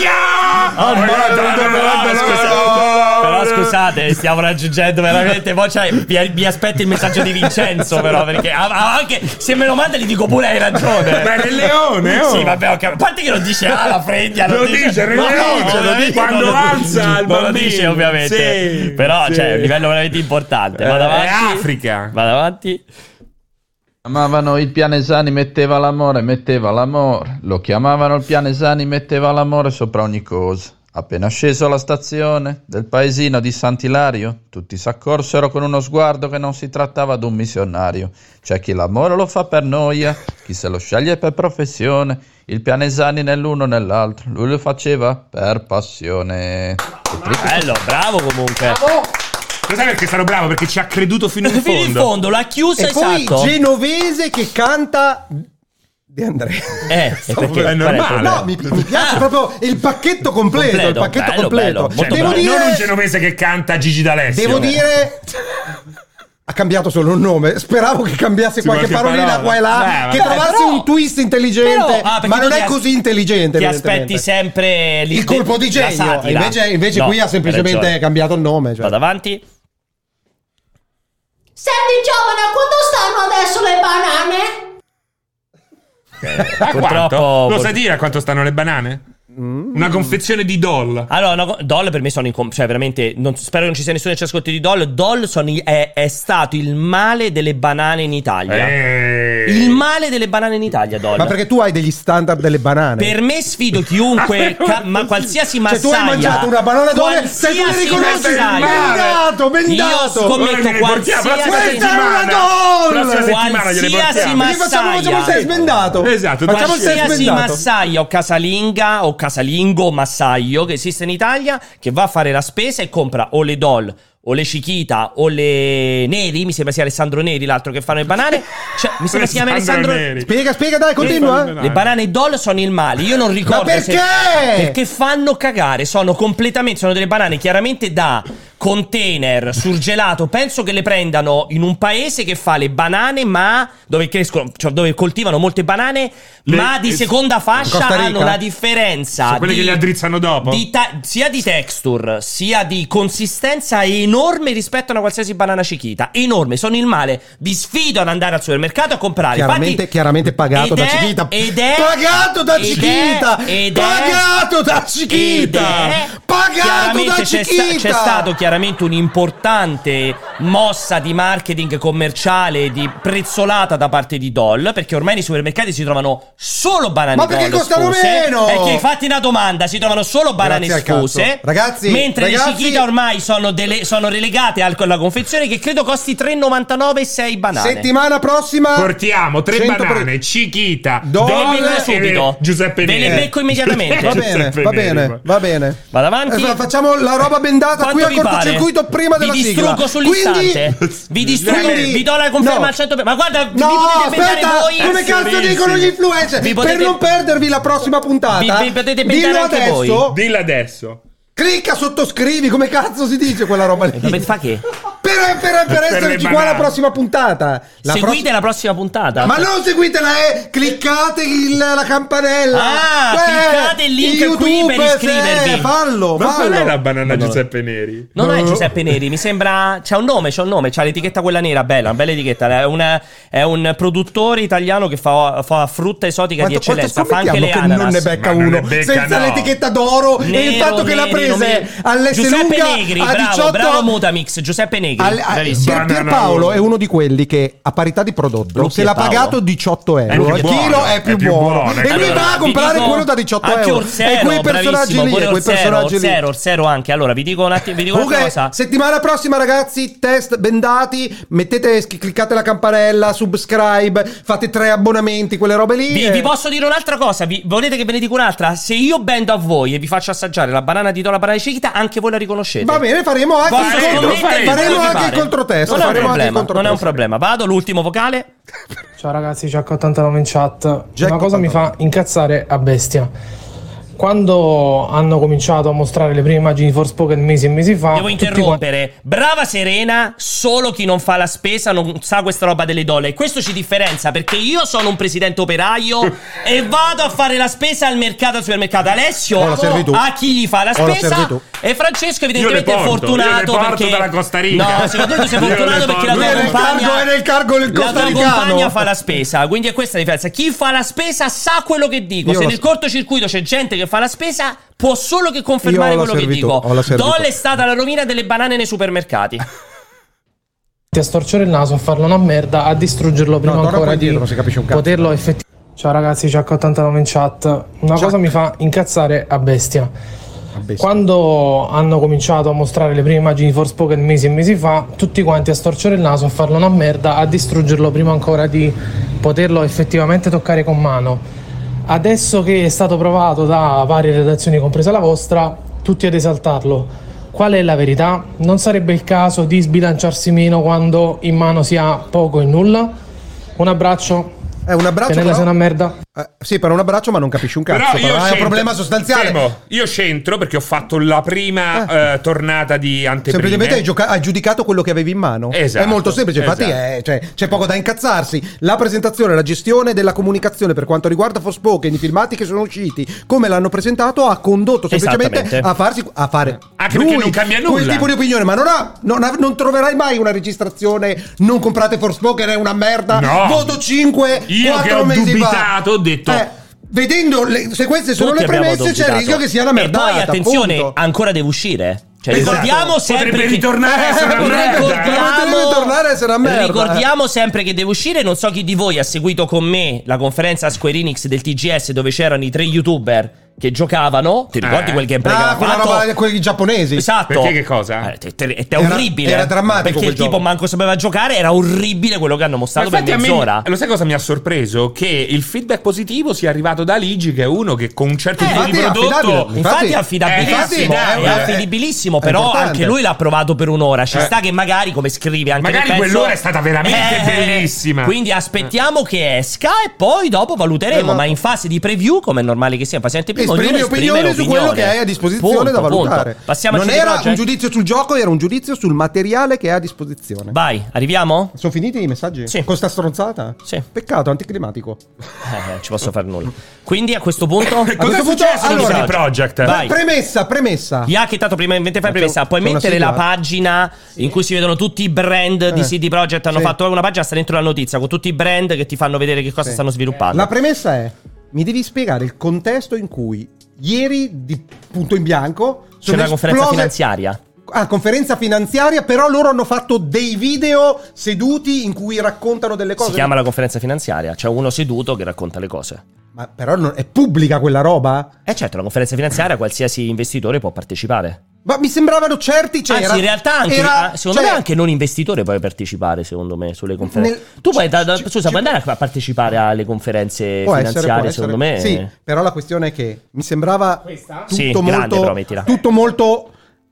Però scusate, stiamo raggiungendo veramente. Poi cioè, mi, mi aspetti il messaggio di Vincenzo, però. Perché ah, ah, anche se me lo manda, gli dico pure hai ragione. Ma è il leone, oh. Sì, vabbè, ok. A parte che non dice ah, la fregna. Lo dice, il No, leone, lo ovviamente dice quando non lo- alza il non lo bambino. dice, ovviamente. Sì, Però, sì. cioè, è un livello veramente importante. Eh, Vado avanti. è Africa. Vado avanti. Chiamavano il Pianesani, metteva l'amore, metteva l'amore. Lo chiamavano il Pianesani, metteva l'amore sopra ogni cosa. Appena sceso alla stazione del paesino di Sant'Ilario, tutti s'accorsero con uno sguardo che non si trattava d'un missionario. C'è chi l'amore lo fa per noia, chi se lo sceglie per professione. Il Pianesani nell'uno o nell'altro, lui lo faceva per passione. Bello, bravo comunque. Lo sai perché sarò bravo? Perché ci ha creduto fino in Fino in fondo. fondo, l'ha chiusa, E poi esatto. Genovese che canta De Andrea. Eh, è perché È normale. No, mi, mi piace Ah. proprio il pacchetto completo, Completo, il pacchetto bello, completo. bello, molto devo bello. dire, Non un genovese che canta Gigi D'Alessio. devo dire ha cambiato solo il nome. Speravo che cambiasse Sì, qualche qualche parolina parola. qua e là, Beh, che vabbè, trovasse però- un twist intelligente, Però, ah, perché ma tu non ti è as- così intelligente. Ti evidentemente. aspetti sempre lì il colpo di la genio. satira. Invece, invece No, qui ha hai semplicemente ragione. cambiato il nome. Cioè. Vado avanti. Senti giovane, a quanto stanno adesso le banane? A Purtroppo- quanto? Lo sai dire a quanto stanno le banane? Una confezione di doll. Allora, no, Doll per me sono incom- cioè veramente non, spero che non ci sia nessuno che ci ascolti di Doll. Doll sono i- è, è stato il male delle banane in Italia. Eh. Il male delle banane in Italia, Doll. Ma perché tu hai degli standard delle banane? Per me sfido chiunque, ca- ma qualsiasi Cioè, massaia. tu hai mangiato una banana d'olio, se tu qualsiasi li riconosci, massaia. bendato, bendato. Io scommetto Ora gliele portiamo, qualsiasi prossima Questa è una settimana. doll! Prossima settimana gliele Qualsiasi portiamo. Quindi facciamo, facciamo il massaia. test bendato. Esatto, Facciamo il test Qualsiasi bendato. massaia o casalinga o casalingo o massaio che esiste in Italia che va a fare la spesa e compra o le Doll o le Chiquita o le Neri, mi sembra sia Alessandro Neri l'altro che fanno le banane, cioè mi sembra si chiama Alessandro Alessandro Neri. Spiega, spiega, dai, continua. Le banane Doll sono il male. Io non ricordo Ma perché? se- perché fanno cagare. Sono completamente. Sono delle banane chiaramente da container surgelato. Penso che le prendano in un paese che fa le banane, ma dove crescono, cioè dove coltivano molte banane, Le- ma di eh, seconda fascia Costa Rica? hanno una differenza. Sono quelle di- che le addrizzano dopo? di ta- sia di texture, sia di consistenza enorme rispetto a una qualsiasi banana Chiquita. Enorme, sono il male. Vi sfido ad andare al supermercato a comprare. Chiaramente, Infatti- chiaramente pagato ed da è- Chiquita. Ed è Pagato da ed è- Chiquita. ed è- Pagato da Chiquita. ed è- Pagato chiaramente da c'è, Chiquita. sta- c'è stato chiaramente un'importante mossa di marketing commerciale di prezzolata da parte di Doll, perché ormai nei supermercati si trovano solo banane Ma perché Doll costano sfuse. meno? E che infatti una domanda, si trovano solo banane Grazie al sfuse. cazzo. Ragazzi, mentre ragazzi- le Chiquita ormai sono, delle, sono relegate al- alla confezione che credo costi tre e novantanove e sei banane. Settimana prossima Portiamo tre cento per- banane, Chiquita, Doll Ve le Doll becco subito. e Giuseppe Ve le Neri. becco immediatamente. Va bene, Giuseppe va Neri, bene, qua. va bene. Vado avanti. Eh, Facciamo la roba bendata Quanto qui al vi pare? cortocircuito prima della vi sigla. distruggo sull'istante. Quindi- Vi distruggo, Quindi- vi do la conferma no. al cento per cento. Ma guarda, vi No, potete inventare aspetta, voi. come cazzo Serissimi. dicono gli influencer? Vi Per potete- non perdervi la prossima puntata, Vi- vi potete dillo inventare anche adesso. voi. Dillo adesso. Clicca, sottoscrivi, come cazzo si dice quella roba lì? Dove fa che? per, per, per esserci qua la prossima puntata. La Seguite pross- la prossima puntata. Ma non seguitela, eh! Cliccate il, la campanella. Ah, eh, cliccate il link qui per iscrivervi. Eh, fallo, Ma fallo. qual è la banana No, no. Giuseppe Neri? Non è No. Giuseppe Neri, mi sembra. C'ha un nome, c'ha un nome, c'ha l'etichetta quella nera, bella, una bella etichetta. È, una, è un produttore italiano che fa, fa frutta esotica Quanto, di eccellenza. quanto Fa anche le scommettiamo che non ne ananas. becca Ma non uno ne becca, senza no. l'etichetta d'oro e il Nero, fatto che l'ha neri, prese neri. all'S Giuseppe lunga Negri, a bravo, diciotto bravo Mutamix, Giuseppe Negri. Al- a- bravissimo. Pier- Banana Pierpaolo uno. è uno di quelli che a parità di prodotto Blu se l'ha Pierpaolo. pagato diciotto euro È al più chilo buono, è più, è più buono, buono, e lui allora, va a vi comprare dico- quello da diciotto anche euro Orsero, e quei personaggi bravissimo, lì pure e quei Orsero, personaggi lì. Orsero, Orsero anche. Allora vi dico un attimo, vi dico Comunque, una cosa. settimana prossima, ragazzi, test bendati. Mettete, schi- cliccate la campanella, subscribe, fate tre abbonamenti, quelle robe lì. Vi, e- vi posso dire un'altra cosa? Vi, volete che ve ne dica un'altra? Se io bendo a voi e vi faccio assaggiare la banana di Tola, la banana di Chiquita, anche voi la riconoscete. Va bene, faremo anche Posso il contro- scommettere faremo quello che anche il pare. controtest. Non è un faremo anche il problema, non è un controtest. problema. Vado, l'ultimo vocale. Ciao ragazzi, Jack ottantanove in chat. Jack Una cosa mi fa ottantanove. incazzare a bestia. Quando hanno cominciato a mostrare le prime immagini di Forspoken mesi e mesi fa, Devo tutti interrompere. Brava Serena, solo chi non fa la spesa non sa questa roba delle dolle. E questo ci differenzia perché io sono un presidente operaio e vado a fare la spesa al mercato al supermercato. Alessio O la servi tu. a chi gli fa la O la spesa servi tu. e Francesco Io le evidentemente è porto, fortunato io le porto perché dalla Costa Rica. No, secondo me tu sei Io le fortunato perché la porto. tua Lui è nel compagna cargo- è nel cargo del la tua costaricano. compagna fa la spesa, quindi è questa la differenza. Chi fa la spesa sa quello che dico. Io Se lo nel so. cortocircuito c'è gente che fa la spesa, può solo che Io confermare ho la quello che servitù, dico. ho la servitù. Dolle è stata la rovina delle banane nei supermercati. a storcere il naso, a farlo una merda, a distruggerlo prima No, torna ancora qua di indietro, non si capisce un cazzo. poterlo effettivamente. Ciao ragazzi, Jack ottantanove in chat. Una Chuck. cosa mi fa incazzare a bestia. A bestia. Quando hanno cominciato a mostrare le prime immagini di Forspoken mesi e mesi fa, tutti quanti a storcere il naso, a farlo una merda, a distruggerlo prima ancora di poterlo effettivamente toccare con mano. Adesso che è stato provato da varie redazioni, compresa la vostra, tutti ad esaltarlo. Qual è la verità? Non sarebbe il caso di sbilanciarsi meno quando in mano si ha poco e nulla? Un abbraccio. È un abbraccio. Pianella però- sei una merda. Eh, sì, per un abbraccio, ma non capisci un cazzo. Però Però io è un c'entro. problema sostanziale. Fermo, io c'entro perché ho fatto la prima eh, tornata di anteprime. Semplicemente hai, gioca- hai giudicato quello che avevi in mano. Esatto, È molto semplice, infatti esatto. è- cioè, c'è poco da incazzarsi. La presentazione, la gestione della comunicazione per quanto riguarda Forspoken, i filmati che sono usciti, come l'hanno presentato, ha condotto semplicemente Esattamente. a farsi a fare Anche lui perché non cambia nulla. quel tipo di opinione, ma non, ha, non, ha- non troverai mai una registrazione non comprate Forspoken, è una merda. No. Voto cinque, Io che quattro ho mesi dubitato, ho detto- fa. Eh, vedendo le- se queste sono Tutti le abbiamo premesse, c'è il dubitato. rischio che sia una E merdata. poi attenzione, appunto. ancora deve uscire. Cioè, Esatto. ricordiamo sempre Potrebbe che ritornare a essere una Eh, merda. potrebbe tornare a essere una merda. Ricordiamo sempre che deve uscire. Non so chi di voi ha seguito con me la conferenza Square Enix del T G S dove c'erano i tre youtuber che giocavano. Ti ricordi Eh. quel gameplay che Ah, aveva quella fatto? roba, quelli giapponesi. Esatto. Perché che cosa? Eh, te- te- È Era- orribile. era drammatico Perché quel il tipo gioco. manco sapeva giocare. Era orribile quello che hanno mostrato per Infatti a me- mezz'ora. lo sai cosa mi ha sorpreso? Che il feedback positivo sia arrivato da Ligi, che è uno che con un certo Eh, tipo di infatti è prodotto affidabile. Infatti, Infatti- è affidabilissimo, eh, infatti, è eh, affidabilissimo, è però importante. anche lui l'ha provato per un'ora. Ci Eh. sta che magari, come scrive anche Magari nel pezzo, quell'ora è stata veramente eh, bellissima. Quindi aspettiamo che esca e poi dopo valuteremo. Esatto. Ma in fase di preview, come è normale che sia, paziente primo, Esprimi ognuno esprime opinioni su quello che hai a disposizione Punto, da valutare. punto. Passiamo non a C D era Projekt. un giudizio sul gioco, era un giudizio sul materiale che hai a disposizione. Vai, arriviamo? Sono finiti i messaggi? Sì. Con sta stronzata? Sì. Peccato, anticlimatico. Eh, non ci posso fare nulla. Quindi a questo punto Cosa è questo punto, successo con allora, C D Projekt? Vai. Premessa, premessa. Yak, intanto prima mentre fai Ma c'è- premessa, puoi c'è una mettere la sigla? pagina in cui si vedono tutti i brand di Eh, C D Projekt. Hanno sì. fatto una pagina, sta dentro la notizia con tutti i brand che ti fanno vedere che cosa Sì. stanno sviluppando. La premessa è: mi devi spiegare il contesto in cui ieri, di punto in bianco, C'è sono una conferenza esplose- finanziaria. Ah, conferenza finanziaria, però loro hanno fatto dei video seduti in cui raccontano delle cose. Si chiama la conferenza finanziaria. C'è uno seduto che racconta le cose. Ma però non- è pubblica quella roba? E certo, la conferenza finanziaria qualsiasi investitore può partecipare. Ma mi sembravano certi, cioè Anzi, era- in realtà anche, era- ah, secondo cioè, me anche non investitore puoi partecipare, secondo me, sulle conferenze. Nel- tu puoi, da- da- ci- scusa, ci- puoi andare a partecipare alle conferenze può essere, finanziarie, può essere. secondo me. Sì, però la questione è che mi sembrava tutto Sì, grande, molto però, mettila. tutto molto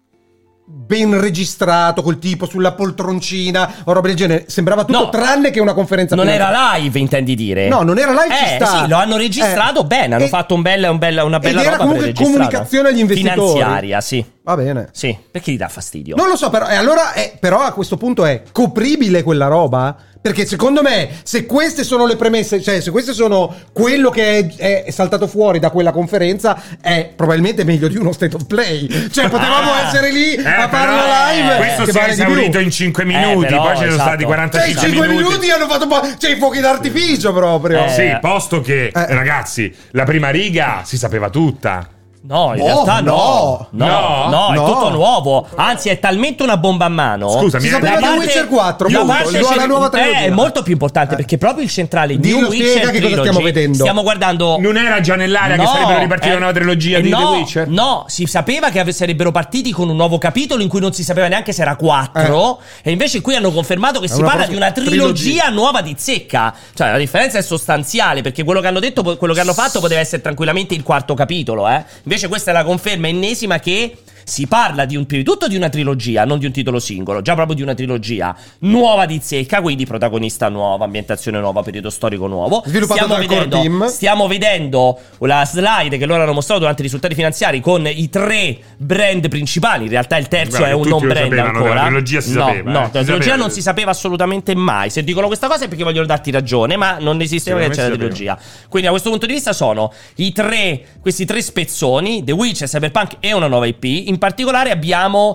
ben registrato, col tipo sulla poltroncina o roba del genere. Sembrava tutto No. tranne che una conferenza Non finanziaria. era live, intendi dire? No, non era live, ci Eh, sta. sì, lo hanno registrato Eh, bene, hanno e- fatto un bel, un bel- una bella ed era roba comunque preregistrata. comunicazione agli investitori. Finanziaria, sì. Va bene. Sì, perché gli dà fastidio? Non lo so, però, e allora è, però a questo punto è copribile quella roba? Perché secondo me, se queste sono le premesse, cioè se queste sono quello che è, è saltato fuori da quella conferenza, è probabilmente meglio di uno State of Play. Cioè potevamo Ah, essere lì eh, a farlo però, live. eh, questo che si è vale di esaurito più. in cinque minuti, Eh, però, poi ci sono esatto. stati Cioè, quarantacinque in cinque minuti. minuti hanno fatto un po'. Cioè, i fuochi d'artificio proprio. Eh. Sì, posto che, Eh. ragazzi, la prima riga si sapeva tutta. No, in No, realtà no. no. No, no, è No. tutto nuovo. Anzi, è talmente una bomba a mano. Scusami, Si eh, sapeva La di parte- Witcher quattro, la punto, parte la c'è- nuova trilogia. è molto più importante Eh. perché proprio il centrale Dillo, New spiega Witcher che cosa Trilogy, stiamo vedendo. stiamo guardando. non era già nell'area che No, sarebbero ripartiti eh, una nuova trilogia eh, di no, The Witcher? No, si sapeva che ave- sarebbero partiti con un nuovo capitolo in cui non si sapeva neanche se era quattro. E invece qui hanno confermato che È si una parla propria di una trilogia, trilogia. nuova di zecca. Cioè, la differenza è sostanziale perché quello che hanno detto, quello che hanno fatto poteva essere tranquillamente il quarto capitolo. Eh. Invece, questa è la conferma ennesima che si parla di un, prima di tutto di una trilogia, non di un titolo singolo, già proprio di una trilogia nuova di zecca, quindi protagonista nuova, ambientazione nuova, periodo storico nuovo. Sviluppato Stiamo dal core vedendo, team. stiamo vedendo la slide che loro hanno mostrato durante i risultati finanziari con i tre brand principali. In realtà il terzo Guarda, è un tutti non lo brand sapevano, ancora. della trilogia si no, sapeva, no, eh, della si trilogia sapeva. non si sapeva assolutamente mai. Se dicono questa cosa è perché vogliono darti ragione, ma non esisteva che c'era la Sicuramente si trilogia. Quindi, da questo punto di vista, sono i tre, questi tre spezzoni: The Witcher, Cyberpunk e una nuova I P. In particolare, abbiamo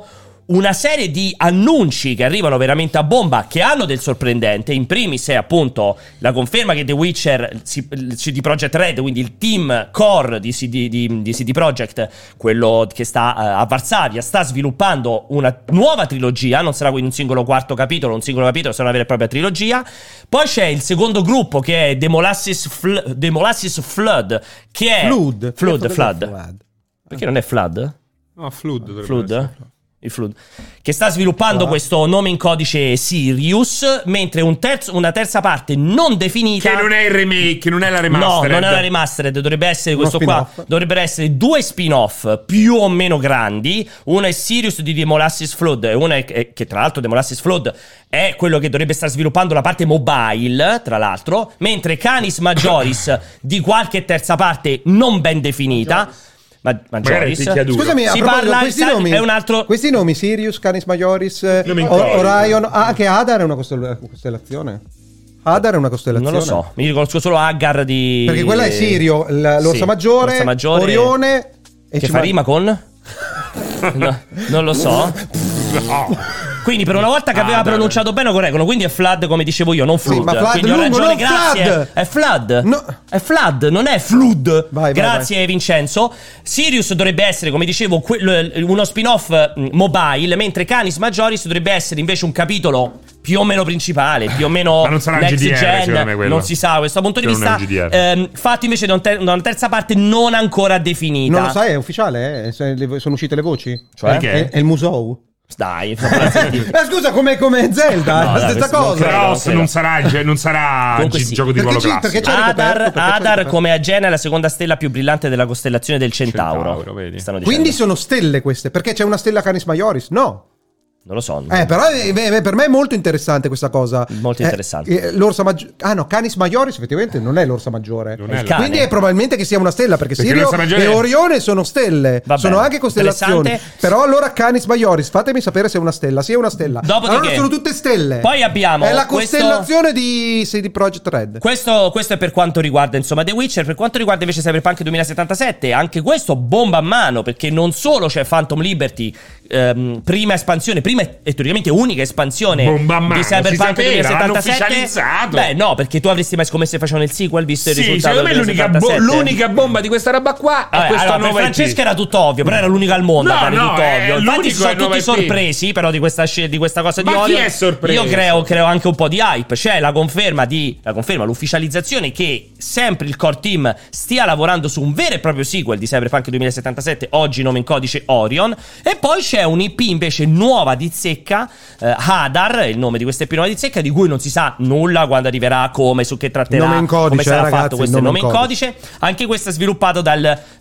una serie di annunci che arrivano veramente a bomba, che hanno del sorprendente. In primis è appunto la conferma che The Witcher, il C D Projekt Red, quindi il team core di C D, di, di C D Projekt, quello che sta uh, a Varsavia, sta sviluppando una nuova trilogia. Non sarà quindi un singolo quarto capitolo, un singolo capitolo, sarà una vera e propria trilogia. Poi c'è il secondo gruppo che è The Molasses, Fl- The Molasses Flood, che è Flood. Flood, Flood. Perché non è Flood? No, Flood dovrebbe Flood? essere. Il Flood, che sta sviluppando Ah. questo nome in codice Sirius, mentre un terzo, una terza parte non definita. Che non è il remake, non è la No, remastered. non è la remastered, dovrebbe essere Uno questo qua. spin-off. Dovrebbero essere due spin-off più o meno grandi. Uno è Sirius di The Molasses Flood e uno è è- che tra l'altro The Molasses Flood è quello che dovrebbe stare sviluppando la parte mobile, tra l'altro, mentre Canis Majoris di qualche terza parte non ben definita. Ma- Magari Majoris. picchiaduro. Scusami, a Si proposito, parla questi sai, nomi, è un altro. questi nomi Sirius, Canis Majoris, eh, Nomi in O- codice. Orion, ah, anche Hadar è una costell- costellazione. Hadar è una costellazione. Non lo so, mi riconosco solo Aggar di. Perché quella è Sirio, l- l'orsa Sì, maggiore, l'orsa maggiore, Orione e Che ci fa va- rima con? No, non lo so. Quindi per una volta che aveva Ah, dai, pronunciato bene lo correggono. Quindi è Flood come dicevo io, non Flood. ma Flood Quindi ho lungo, ragione, no, grazie. Flood. È Flood. No. È Flood, non è Flood. Vai, vai, Grazie Vincenzo. Sirius dovrebbe essere, come dicevo, que- uno spin-off mh, mobile, mentre Canis Majoris dovrebbe essere invece un capitolo più o meno principale, più o meno Ma non sarà un next G D R, gen, secondo me, quello. non si sa da questo punto di Che non è vista. un G D R. Ehm, fatto invece da, un ter- da una terza parte non ancora definita. Non lo sai, è ufficiale, eh? Se le- sono uscite le voci. Cioè? Perché? È, è il museo. Dai, non Eh, scusa, come, come Zelda, No, è la dai, stessa questo non cosa. credo. Però se non sarà, non sarà Comunque gi- sì. gioco di Perché ruolo ci- classico. perché c'è ricoperto, Adar, perché c'è Adar ricoperto. come Agena è la seconda stella più brillante della costellazione del Centauro. Centauro, vedi. Stanno dicendo. Quindi sono stelle queste, perché c'è una stella Canis Majoris? No. Non lo so. Eh, però eh, beh, per me è molto interessante questa cosa. Molto Eh, interessante. eh, l'orsa maggiore. Ah no, Canis Majoris effettivamente non è l'orsa maggiore. Non È è il la- cane. Quindi è probabilmente che sia una stella, perché, Perché Sirio l'orsa maggiore e è- Orione sono stelle. Va sono bene. anche costellazioni. Interessante. Però allora Canis Majoris, fatemi sapere se è una stella. Sì, è una stella. Dopodiché- allora sono tutte stelle. Poi abbiamo È la questo- costellazione di C D Projekt Red. Questo, questo è per quanto riguarda insomma The Witcher. Per quanto riguarda invece Cyberpunk duemilasettantasette, anche questo bomba a mano, perché non solo c'è Phantom Liberty, ehm, prima espansione, prima e teoricamente unica espansione Bomba a mano, di si Cyberpunk sapeva, duemilasettantasette. l'hanno ufficializzato. Beh, no, perché tu avresti mai scommesso che facevano il sequel visto il Sì, risultato secondo me del l'unica, bo- duemilasettantasette? l'unica bomba di questa roba qua è Vabbè, questa allora, per nuova I P. Francesca era tutto ovvio, però era l'unica al mondo No, a fare no, tutto è ovvio. Infatti l'unico si sono è nuova tutti I P. sorpresi però di questa, sc- di questa cosa di Ma chi Orion. è sorpreso? Io creo, creo anche un po' di hype. C'è la conferma di la conferma, l'ufficializzazione che sempre il core team stia lavorando su un vero e proprio sequel di Cyberpunk duemilasettantasette, oggi nome in codice Orion. E poi c'è un'I P invece nuova di zecca, eh, Hadar, il nome di questa I P nuova di zecca, di cui non si sa nulla quando arriverà, come, su che tratterà, Nome in codice, come sarà eh, ragazzi, fatto questo nome nome in in codice. codice. Anche questo è sviluppato dal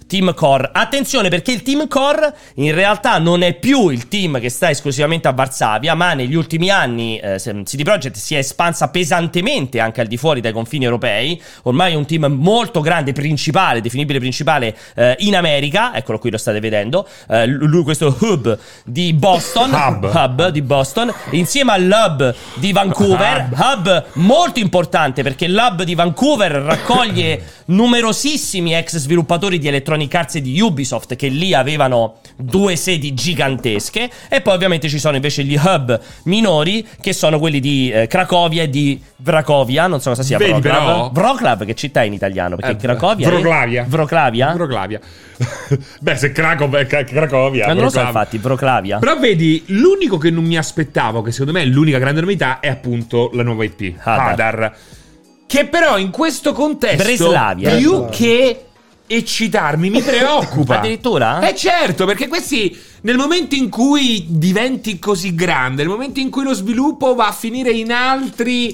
Team Core. Attenzione, perché il Team Core in realtà non è più il team che sta esclusivamente a Varsavia, ma negli ultimi anni eh, C D Projekt si è espansa pesantemente anche al di fuori dai confini europei. Ormai è un team molto grande, principale, definibile principale eh, in America. Eccolo qui, lo state vedendo. Eh, lui, questo hub di Boston, hub. hub di Boston, insieme all'hub di Vancouver, hub. hub molto importante perché l'hub di Vancouver raccoglie numerosissimi ex sviluppatori di Electronic Arts e di Ubisoft che lì avevano due sedi gigantesche, e poi ovviamente ci sono invece gli hub minori che sono quelli di eh, Cracovia e di Vracovia, non so cosa sia. Vedi, Wroclaw. però... Wroclaw, che città è in italiano? Perché eh, Cracovia Wroclavia. è... Wroclavia? Wroclavia. Beh, se Krakow è Cracovia. Ma non lo so, Wroclavia. infatti, Wroclavia. Però vedi, l'unico che non mi aspettavo, che secondo me è l'unica grande novità, è appunto la nuova I P, Hadar. Hadar. Che però in questo contesto, Breslavia. più che eccitarmi, mi preoccupa. Addirittura? Eh certo, perché questi, nel momento in cui diventi così grande, nel momento in cui lo sviluppo va a finire in altri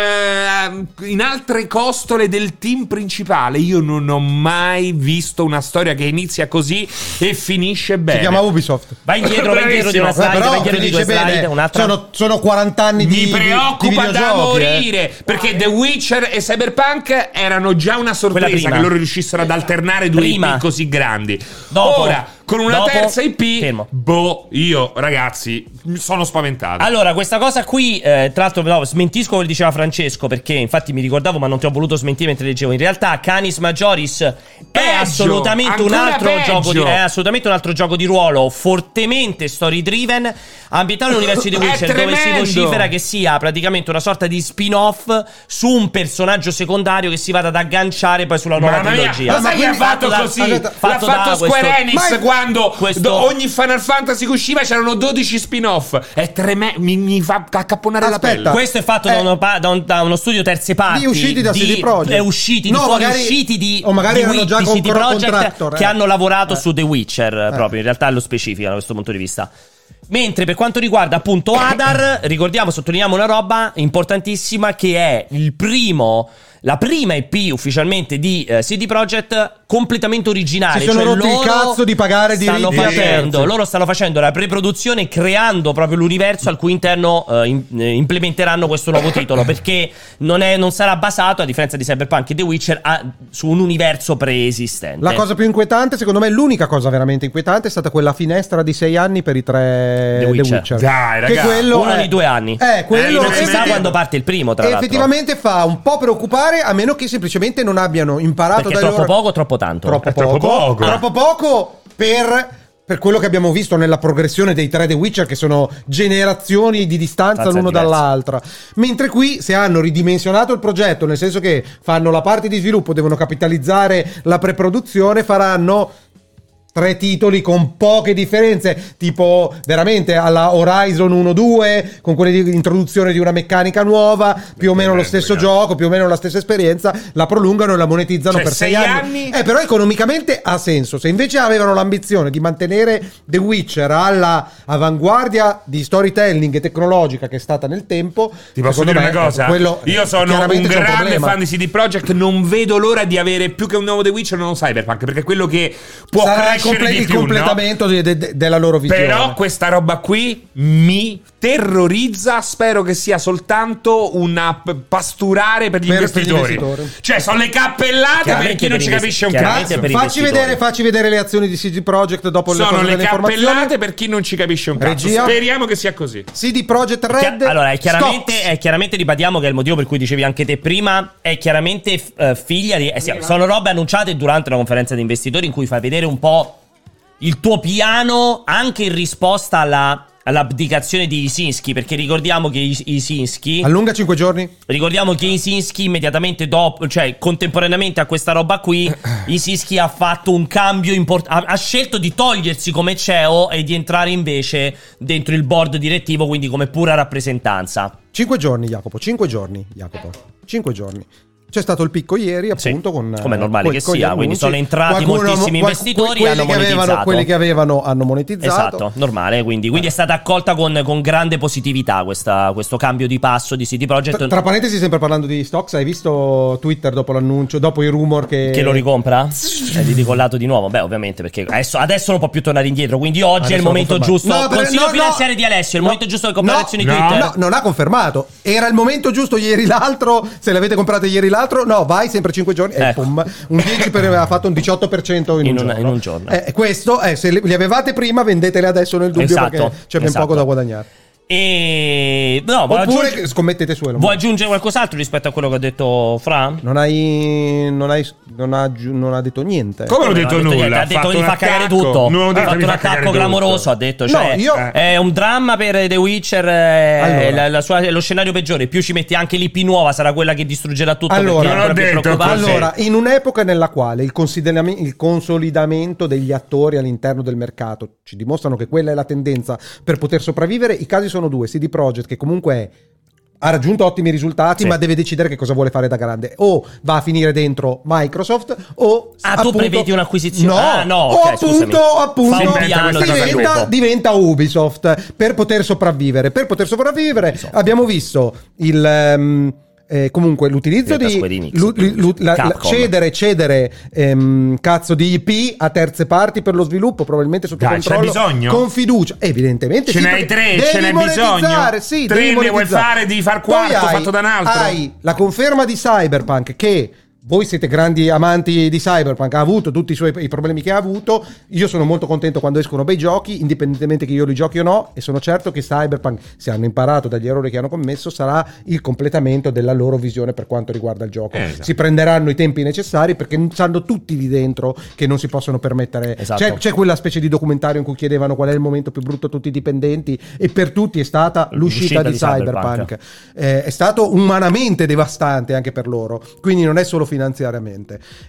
eh, in altre costole del team principale, io non ho mai visto una storia che inizia così e finisce bene. Si chiama Ubisoft. Vai indietro, vai indietro di una slide, Però vai indietro di due finisce slide, bene. un'altra. Sono, sono quaranta anni di Mi preoccupa di da videogiochi, eh. morire, perché The Witcher e Cyberpunk erano già una sorpresa prima. che loro riuscissero ad alternare due Prima. I P così grandi. Dopo. Ora, con una Dopo. terza I P, Fermo. boh, io ragazzi sono spaventato. Allora, questa cosa qui, eh, tra l'altro, no, smentisco quello che diceva Francesco, perché infatti mi ricordavo, ma non ti ho voluto smentire mentre leggevo. In realtà, Canis Majoris è Peggio, assolutamente un ancora altro peggio. gioco di, è assolutamente un altro gioco di ruolo, fortemente story driven, ambientato nell'universo di The È Witcher, dove si tremendo. vocifera che sia praticamente una sorta di spin-off su un personaggio secondario che si vada ad agganciare poi sulla nuova Mamma mia, trilogia. ma sai chi ha fatto da- così? aspetta, L'ha fatto da Square questo- Enix Ma- quando questo- do- ogni Final Fantasy che usciva c'erano dodici spin-off. È tremendo, mi, mi fa accapponare la Aspetta. pelle. Questo è fatto da, Eh. uno, pa- da, un- da uno studio terze parti. Di usciti da C D Projekt. È usciti, No, di fuori magari- usciti di, o magari di, erano Wi- già di con C D cro- Projekt contractor, che eh. hanno lavorato Eh. su The Witcher, proprio in realtà lo specifica da questo punto di vista. Mentre per quanto riguarda appunto Hadar, ricordiamo, sottolineiamo una roba importantissima, che è il primo, la prima I P ufficialmente di eh, C D Projekt completamente originale. Si sono cioè rotti il loro cazzo di pagare stanno diritti a facendo, terzi. loro stanno facendo la preproduzione, creando proprio l'universo al cui interno eh, in- eh, implementeranno questo nuovo titolo, perché non, è, non sarà basato, a differenza di Cyberpunk e The Witcher, a- su un universo preesistente. La cosa più inquietante, secondo me, l'unica cosa veramente inquietante è stata quella finestra di sei anni per i tre The The Witcher. Witcher. Dai, Che raga, quello uno è- di due anni. Eh, quello Eh, non si sa effettivamente- quando parte il primo, tra l'altro. effettivamente fa un po' preoccupare, a meno che semplicemente non abbiano imparato Perché dai troppo loro... poco o troppo tanto? Troppo È poco. troppo poco. Troppo poco per... per quello che abbiamo visto nella progressione dei tre The Witcher, che sono generazioni di distanza Stanza l'uno diverse. dall'altra. Mentre qui, se hanno ridimensionato il progetto, nel senso che fanno la parte di sviluppo, devono capitalizzare la preproduzione, faranno tre titoli con poche differenze, tipo veramente alla Horizon uno due, con quelle di introduzione di una meccanica nuova, più o meno lo stesso ragazzi. gioco, più o meno la stessa esperienza, la prolungano e la monetizzano Cioè, per sei, sei anni. anni? Eh, però economicamente ha senso. Se invece avevano l'ambizione di mantenere The Witcher alla avanguardia di storytelling e tecnologica che è stata nel tempo, Ti posso secondo dire me, una cosa? quello, Io sono un chiaramente c'è grande problema. fan di C D Projekt. Non vedo l'ora di avere più che un nuovo The Witcher, non Cyberpunk, perché è quello che può Sarà il, crescere comple- di il più, no? completamento de- de- de- della loro visione. Però questa roba qui mi terrorizza. Spero che sia soltanto una p- pasturare per gli, Per- per gli investitori. investitori. Cioè, sono le cappellate per Chiaramente chi non per ci investi- capisce un chiaramente cazzo. per i Facci investitori. vedere, facci vedere le azioni di C D Projekt dopo le Sono cose le delle informazioni. cappellate per chi non ci capisce un cazzo. Regia. Speriamo che sia così. C D Projekt Chia- Red. allora, è chiaramente, Stocks. è chiaramente, ribadiamo che è il motivo per cui dicevi anche te prima, è chiaramente eh, figlia di... eh, sì, sono robe annunciate durante la conferenza di investitori in cui fai vedere un po' il tuo piano anche in risposta alla... all'abdicazione di Isinski, perché ricordiamo che Is- Isinski Allunga cinque giorni. ricordiamo che Isinski immediatamente dopo, cioè contemporaneamente a questa roba qui, Isinski ha fatto un cambio importante, ha scelto di togliersi come C E O e di entrare invece dentro il board direttivo, quindi come pura rappresentanza. Cinque giorni, Jacopo. Cinque giorni, Jacopo. Cinque giorni. C'è stato il picco ieri, appunto, Sì, con come è normale con- che con gli sia, quindi annunci. sono entrati Qualcuno- moltissimi qual- investitori quelli e hanno che avevano, monetizzato. quelli che avevano hanno monetizzato. Esatto, normale, quindi, quindi è stata accolta con, con grande positività questa, questo cambio di passo di C D Projekt. Tra, tra parentesi, sempre parlando di stocks, hai visto Twitter dopo l'annuncio, dopo i rumor che... Che lo ricompra? È ridicollato di nuovo? Beh, ovviamente, perché adesso, adesso non può più tornare indietro. Quindi oggi Adesso è il lo momento confermato. giusto. No, per- Consiglio no, no. finanziario di Alessio, è il No. momento giusto per comprare No, azioni no. Twitter. No, non ha confermato. Era il momento giusto ieri l'altro. Se l'avete comprate ieri l'altro, no, vai sempre cinque giorni. E Ecco. pum, un dieci per, ha fatto un diciotto per cento in, In un un- giorno. in un giorno. Eh, questo, eh, se li li avevate prima, vendetele adesso nel dubbio Esatto, perché c'è ben esatto. poco da guadagnare. E no, vuoi Oppure aggiungere, scommettete su Elon vuoi Musk. aggiungere qualcos'altro rispetto a quello che ha detto Fra? Non hai. Non, hai, non, ha, aggiu- non ha detto niente. Come non ho Non detto ha detto nulla? niente, ha detto che mi fa cagare attacco. tutto. Non ho Ha detto fatto mi un fa cagare attacco tutto. clamoroso. Ha detto, No, cioè, io- è un dramma per The Witcher. È Allora. la- la sua- lo scenario peggiore. Più ci metti anche l'I P nuova, sarà quella che distruggerà tutto. Allora, perché è non ho ancora più detto preoccupante. così. Allora, in un'epoca nella quale il, considerami- il consolidamento degli attori all'interno del mercato ci dimostrano che quella è la tendenza per poter sopravvivere, i casi sono due. C D Projekt, che comunque è- ha raggiunto ottimi risultati, Sì. ma deve decidere che cosa vuole fare da grande. O va a finire dentro Microsoft, o Ah, tu appunto- prevedi un'acquisizione? No, Ah, no, o ok, appunto, scusami. appunto Fa un piano di diventa, sviluppo. diventa Ubisoft per poter sopravvivere. Per poter sopravvivere abbiamo visto il... ehm, eh, comunque l'utilizzo Diventa di Square Enix, lu- quindi. lu- la- la- Capcom. cedere cedere ehm, cazzo di I P a terze parti per lo sviluppo, probabilmente sotto Dai, c'è controllo, bisogno? con fiducia, evidentemente Ce sì, n'hai perché tre, devi ce n'è monetizzare, bisogno? sì, Tre devi ne vuoi monetizzare. fare, devi far Poi quarto hai- fatto da un altro. hai la conferma di Cyberpunk, che voi siete grandi amanti di Cyberpunk, ha avuto tutti i suoi i problemi che ha avuto. Io sono molto contento quando escono bei giochi, indipendentemente che io li giochi o no, e sono certo che Cyberpunk, se hanno imparato dagli errori che hanno commesso, sarà il completamento della loro visione per quanto riguarda il gioco. Eh, esatto. Si prenderanno i tempi necessari perché sanno tutti lì dentro che non si possono permettere. Esatto. C'è, c'è quella specie di documentario in cui chiedevano qual è il momento più brutto a tutti i dipendenti, e per tutti è stata l'uscita, L'uscita di di Cyberpunk. Cyberpunk. Eh, è stato umanamente devastante anche per loro, quindi non è solo finanziariamente.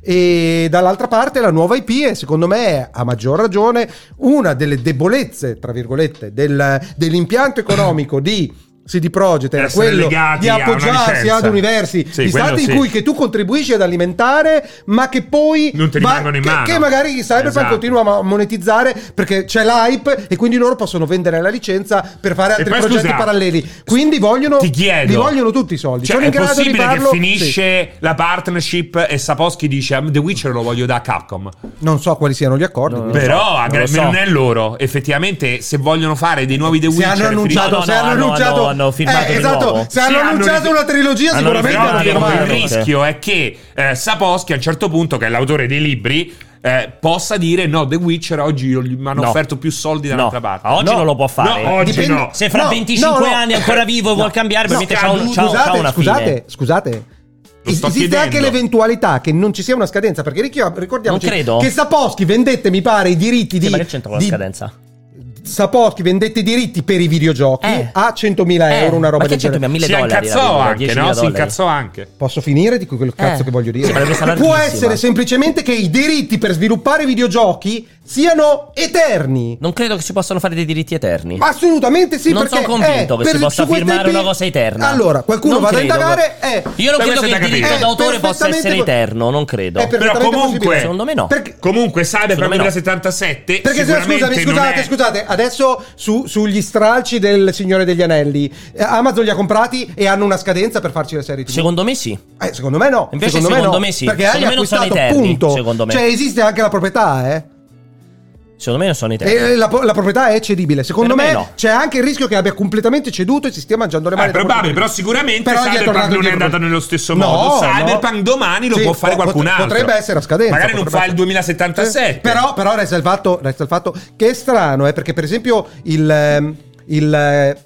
E dall'altra parte la nuova I P è, secondo me, a maggior ragione una delle debolezze, tra virgolette, del- dell'impianto economico di C D Projekt, era Essere quello legati di a una appoggiarsi licenza. ad universi Sì, di quello stati in sì. cui che tu contribuisci ad alimentare, ma che poi Non ti rimangono in che, mano. che magari Cyberpunk Esatto. continua a monetizzare perché c'è l'hype e quindi loro possono vendere la licenza per fare altri poi, progetti scusa, paralleli. Quindi vogliono Ti chiedo, li vogliono tutti i soldi. Cioè, Sono è in grado di possibile farlo? che finisce la partnership e Sapolsky dice The Witcher lo voglio da Capcom? Sì. Non so quali siano gli accordi. No, no. Però so, a non gra- lo so. non è loro. Effettivamente, se vogliono fare dei nuovi The Se Witcher, hanno annunciato, No, no, se no, hanno hanno- annunciato, hanno- hanno firmato eh, di esatto, nuovo. se hanno Sì, hanno annunciato ris- una trilogia, hanno sicuramente però hanno riferito il firmato. ovviamente. rischio è che eh, Sapolsky a un certo punto, che è l'autore dei libri, eh, possa dire no, The Witcher oggi mi hanno No. offerto più soldi da No, un'altra parte. a oggi No. non lo può fare. No, oggi Dipende- no. Se fra No, venticinque no, no. anni è ancora vivo e vuol cambiare, No, probabilmente c'ha, un, c'ha, scusate, c'ha una scusate, fine. scusate. Lo sto Esiste chiedendo. anche l'eventualità che non ci sia una scadenza, perché richi- ricordiamoci Non credo. che Sapolsky vendette, mi pare, i diritti Sì, di ma che c'entra con la di- scadenza? Sapolsky vendette i diritti per i videogiochi Eh. a centomila Eh, euro, una roba ma che del genere. centomila? mille Si dollari incazzò la vendita, anche, diecimila no? Si dollari. incazzò anche. Posso finire di quello cazzo Eh, che voglio dire? sì, ma l'hai presa Può larghissima. essere semplicemente che i diritti per sviluppare videogiochi siano eterni. Non credo che si possano fare dei diritti eterni. Assolutamente sì, Non perché sono convinto eh, che si per- possa su quei firmare tempi- una cosa eterna. Allora, qualcuno Non vada a credo. indagare. Eh, Io non Beh, credo questo che è il da diritto capire. d'autore Eh, possa essere perfettamente- eterno, non credo. Eh, per- Però perfettamente comunque, possibile. Secondo me no. Perché, Comunque Cyberpunk Secondo me no. duemilasettantasette perché se, sicuramente scusami, non scusate, è- scusate, adesso su- sugli stralci del Signore degli Anelli, eh, Amazon li ha comprati e hanno una scadenza per farci le serie T V. Secondo me sì. Eh, secondo me no. Invece secondo, secondo me, me no. sì. Perché Secondo hai me non sono acquistato, eterni, punto. secondo me. Cioè esiste anche la proprietà, eh. Secondo me non sono eterni. E la, la proprietà è cedibile. Secondo Per me, me no. c'è anche il rischio che abbia completamente ceduto e si stia mangiando le È mani. da probabile, quello però che- sicuramente Però gli è Cyberpunk tornato non è dietro. andato nello stesso No, modo. no. Cyberpunk domani lo Sì, può fare pot- qualcun altro. Potrebbe essere a scadenza. Magari non potrebbe fa il essere. duemilasettantasette. Però, però resta, il fatto, resta il fatto che è strano, eh, perché per esempio il... ehm, il eh,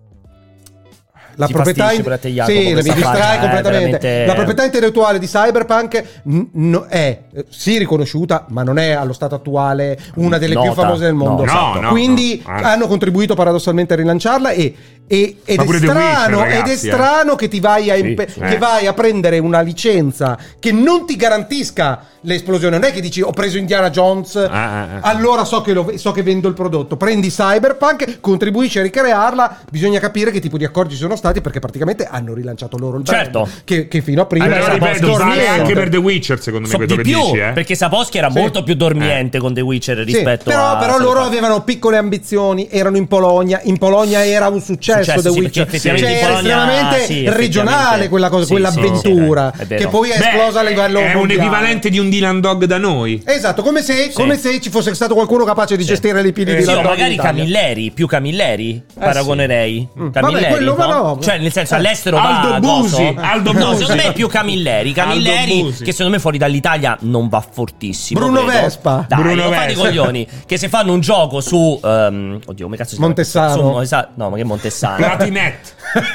la Ti proprietà pasticci, in- pure a te, Jacopo, sì, mi questa distrae faccia è completamente. veramente- La proprietà intellettuale di Cyberpunk n- no- è eh, sì riconosciuta, ma non è allo stato attuale una delle più Nota. famose del mondo. No, no, no, Quindi no. Ah. hanno contribuito paradossalmente a rilanciarla e, e- ed, Ma è pure The strano, Witcher, ed è ragazzi, eh. strano che ti vai a, impe- sì. che Eh. vai a prendere una licenza che non ti garantisca l'esplosione. Non è che dici ho preso Indiana Jones, ah, ah. allora so che, lo- so che vendo il prodotto. Prendi Cyberpunk, contribuisci a ricrearla, bisogna capire che tipo di accordi ci sono stati stati perché praticamente hanno rilanciato loro il brand, Certo. che, che fino a prima Allora, era ripeto, vale dormiente. anche per The Witcher, secondo me, So, quello di che più, dici, eh. perché Sapolsky era Sì. molto più dormiente con The Witcher Sì, rispetto però, a però loro avevano piccole ambizioni, erano in Polonia, in Polonia era un successo, Successo, The sì, Witcher, perché cioè effettivamente era in Polonia, estremamente sì, regionale effettivamente. quella cosa, Sì, quell'avventura sì, sì, è vero. che poi è Beh, esplosa a livello è un mondiale. equivalente di un Dylan Dog da noi. Esatto, come se, Sì. come se ci fosse stato qualcuno capace di gestire le pili Eh, di Sì, o Landau in magari Italia. Camilleri, più Camilleri paragonerei. Mm. Camilleri, Vabbè, quello no? no. Cioè, nel senso, Eh, all'estero Aldo va Busi, coso. Aldo No, Busi. secondo me è più Camilleri. Camilleri, Aldo Busi. che secondo me fuori dall'Italia non va fortissimo. Bruno credo. Vespa. Dai, Bruno non fate i Vespa. coglioni. Che se fanno un gioco su ehm, oddio, come cazzo si chiama? Montessano. Su- esa- no, ma che Montessano? Platinet.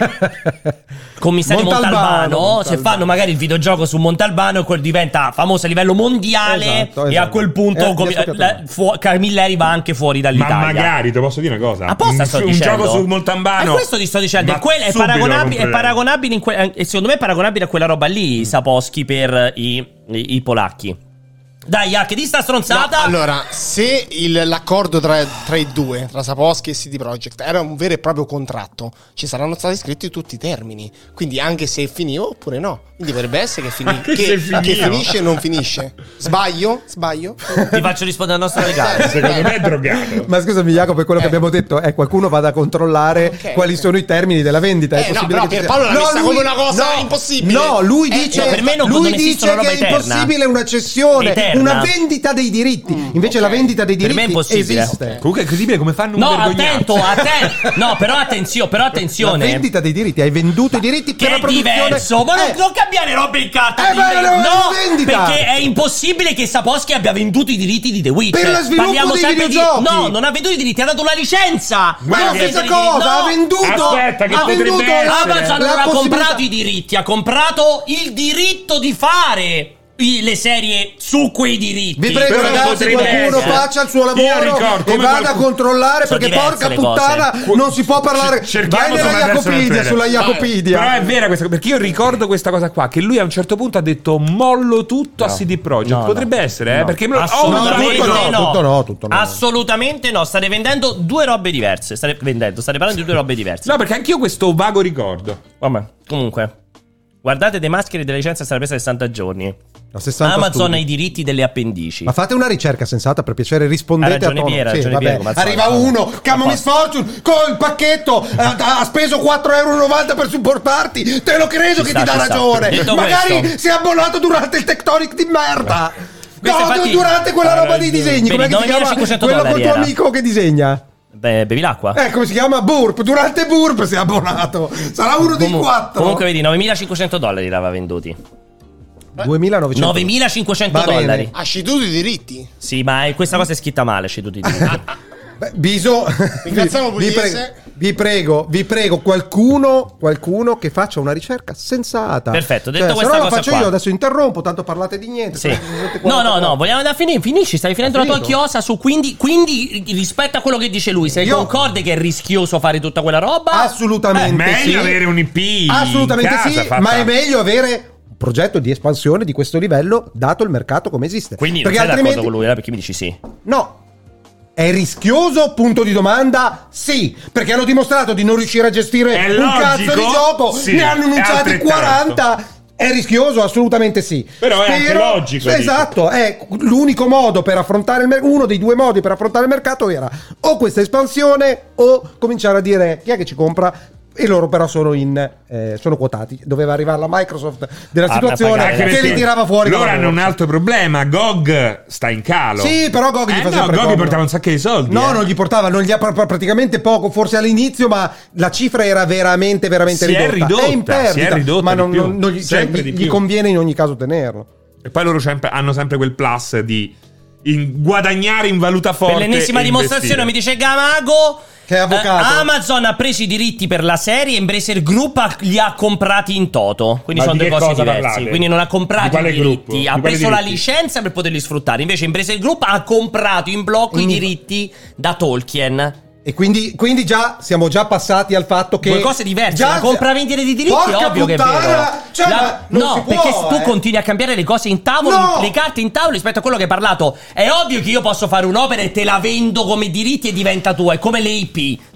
Commissari Montalbano, Montalbano, Montalbano. se fanno magari il videogioco su Montalbano, quello diventa famoso a livello mondiale. Esatto, E esatto. a quel punto Eh, come- mi è scoppiato la- male. fu- Camilleri va anche fuori Ma dall'Italia. magari, te posso dire una cosa. Apposta un, sto un dicendo. gioco su Montalbano. E questo ti sto dicendo. Ma È, quel- è subito paragonabile, è comprerei. paragonabile in que- e secondo me è paragonabile a quella roba lì, Sapolsky per i, i, i polacchi. Dai, ah, che di sta No, stronzata? allora, se il- l'accordo tra, tra i due, tra Sapolsky e C D Projekt, era un vero e proprio contratto, ci saranno stati scritti tutti i termini. Quindi anche se finiva oppure no. Quindi potrebbe essere che, fini- Anche che, se finiva. che finisce e non finisce. Sbaglio? Sbaglio? Ti faccio rispondere al nostro legale. Secondo me è drogato. Ma scusami Jacopo, quello che Eh. abbiamo detto è qualcuno vada a controllare Ok, quali ok. sono i termini della vendita. È Eh, no, possibile però che ci Pierpaolo sia- l'ha messa lui- come una cosa no, impossibile. No, lui Eh, dice, no, per me non- lui non esiste dice una roba che è eterna. impossibile una cessione, Eterna. una vendita dei diritti. Invece ok. la vendita dei Per me è diritti impossibile. esiste. Comunque è incredibile come fanno un No, vergognato. attento, attento. No, però attenzione, però La attenzione. vendita dei diritti, hai venduto i diritti Che per la è produzione. diverso, ma non, Eh, non cambiare robe in carta. Eh, di- ma non è una no, vendita. perché è impossibile che Sapolsky abbia venduto i diritti di The Witcher. Per lo sviluppo Parliamo dei sempre videogiochi. di no, non ha venduto i diritti, ha dato la licenza. Ma Non è ha la venduto stessa i diritti, cosa, no. ha venduto. Aspetta, che ha potrebbe venduto essere. Amazon non la ha possibilità- comprato i diritti, ha comprato il diritto di fare i- le serie su quei diritti. Vi prego Però ragazzi, potrebbe qualcuno essere. faccia il suo Io lavoro ricordo e come vada a qualcuno- controllare Sono perché diverse porca le cose. puttana non si può parlare. Cerchiamo Vai nella come adesso nel Jacopedia, trailer. sulla Vai. Jacopedia. Però è vera questa cosa, perché io ricordo questa cosa qua, che lui a un certo punto ha detto mollo tutto a C D Projekt. No, Potrebbe no. essere, eh, No. perché me lo- Assolutamente oh, tutto no, no, tutto no, tutto no. Assolutamente no. State vendendo due robe diverse. State vendendo, state parlando di due robe diverse. No, perché anch'io questo vago ricordo. Vabbè, comunque. Guardate The Maschere della licenza sarà presa sessanta giorni. No, sessanta Amazon studi. ha i diritti delle appendici. Ma fate una ricerca sensata, per piacere, rispondete Ha ragione a tono. Piero, ha Sì, ragione vabbè. Piero, come al Arriva solito. uno, Camo A Miss Fortune, col pacchetto, eh, ha speso quattro euro e novanta per supportarti. Te lo credo Ci che sta, ti dà ci sta. ragione. Detto Magari questo- si è abbonato durante il Tectonic di merda. Questo No, infatti- durante quella ha roba dei ragione. disegni. Per Com'è i che si chiama? novanemilacinquecento Quello col dollari tuo era. amico che disegna. Beh, bevi l'acqua. Eh, come si chiama? Burp. Durante Burp si è abbonato. Sarà uno dei Comu- quattro. Comunque vedi, novemilacinquecento dollari l'aveva venduti. duemilanovecento. novemilacinquecento Va bene. dollari. Ha ceduto i diritti. Sì, ma è- questa cosa è scritta male, c'è tutti i diritti. Beh, Biso, Ringraziamo vi, Pugliese. prego, vi prego, vi prego, qualcuno, qualcuno che faccia una ricerca sensata. Perfetto, detto Cioè, questa se no la cosa faccio qua. io, adesso interrompo, tanto parlate di niente. Sì. Siete No, no, quaranta no, vogliamo da finire. Finisci, stai finendo Ho la tua finito. chiosa su. Quindi, quindi, rispetto a quello che dice lui, sei Io- concorde che è rischioso fare tutta quella roba? Assolutamente Meglio sì. avere un I P. Assolutamente in casa, sì, fatta- ma è meglio avere un progetto di espansione di questo livello, dato il mercato come esiste. Quindi non perché sei d'accordo altrimenti con lui, eh? Perché mi dici sì. no. È rischioso? Punto di domanda? Sì, perché hanno dimostrato di non riuscire a gestire È un logico? cazzo di gioco, Sì, ne hanno è annunciati altrettanto. quaranta. È rischioso? Assolutamente sì. Però è anche logico, Esatto, è l'unico modo per affrontare il mercato. Uno dei due modi per affrontare il mercato era o questa espansione o cominciare a dire chi è che ci compra. E loro però sono in eh, sono quotati. Doveva arrivare la Microsoft della Ah, situazione ma pagare, che li tirava fuori. Loro dalla hanno un borsa. altro problema. G O G sta in calo. Sì, però G O G gli eh fa no, sempre G O G comodo. portava un sacco di soldi. No, eh. non gli portava, non gli ha pr- pr- praticamente poco, forse all'inizio, ma la cifra era veramente, veramente Si è ridotta. ridotta, in perdita, si è ridotta ma di non, più. non- non gli, cioè, Sempre gli- di gli più. conviene in ogni caso tenerlo. E poi loro sempre- hanno sempre quel plus di in- guadagnare in valuta forte. Per l'ennesima e dimostrazione mi investire. dice Gamago Che è avvocato. eh, Amazon ha preso i diritti per la serie, Embracer Group ha- li ha comprati in toto. Quindi Ma sono di due che cose cosa diverse. parlate? Quindi non ha Di comprato i quale diritti, gruppo? ha Di quali preso la diritti? licenza per poterli sfruttare. Invece Embracer Group ha comprato in blocco i In- diritti da Tolkien. E quindi, quindi già siamo già passati al fatto che Due cose diverse. già- La compravendita di diritti Porca è ovvio puttana, che è vero. cioè, La- ma non no, si può, perché se tu eh. continui a cambiare le cose in tavolo, No! le carte in tavolo rispetto a quello che hai parlato. È ovvio che io posso fare un'opera e te la vendo come diritti e diventa tua. È come le I P.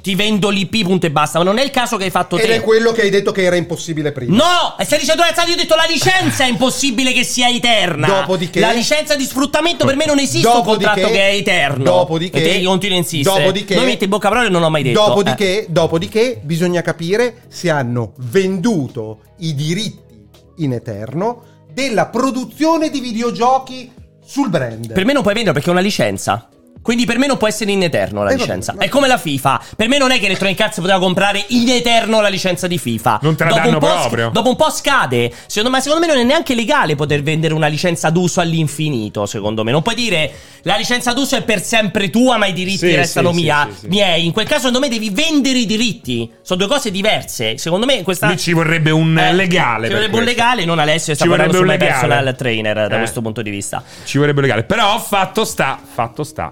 ti vendo l'I P punto e basta, ma non è il caso che hai fatto Ed te. è quello che hai detto che era impossibile prima. No, e stai dicendo cazzate, io ho detto la licenza è impossibile che sia eterna. Dopodiché la licenza di sfruttamento per me non esiste un contratto che è eterno. Dopodiché e te continui a insistere. Dopodiché non metti in bocca parole, non l'ho mai detto. Dopodiché, eh. dopodiché bisogna capire se hanno venduto i diritti in eterno della produzione di videogiochi sul brand. Per me non puoi vendere perché è una licenza. Quindi per me non può essere in eterno la Eh, licenza. vabbè, vabbè. È come la FIFA. Per me non è che Electronic Arts poteva comprare in eterno la licenza di FIFA. Non te la dopo danno un po' proprio. sc- dopo un po' scade. Secondo me, secondo me non è neanche legale poter vendere una licenza d'uso all'infinito. Secondo me non puoi dire la licenza d'uso è per sempre tua, ma i diritti Sì, restano sì, mia, sì, sì, sì. miei. In quel caso, secondo me, devi vendere i diritti. Sono due cose diverse. Secondo me, questa. Lì ci vorrebbe un Eh, legale. Ci per vorrebbe un questo. legale, non Alessio sta Ci parlando vorrebbe su un my legale. personal trainer da Eh. questo punto di vista. Ci vorrebbe un legale. Però fatto sta, fatto sta.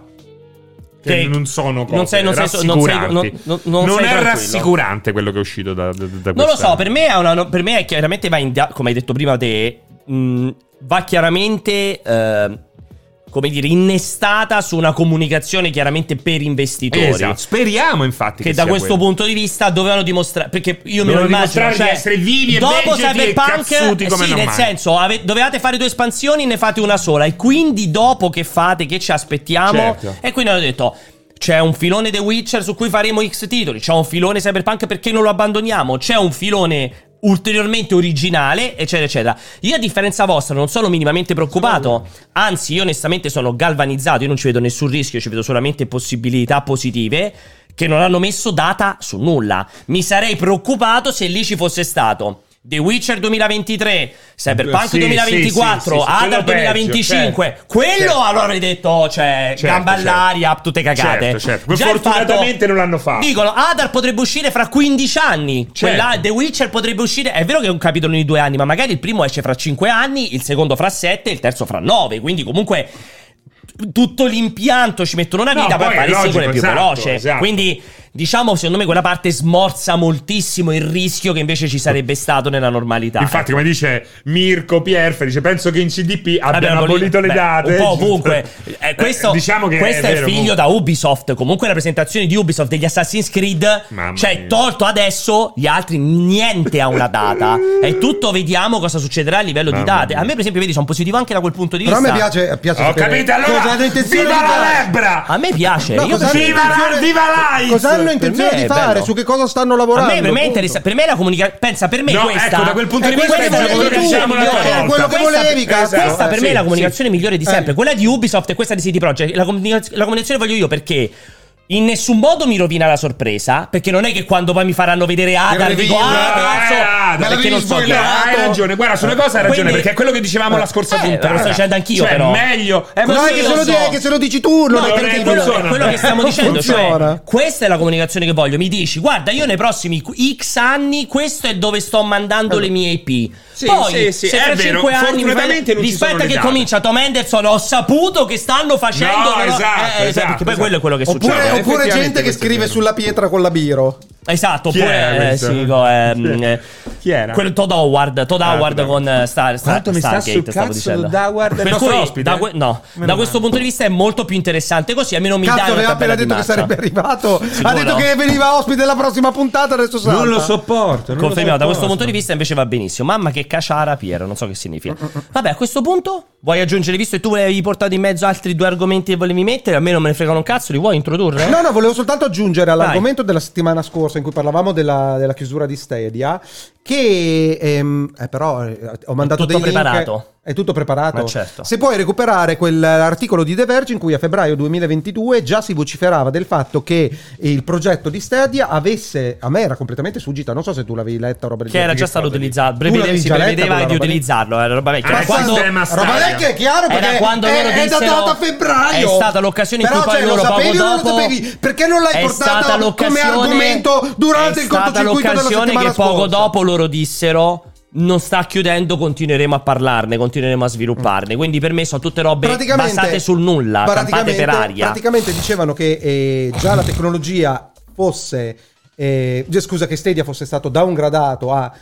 Che Che non sono cose non sei- non sei- non sei- rassicuranti. non- non- non Non sei è tranquillo. rassicurante quello che è uscito da, da, da Non lo questa- so, per me è una, per me è chiaramente va in, come hai detto prima te, mh, va chiaramente eh, come dire, innestata su una comunicazione chiaramente per investitori. Esatto. Speriamo infatti Che, che da sia questo quello. punto di vista dovevano dimostrare, perché io me lo Dovevano immagino, dimostrare cioè, di essere vivi e dopo vegeti e Cyberpunk, cazzuti eh, come sì, non nel mai. senso ave- dovevate fare due espansioni, ne fate una sola, e quindi dopo che fate, che ci aspettiamo? Certo. E quindi hanno detto c'è un filone The Witcher su cui faremo X titoli, c'è un filone Cyberpunk perché non lo abbandoniamo, c'è un filone ulteriormente originale, eccetera eccetera. Io a differenza vostra non sono minimamente preoccupato, anzi io onestamente sono galvanizzato, io non ci vedo nessun rischio, ci vedo solamente possibilità positive, che non hanno messo data su nulla. Mi sarei preoccupato se lì ci fosse stato The Witcher duemilaventitré, Cyberpunk Sì, duemilaventiquattro, sì, sì, sì, sì, Hadar quello duemilaventicinque. peggio, certo. Quello Certo. allora avrei detto, cioè, Certo, gamba certo. all'aria, tutte cagate. Certo, certo. Poi Già il fortunatamente fatto- non l'hanno fatto. Dicono, Hadar potrebbe uscire fra quindici anni. Certo. Quella, The Witcher potrebbe uscire. È vero che è un capitolo di due anni, ma magari il primo esce fra cinque anni, il secondo fra sette, il terzo fra nove. Quindi comunque tutto l'impianto ci mettono una No, vita poi per è fare il logico, singolo più esatto, veloce. esatto. Quindi, diciamo, secondo me quella parte smorza moltissimo il rischio che invece ci sarebbe stato nella normalità. Infatti, come dice Mirko Pierfe, dice penso che in C D P abbiano Abbiamo abolito le beh, date. un po' ovunque. Eh, questo Eh, diciamo che questo è è, vero, figlio mo- da Ubisoft. Comunque la presentazione di Ubisoft degli Assassin's Creed, Mamma cioè mia. tolto adesso, gli altri niente ha una data. È tutto, vediamo cosa succederà a livello di Mamma date. A me per esempio, vedi, sono positivo anche da quel punto di Però a vista. me piace, piace Ho sapere capito, allora, cosa hanno intenzione viva di la fare. lebbra! A me piace. No, Io cosa hanno preferisco- Viva la- intenzione- viva l'A I S! Cosa hanno Per intenzione me di è fare? bello. Su che cosa stanno A lavorando? me, per me, appunto. interessa, per me la comunicazione. Pensa, per me No, questa. ecco, da quel punto di è vista questa è la quello che comunicazione diciamo l'altra migliore. volta. È quello che Questa- volevi, cazzo. Questa per Eh, me è sì, la comunicazione migliore di sempre. Eh. Quella di Ubisoft e questa di C D Projekt. La, comunica- la comunicazione voglio io perché in nessun modo mi rovina la sorpresa. Perché non è che quando poi mi faranno vedere Hadar Il dico reveal, ah eh, cazzo, Hadar, perché l'avevi non so chi è. spoilerato. Hai ragione, guarda, su una cosa hai ragione, Quindi- perché è quello che dicevamo la scorsa Eh, puntata. lo sto dicendo anch'io, cioè, però. meglio. Eh, No, ma è sì, che lo se lo, so. di- è che se lo dici tu, non No, è non che è è quello, funziona. è quello che stiamo Non dicendo, funziona. cioè, questa è la comunicazione che voglio. Mi dici, guarda, io nei prossimi X anni questo è dove sto mandando le mie I P. Sì, Poi, sì, sì, se è fra vero, cinque anni mi fai- fortunatamente non ci sono rispetta le che date. comincia Tom Henderson, ho saputo che stanno facendo No, no, esatto, eh, esatto, perché poi esatto. quello è quello che Oppure, succede. Cioè, oppure effettivamente gente che questo è scrive vero. sulla pietra con la biro. Esatto, Chi oppure era eh, questo? sì, dico, ehm, eh, Chi era? quello Todd Howard, Todd Ah, Howard bravo. con eh, Star, Star, Quanto mi sta Stargate, sul stavo cazzo dicendo. Todd Howard, è il Per nostro cui, ospite? da, que- no, Meno da questo male. punto di vista è molto più interessante così, almeno mi dai Cazzo, una aveva appena tabella di detto che marcia. sarebbe arrivato. Sicuro? Ha detto che veniva ospite della prossima puntata, adesso salta. Non lo sopporto. non lo Confermiamo, da questo sopporto. punto di vista invece va benissimo. Mamma che caciara Piero, non so che significa. Vabbè, a questo punto vuoi aggiungere, visto che tu avevi portato in mezzo altri due argomenti che volevi mettere, a me non me ne fregano un cazzo, li vuoi introdurre? No, no, volevo soltanto aggiungere all'argomento della settimana scorsa in cui parlavamo della, della chiusura di Stadia che ehm, eh, però eh, ho mandato tutto dei link. preparato. È tutto preparato. Ma certo. Se puoi recuperare quell'articolo di The Verge in cui a febbraio duemilaventidue già si vociferava del fatto che il progetto di Stadia avesse, a me era completamente sfuggita, non so se tu l'avevi letta o roba del Che era genere. già stato utilizzato. Tu l'avevi Si già letta prevedeva quella di roba lì? utilizzarlo. Era roba vecchia. Ah, Era quando, sistema Roba Stadia. vecchia è chiaro perché era quando è, loro è dissero, datata a febbraio. È stata l'occasione in Però, cui poi cioè, loro lo sapevi poco o non dopo lo sapevi? Perché non l'hai è portata stata come l'occasione- argomento durante è il stata cortocircuito della l'occasione settimana che poco scorsa? dopo loro dissero non sta chiudendo, continueremo a parlarne, continueremo a svilupparne. Quindi per me sono tutte robe basate sul nulla, campate praticamente- per aria. Praticamente dicevano che eh, già la tecnologia fosse eh, scusa che Stadia fosse stato downgradato a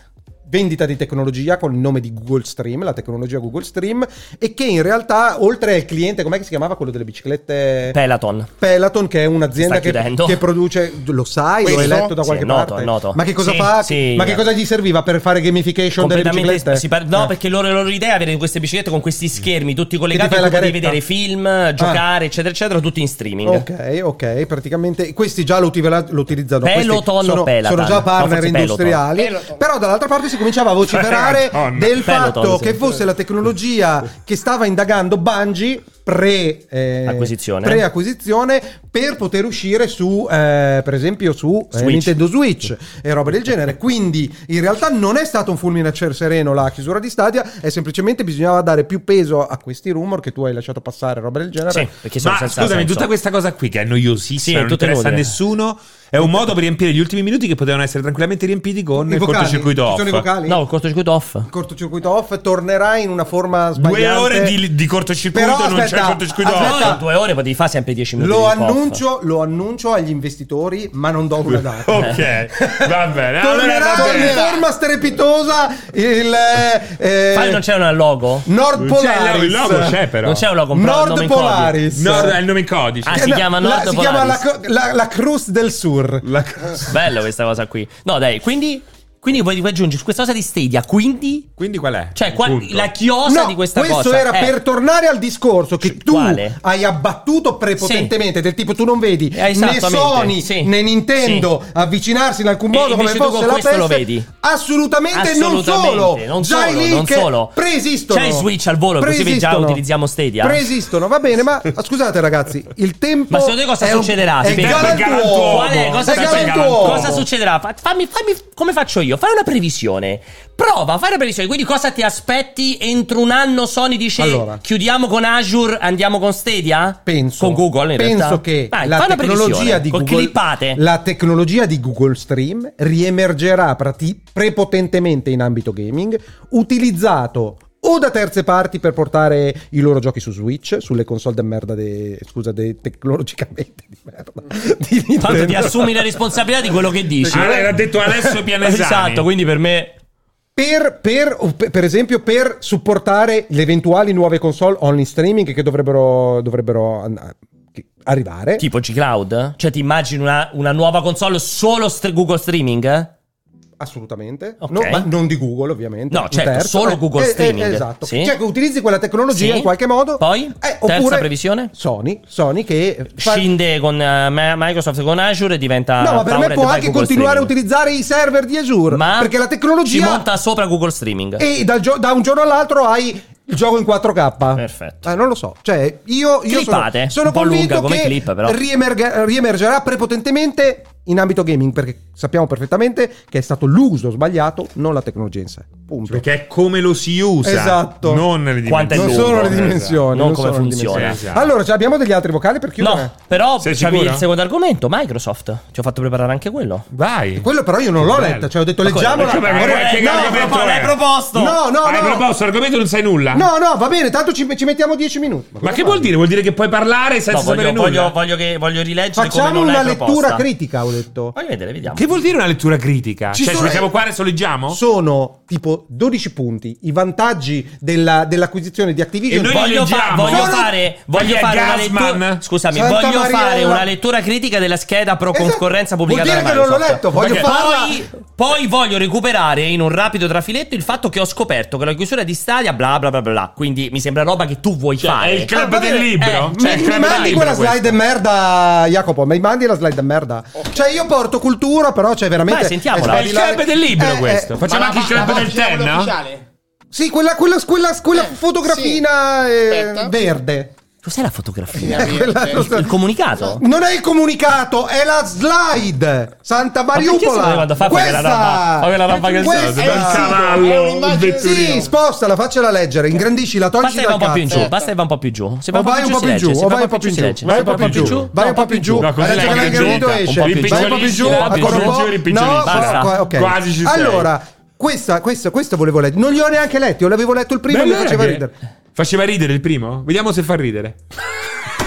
vendita di tecnologia con il nome di Google Stream, la tecnologia Google Stream, e che in realtà oltre al cliente, com'è che si chiamava quello delle biciclette? Peloton. Peloton, che è un'azienda Sta che, chiudendo. che produce, lo sai, Questo? lo hai letto da Sì, qualche è noto, parte? è noto. Ma che cosa Sì, fa? sì. Ma che cosa gli serviva per fare gamification delle Completamente biciclette? si par- no, Eh. perché loro, la loro idea è avere queste biciclette con questi schermi tutti collegati, fai la e potevi garetta? vedere film, giocare, eccetera, eccetera, tutti in streaming. Ok, ok, praticamente questi già lo, util- lo utilizzano. Questi Peloton sono, o Peloton? sono già No, partner forse Peloton. industriali. Peloton. Però dall'altra parte si cominciava a vociferare Peloton. del Peloton, fatto sì. che fosse la tecnologia che stava indagando Bungie pre eh, Acquisizione. pre-acquisizione per poter uscire su eh, per esempio su eh, Switch. Nintendo Switch e roba del genere. Quindi in realtà non è stato un fulmine a ciel sereno la chiusura di Stadia, è semplicemente bisognava dare più peso a questi rumor che tu hai lasciato passare, roba del genere. Sì, perché sono Ma senza scusami, senso. tutta questa cosa qui che è Sì, noiosissima, è non tutto interessa a inutile. nessuno, è un modo per riempire gli ultimi minuti che potevano essere tranquillamente riempiti con I il vocali, cortocircuito ci off. sono i vocali? No, il cortocircuito off. Il cortocircuito off tornerà in una forma Due sbagliata. ore di, di cortocircuito, Però, non c'è aspetta, il cortocircuito aspetta. off. No, in due ore potevi fare sempre dieci minuti Lo di off. annuncio, lo annuncio agli investitori, ma non do una data. Ok, va bene. Allora, Tornerà va in bene. forma strepitosa il eh, Fai, non c'è un logo? Nord Non c'è il logo, Polaris. il logo c'è però. Non c'è un logo, un pro- Nord nome in codice. Polaris. No, è il nome in codice. Ah, Che si no, chiama la- Nord si chiama la, Polaris. la, la Cruz del Sur. La- Bello questa cosa qui. No, dai, quindi quindi vuoi aggiungere questa cosa di Stadia, quindi Quindi qual è? cioè qua- Punto. la chiosa No, di questa questo cosa era è- per tornare al discorso che tu Quale? hai abbattuto prepotentemente, del tipo tu non vedi Eh, né esattamente, Sony sì. né Nintendo Sì. avvicinarsi in alcun E modo come invece tu fosse con la questo P S. lo vedi? Assolutamente, non Assolutamente, solo. non Già solo, i non leak solo. preesistono. C'è il Switch al volo, così già Preesistono. utilizziamo Stadia. Preesistono, va bene, ma scusate ragazzi, il tempo Ma secondo te cosa è un- succederà? È Spiega. galantuomo. Qual è? Cosa, È succederà? galantuomo. Cosa succederà? Fa- Fammi, fammi come faccio io? Fai una previsione. Prova, fai una previsione. Quindi cosa ti aspetti entro un anno? Sony dice Allora. chiudiamo con Azure, andiamo con Stadia? Penso, Con Google in penso realtà. che Vai, la fai una tecnologia previsione. di Con Google, clippate. la tecnologia di Google Stream riemergerà prati- prepotentemente in ambito gaming, utilizzato o da terze parti per portare i loro giochi su Switch, sulle console de merda, de, scusa, de, tecnologicamente di merda. Di Tanto ti Nintendo. assumi la responsabilità di quello che dici. Ah, l'ha detto Alessio Pianesani. Esatto, quindi per me Per, per, o pe- per esempio per supportare le eventuali nuove console only streaming che dovrebbero, dovrebbero an- che- arrivare. tipo G-Cloud? Cioè ti immagini una, una nuova console solo st- Google Streaming? Assolutamente, Ok. no, ma non di Google ovviamente. No, un certo, terzo. solo Eh, Google eh, eh, Streaming. esatto, Sì. cioè che utilizzi quella tecnologia Sì. in qualche modo. Poi? Eh, Terza oppure previsione? Sony, Sony che fa- Scinde con eh, Ma- Microsoft con Azure e diventa No, ma per me powered può by anche Google continuare a Streaming. utilizzare i server di Azure, Ma perché la ci tecnologia monta sopra Google Streaming. e dal gio- da un giorno all'altro hai il gioco in quattro K. Perfetto. Eh, non lo so, cioè io, io sono, Clippate, sono un po' convinto lunga come che clip, però. riemerge- riemergerà prepotentemente in ambito gaming, perché sappiamo perfettamente che è stato l'uso sbagliato, non la tecnologia in sé. Punto. Perché è come lo si usa. Esatto. Non le Quanto è dimensioni. Non sono le lungo, dimensioni, non non come sono le funziona. dimensioni. Esatto. Allora, cioè, abbiamo degli altri vocali per chiudere? No, però Sei c'avevi sicuro? il secondo argomento, Microsoft. Ci ho fatto preparare anche quello. Vai. Quello però io non l'ho Che letta, bello. cioè ho detto Ma come? leggiamola. Ma come? Ora- Che no, argomento proprio- è? l'hai proposto. No, no, Hai no. proposto argomento non sai nulla? No, no, va bene, tanto ci, ci mettiamo dieci minuti. Ma che vuol dire? Vuol dire che puoi parlare senza No, voglio, sapere nulla? voglio, voglio, che, voglio rileggere come Facciamo non una l'hai lettura proposta. critica, ho detto. Voglio vedere, vediamo. Che vuol dire una lettura critica? Ci cioè, ci sono- mettiamo qua e adesso leggiamo? Sono tipo dodici punti i vantaggi della- dell'acquisizione di Activision. E noi Voglio, fa- leggiamo. voglio Sono- fare, voglio Taglia fare una Gassman. lettura. Scusami, Santa voglio Mariella. fare una lettura critica della scheda pro Esatto. concorrenza Vuol pubblicata dire da che non l'ho Microsoft. letto, voglio Perché farla- poi, poi voglio recuperare in un rapido trafiletto il fatto che ho scoperto che la chiusura di Stadia bla bla bla bla. Quindi mi sembra roba che tu vuoi Cioè, fare. è il club Ah, va del bene. libro? Eh, Cioè, Mi, il mi club del mandi libro quella questo. slide de merda, Jacopo? Mi mandi la slide de merda? Cioè, io porto cultura, però c'è veramente. Vai, sentiamola. è È il club del libro Eh, eh, questo. Facciamo anche il club del ten, no? Sì, quella, quella, quella, quella Eh, fotografina eh, Aspetta. verde. Cos'è la fotografia? Eh, Quella- Il, il comunicato? Non è il comunicato, è la slide. Santa perché se Mariupola. lo devo andare a fare quella roba- quella roba che questa. so, È un È cavallo, un un'immagine- vetturino. Sì, spostala, faccela leggere, ingrandiscila, Basta toglici che va dal un po' più in cazzo. giù, basta che va un po' più giù. Se va O vai un po' si più legge, giù, se o va vai un po' più si giù, legge, vai se un po' più giù, vai un po' più giù. No, così Adesso legge che l'hai giù, capito un esce. po' più Vai un po' più giù, giù, ancora un po'. rimpicciolì, No, basta. qua- ok. Quasi ci sei. Allora, questa, questa, questa volevo leggere. Non li ho neanche letti, io l'avevo letto il primo e Beh, mi allora faceva che- ridere. Faceva ridere il primo? Vediamo se fa ridere.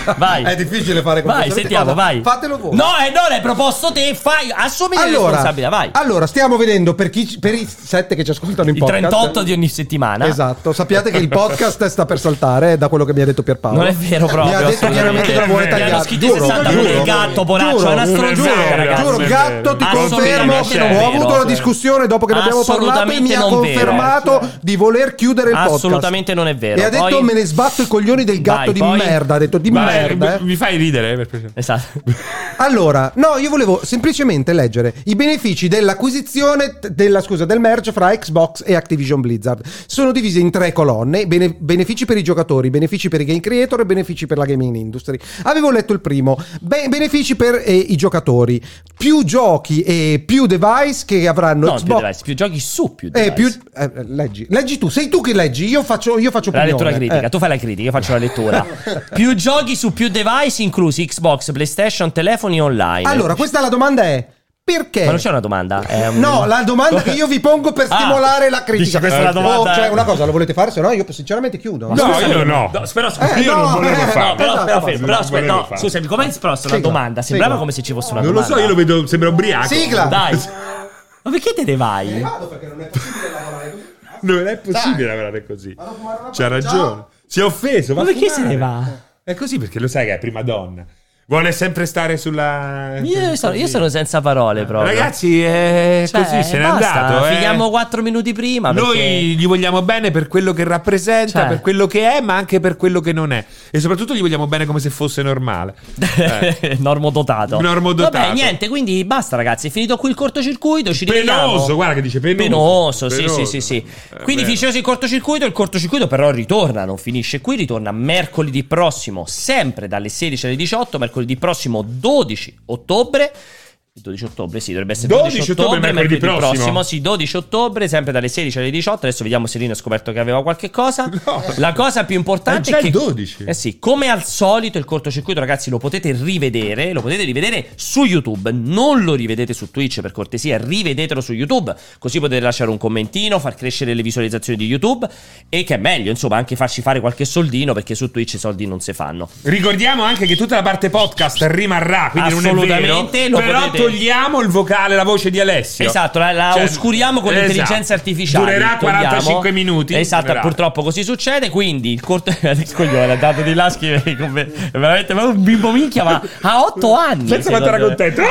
Vai. È difficile fare con Vai, sentiamo, vai. Fatelo voi. No, e non l'hai proposto te, fai, assumi la Allora, responsabilità, vai. allora, stiamo vedendo per, chi, per i sette che ci ascoltano in I podcast. trentotto di ogni settimana. Esatto, sappiate che il podcast sta per saltare, da quello che mi ha detto Pierpaolo. Non è vero proprio. Mi ha detto chiaramente che la vuole Mi tagliare. hanno scritto Giuro, sessanta giuro, il gatto, poraccio, giuro, è una stronzata, ragazzi. Giuro, gatto, ti confermo. Assolutamente non Ho vero. avuto la discussione dopo che ne abbiamo parlato e mi ha non vero. confermato di voler chiudere il podcast. Assolutamente non è vero. E ha detto Poi- me ne sbatto i coglioni del gatto Vai, di poi- merda. Ha detto di Vai, merda. eh. mi fai ridere, per piacere. Esatto. Allora, no, io volevo semplicemente leggere i benefici dell'acquisizione della scusa del merge fra Xbox e Activision Blizzard. Sono divisi in tre colonne: bene- benefici per i giocatori, benefici per i game creator e benefici per la gaming industry. Avevo letto il primo. Be- benefici per eh, i giocatori: più giochi e più device che avranno No, Xbox. più device, più giochi su più device. Eh, più, eh, leggi, leggi tu, sei tu che leggi, io faccio, io faccio La opinione. lettura critica, Eh. tu fai la critica, io faccio la lettura. Più giochi su più device, inclusi Xbox, PlayStation, telefoni online. Allora, questa la domanda è: perché? Ma non c'è una domanda? È un- No, la domanda che io vi pongo per Ah, stimolare la critica. dici, questa è la domanda, Oh, cioè, eh. una cosa, lo volete fare? Se no, io sinceramente chiudo. No, Scusami, io no. Però Eh, io no, non volevo eh, farlo. No, però, Esatto, però, esatto. però, aspetta, volevo no, farlo. scusami, come hai espresso la Sigla, domanda? Sembrava sigla. come se ci fosse una Non lo domanda. so, io lo vedo, sembra ubriaco. Sigla. Dai. Ma perché te ne vai? Vado perché non è possibile lavorare così. Non è possibile lavorare così. C'ha ragione. Si è offeso. Ma va a perché se fumare. ne va? È così perché lo sai che è prima donna. Vuole sempre stare sulla. Io sono, io sono senza parole proprio. Ragazzi, è Cioè, così, se n'è basta, andato. eh. finiamo quattro minuti prima. Noi perché- gli vogliamo bene per quello che rappresenta, Cioè. per quello che è, ma anche per quello che non è. E soprattutto gli vogliamo bene come se fosse normale. Eh. Normodotato. Normodotato. Vabbè, niente, quindi basta, ragazzi. È finito qui il cortocircuito. Ci rivediamo. Penoso, guarda che dice penoso. Penoso, sì, Penoso. sì, sì, sì. Eh, Quindi vero. finisce il cortocircuito. Il cortocircuito, però, ritorna, non finisce qui. Ritorna mercoledì prossimo, sempre dalle sedici alle diciotto. Mercoledì prossimo, dodici ottobre. dodici ottobre, sì, dovrebbe essere dodici, dodici ottobre, ottobre, mercoledì mercoledì prossimo. prossimo. Sì, dodici ottobre, sempre dalle sedici alle diciotto. Adesso vediamo se Lino ha scoperto che aveva qualche cosa. No. La cosa più importante È già è che il dodici. Eh sì, come al solito il cortocircuito, ragazzi, lo potete rivedere, lo potete rivedere su YouTube, non lo rivedete su Twitch, per cortesia, rivedetelo su YouTube, così potete lasciare un commentino, far crescere le visualizzazioni di YouTube e che è meglio, insomma, anche farci fare qualche soldino, perché su Twitch i soldi non si fanno. Ricordiamo anche che tutta la parte podcast rimarrà, quindi non è Assolutamente, vero. lo Però potete- togliamo il vocale, la voce di Alessio. Esatto, la, la Cioè, oscuriamo con esatto. l'intelligenza artificiale. Durerà togliamo. quarantacinque minuti. Esatto, Durerà. purtroppo così succede. Quindi il corto. Coglione, è andato di là a scrivere come- è veramente ma un bimbo minchia, ma ha otto anni. Pensa quanto era secondo me. contento.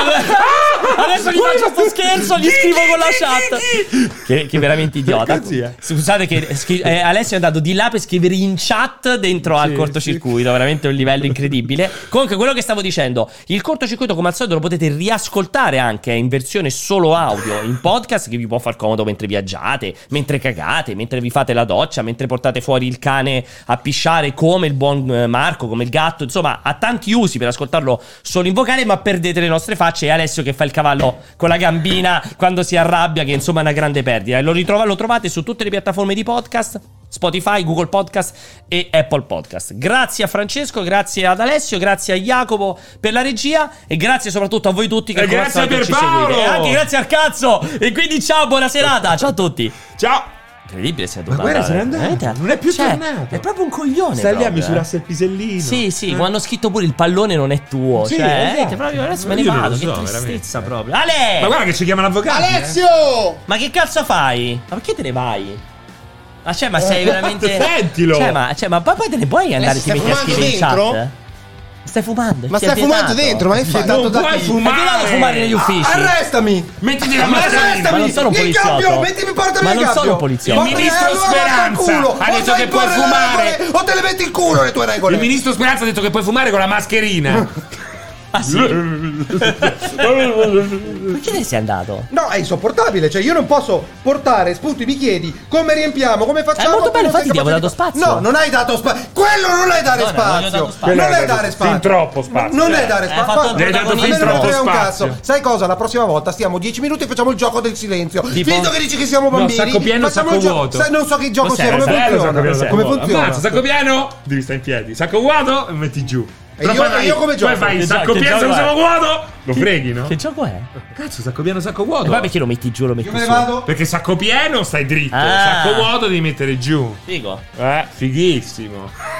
Ah! Adesso gli faccio sto scherzo, gli scrivo con la chat. Che, che veramente idiota. Così è. Scusate che scri- eh, Alessio è andato di là per scrivere in chat dentro al cortocircuito, veramente un livello incredibile. Comunque quello che stavo dicendo, il cortocircuito come al solito lo potete riascoltare anche in versione solo audio in podcast, che vi può far comodo mentre viaggiate, mentre cagate, mentre vi fate la doccia, mentre portate fuori il cane a pisciare, come il buon eh, Marco, come il gatto, insomma ha tanti usi per ascoltarlo solo in vocale, ma perdete le nostre facce e Alessio che fa il cavallo con la gambina quando si arrabbia, che insomma è una grande perdita. E lo, ritrova- lo trovate su tutte le piattaforme di podcast, Spotify, Google Podcast e Apple Podcast. Grazie a Francesco, grazie ad Alessio, grazie a Jacopo per la regia e grazie soprattutto a voi tutti che E come al grazie a solito ci Pierpaolo. seguite. E anche grazie al cazzo. E quindi ciao, buona serata. Ciao a tutti. Ciao. Incredibile, si è Ma guarda, se n'è andato. Non è più cioè, tornato. È proprio un coglione. Sta lì a proprio, misurarsi eh. il pisellino. Sì, sì, Eh. quando hanno scritto pure il pallone non è tuo. Sì, cioè, esatto. eh, proprio adesso me ne Io non vado. lo Che so, tristezza veramente. proprio. Ale! Ma guarda che ci chiama l'avvocato. Alessio! Ma che cazzo fai? Ma perché te ne vai? Ma cioè, ma sei veramente. Sentilo. Cioè, ma, cioè, ma poi poi te ne puoi andare? Alessio, Ti stai metti a scrivere in fumando chat? Stai fumando? Ma Ti è stai fumando vietato. dentro, ma che fai? Non Da puoi chi? fumare. Ma che vado a fumare negli uffici? Arrestami! Mettiti la Ma mascherina. Arrestami! Ma non sono un Il poliziotto. gabbio, mettimi, portami Ma il non gabbio. sono un poliziotto. Il Portami- ministro allora, Speranza vaffanculo. ha O detto sai che puoi imporre le fumare. regole, o te le metti in culo le tue regole. Il ministro Speranza ha detto che puoi fumare con la mascherina. Ah sì? Perché te ne sei andato? No, è insopportabile. Cioè, io non posso portare spunti, mi chiedi come riempiamo, come facciamo. È molto bello, tu non sei infatti ti avevo capace dato di- spazio. No, non hai dato spazio. Quello non è dare No, no, non gli ho spazio. dato spazio. Non Quello è hai dare dato spazio. fin troppo spazio. Non è Eh, dare hai spazio. fatto un Gli hai dato A me fin non me ne troppo frega un spazio. cazzo. Sai cosa? La prossima volta stiamo dieci minuti e facciamo il gioco del silenzio. Tipo? Visto che dici che siamo No, bambini, sacco pieno, facciamo sacco il gioco. vuoto. Sai, non so che gioco Cos'è? sia, come Bello, funziona. sacco pieno, Come sacco funziona? Ammazza, sacco pieno. Devi stare in piedi. Sacco vuoto e metti giù. E io- e io come gioco? Poi fai Che sacco gioco- che pieno, gioco sacco è? vuoto. Lo freghi, no? Che gioco è? Cazzo, sacco pieno, sacco E vuoto. poi perché lo metti giù, lo metti Io me ne su? vado. Perché sacco pieno stai dritto. Ah. Sacco vuoto devi mettere giù. Figo. Eh, fighissimo.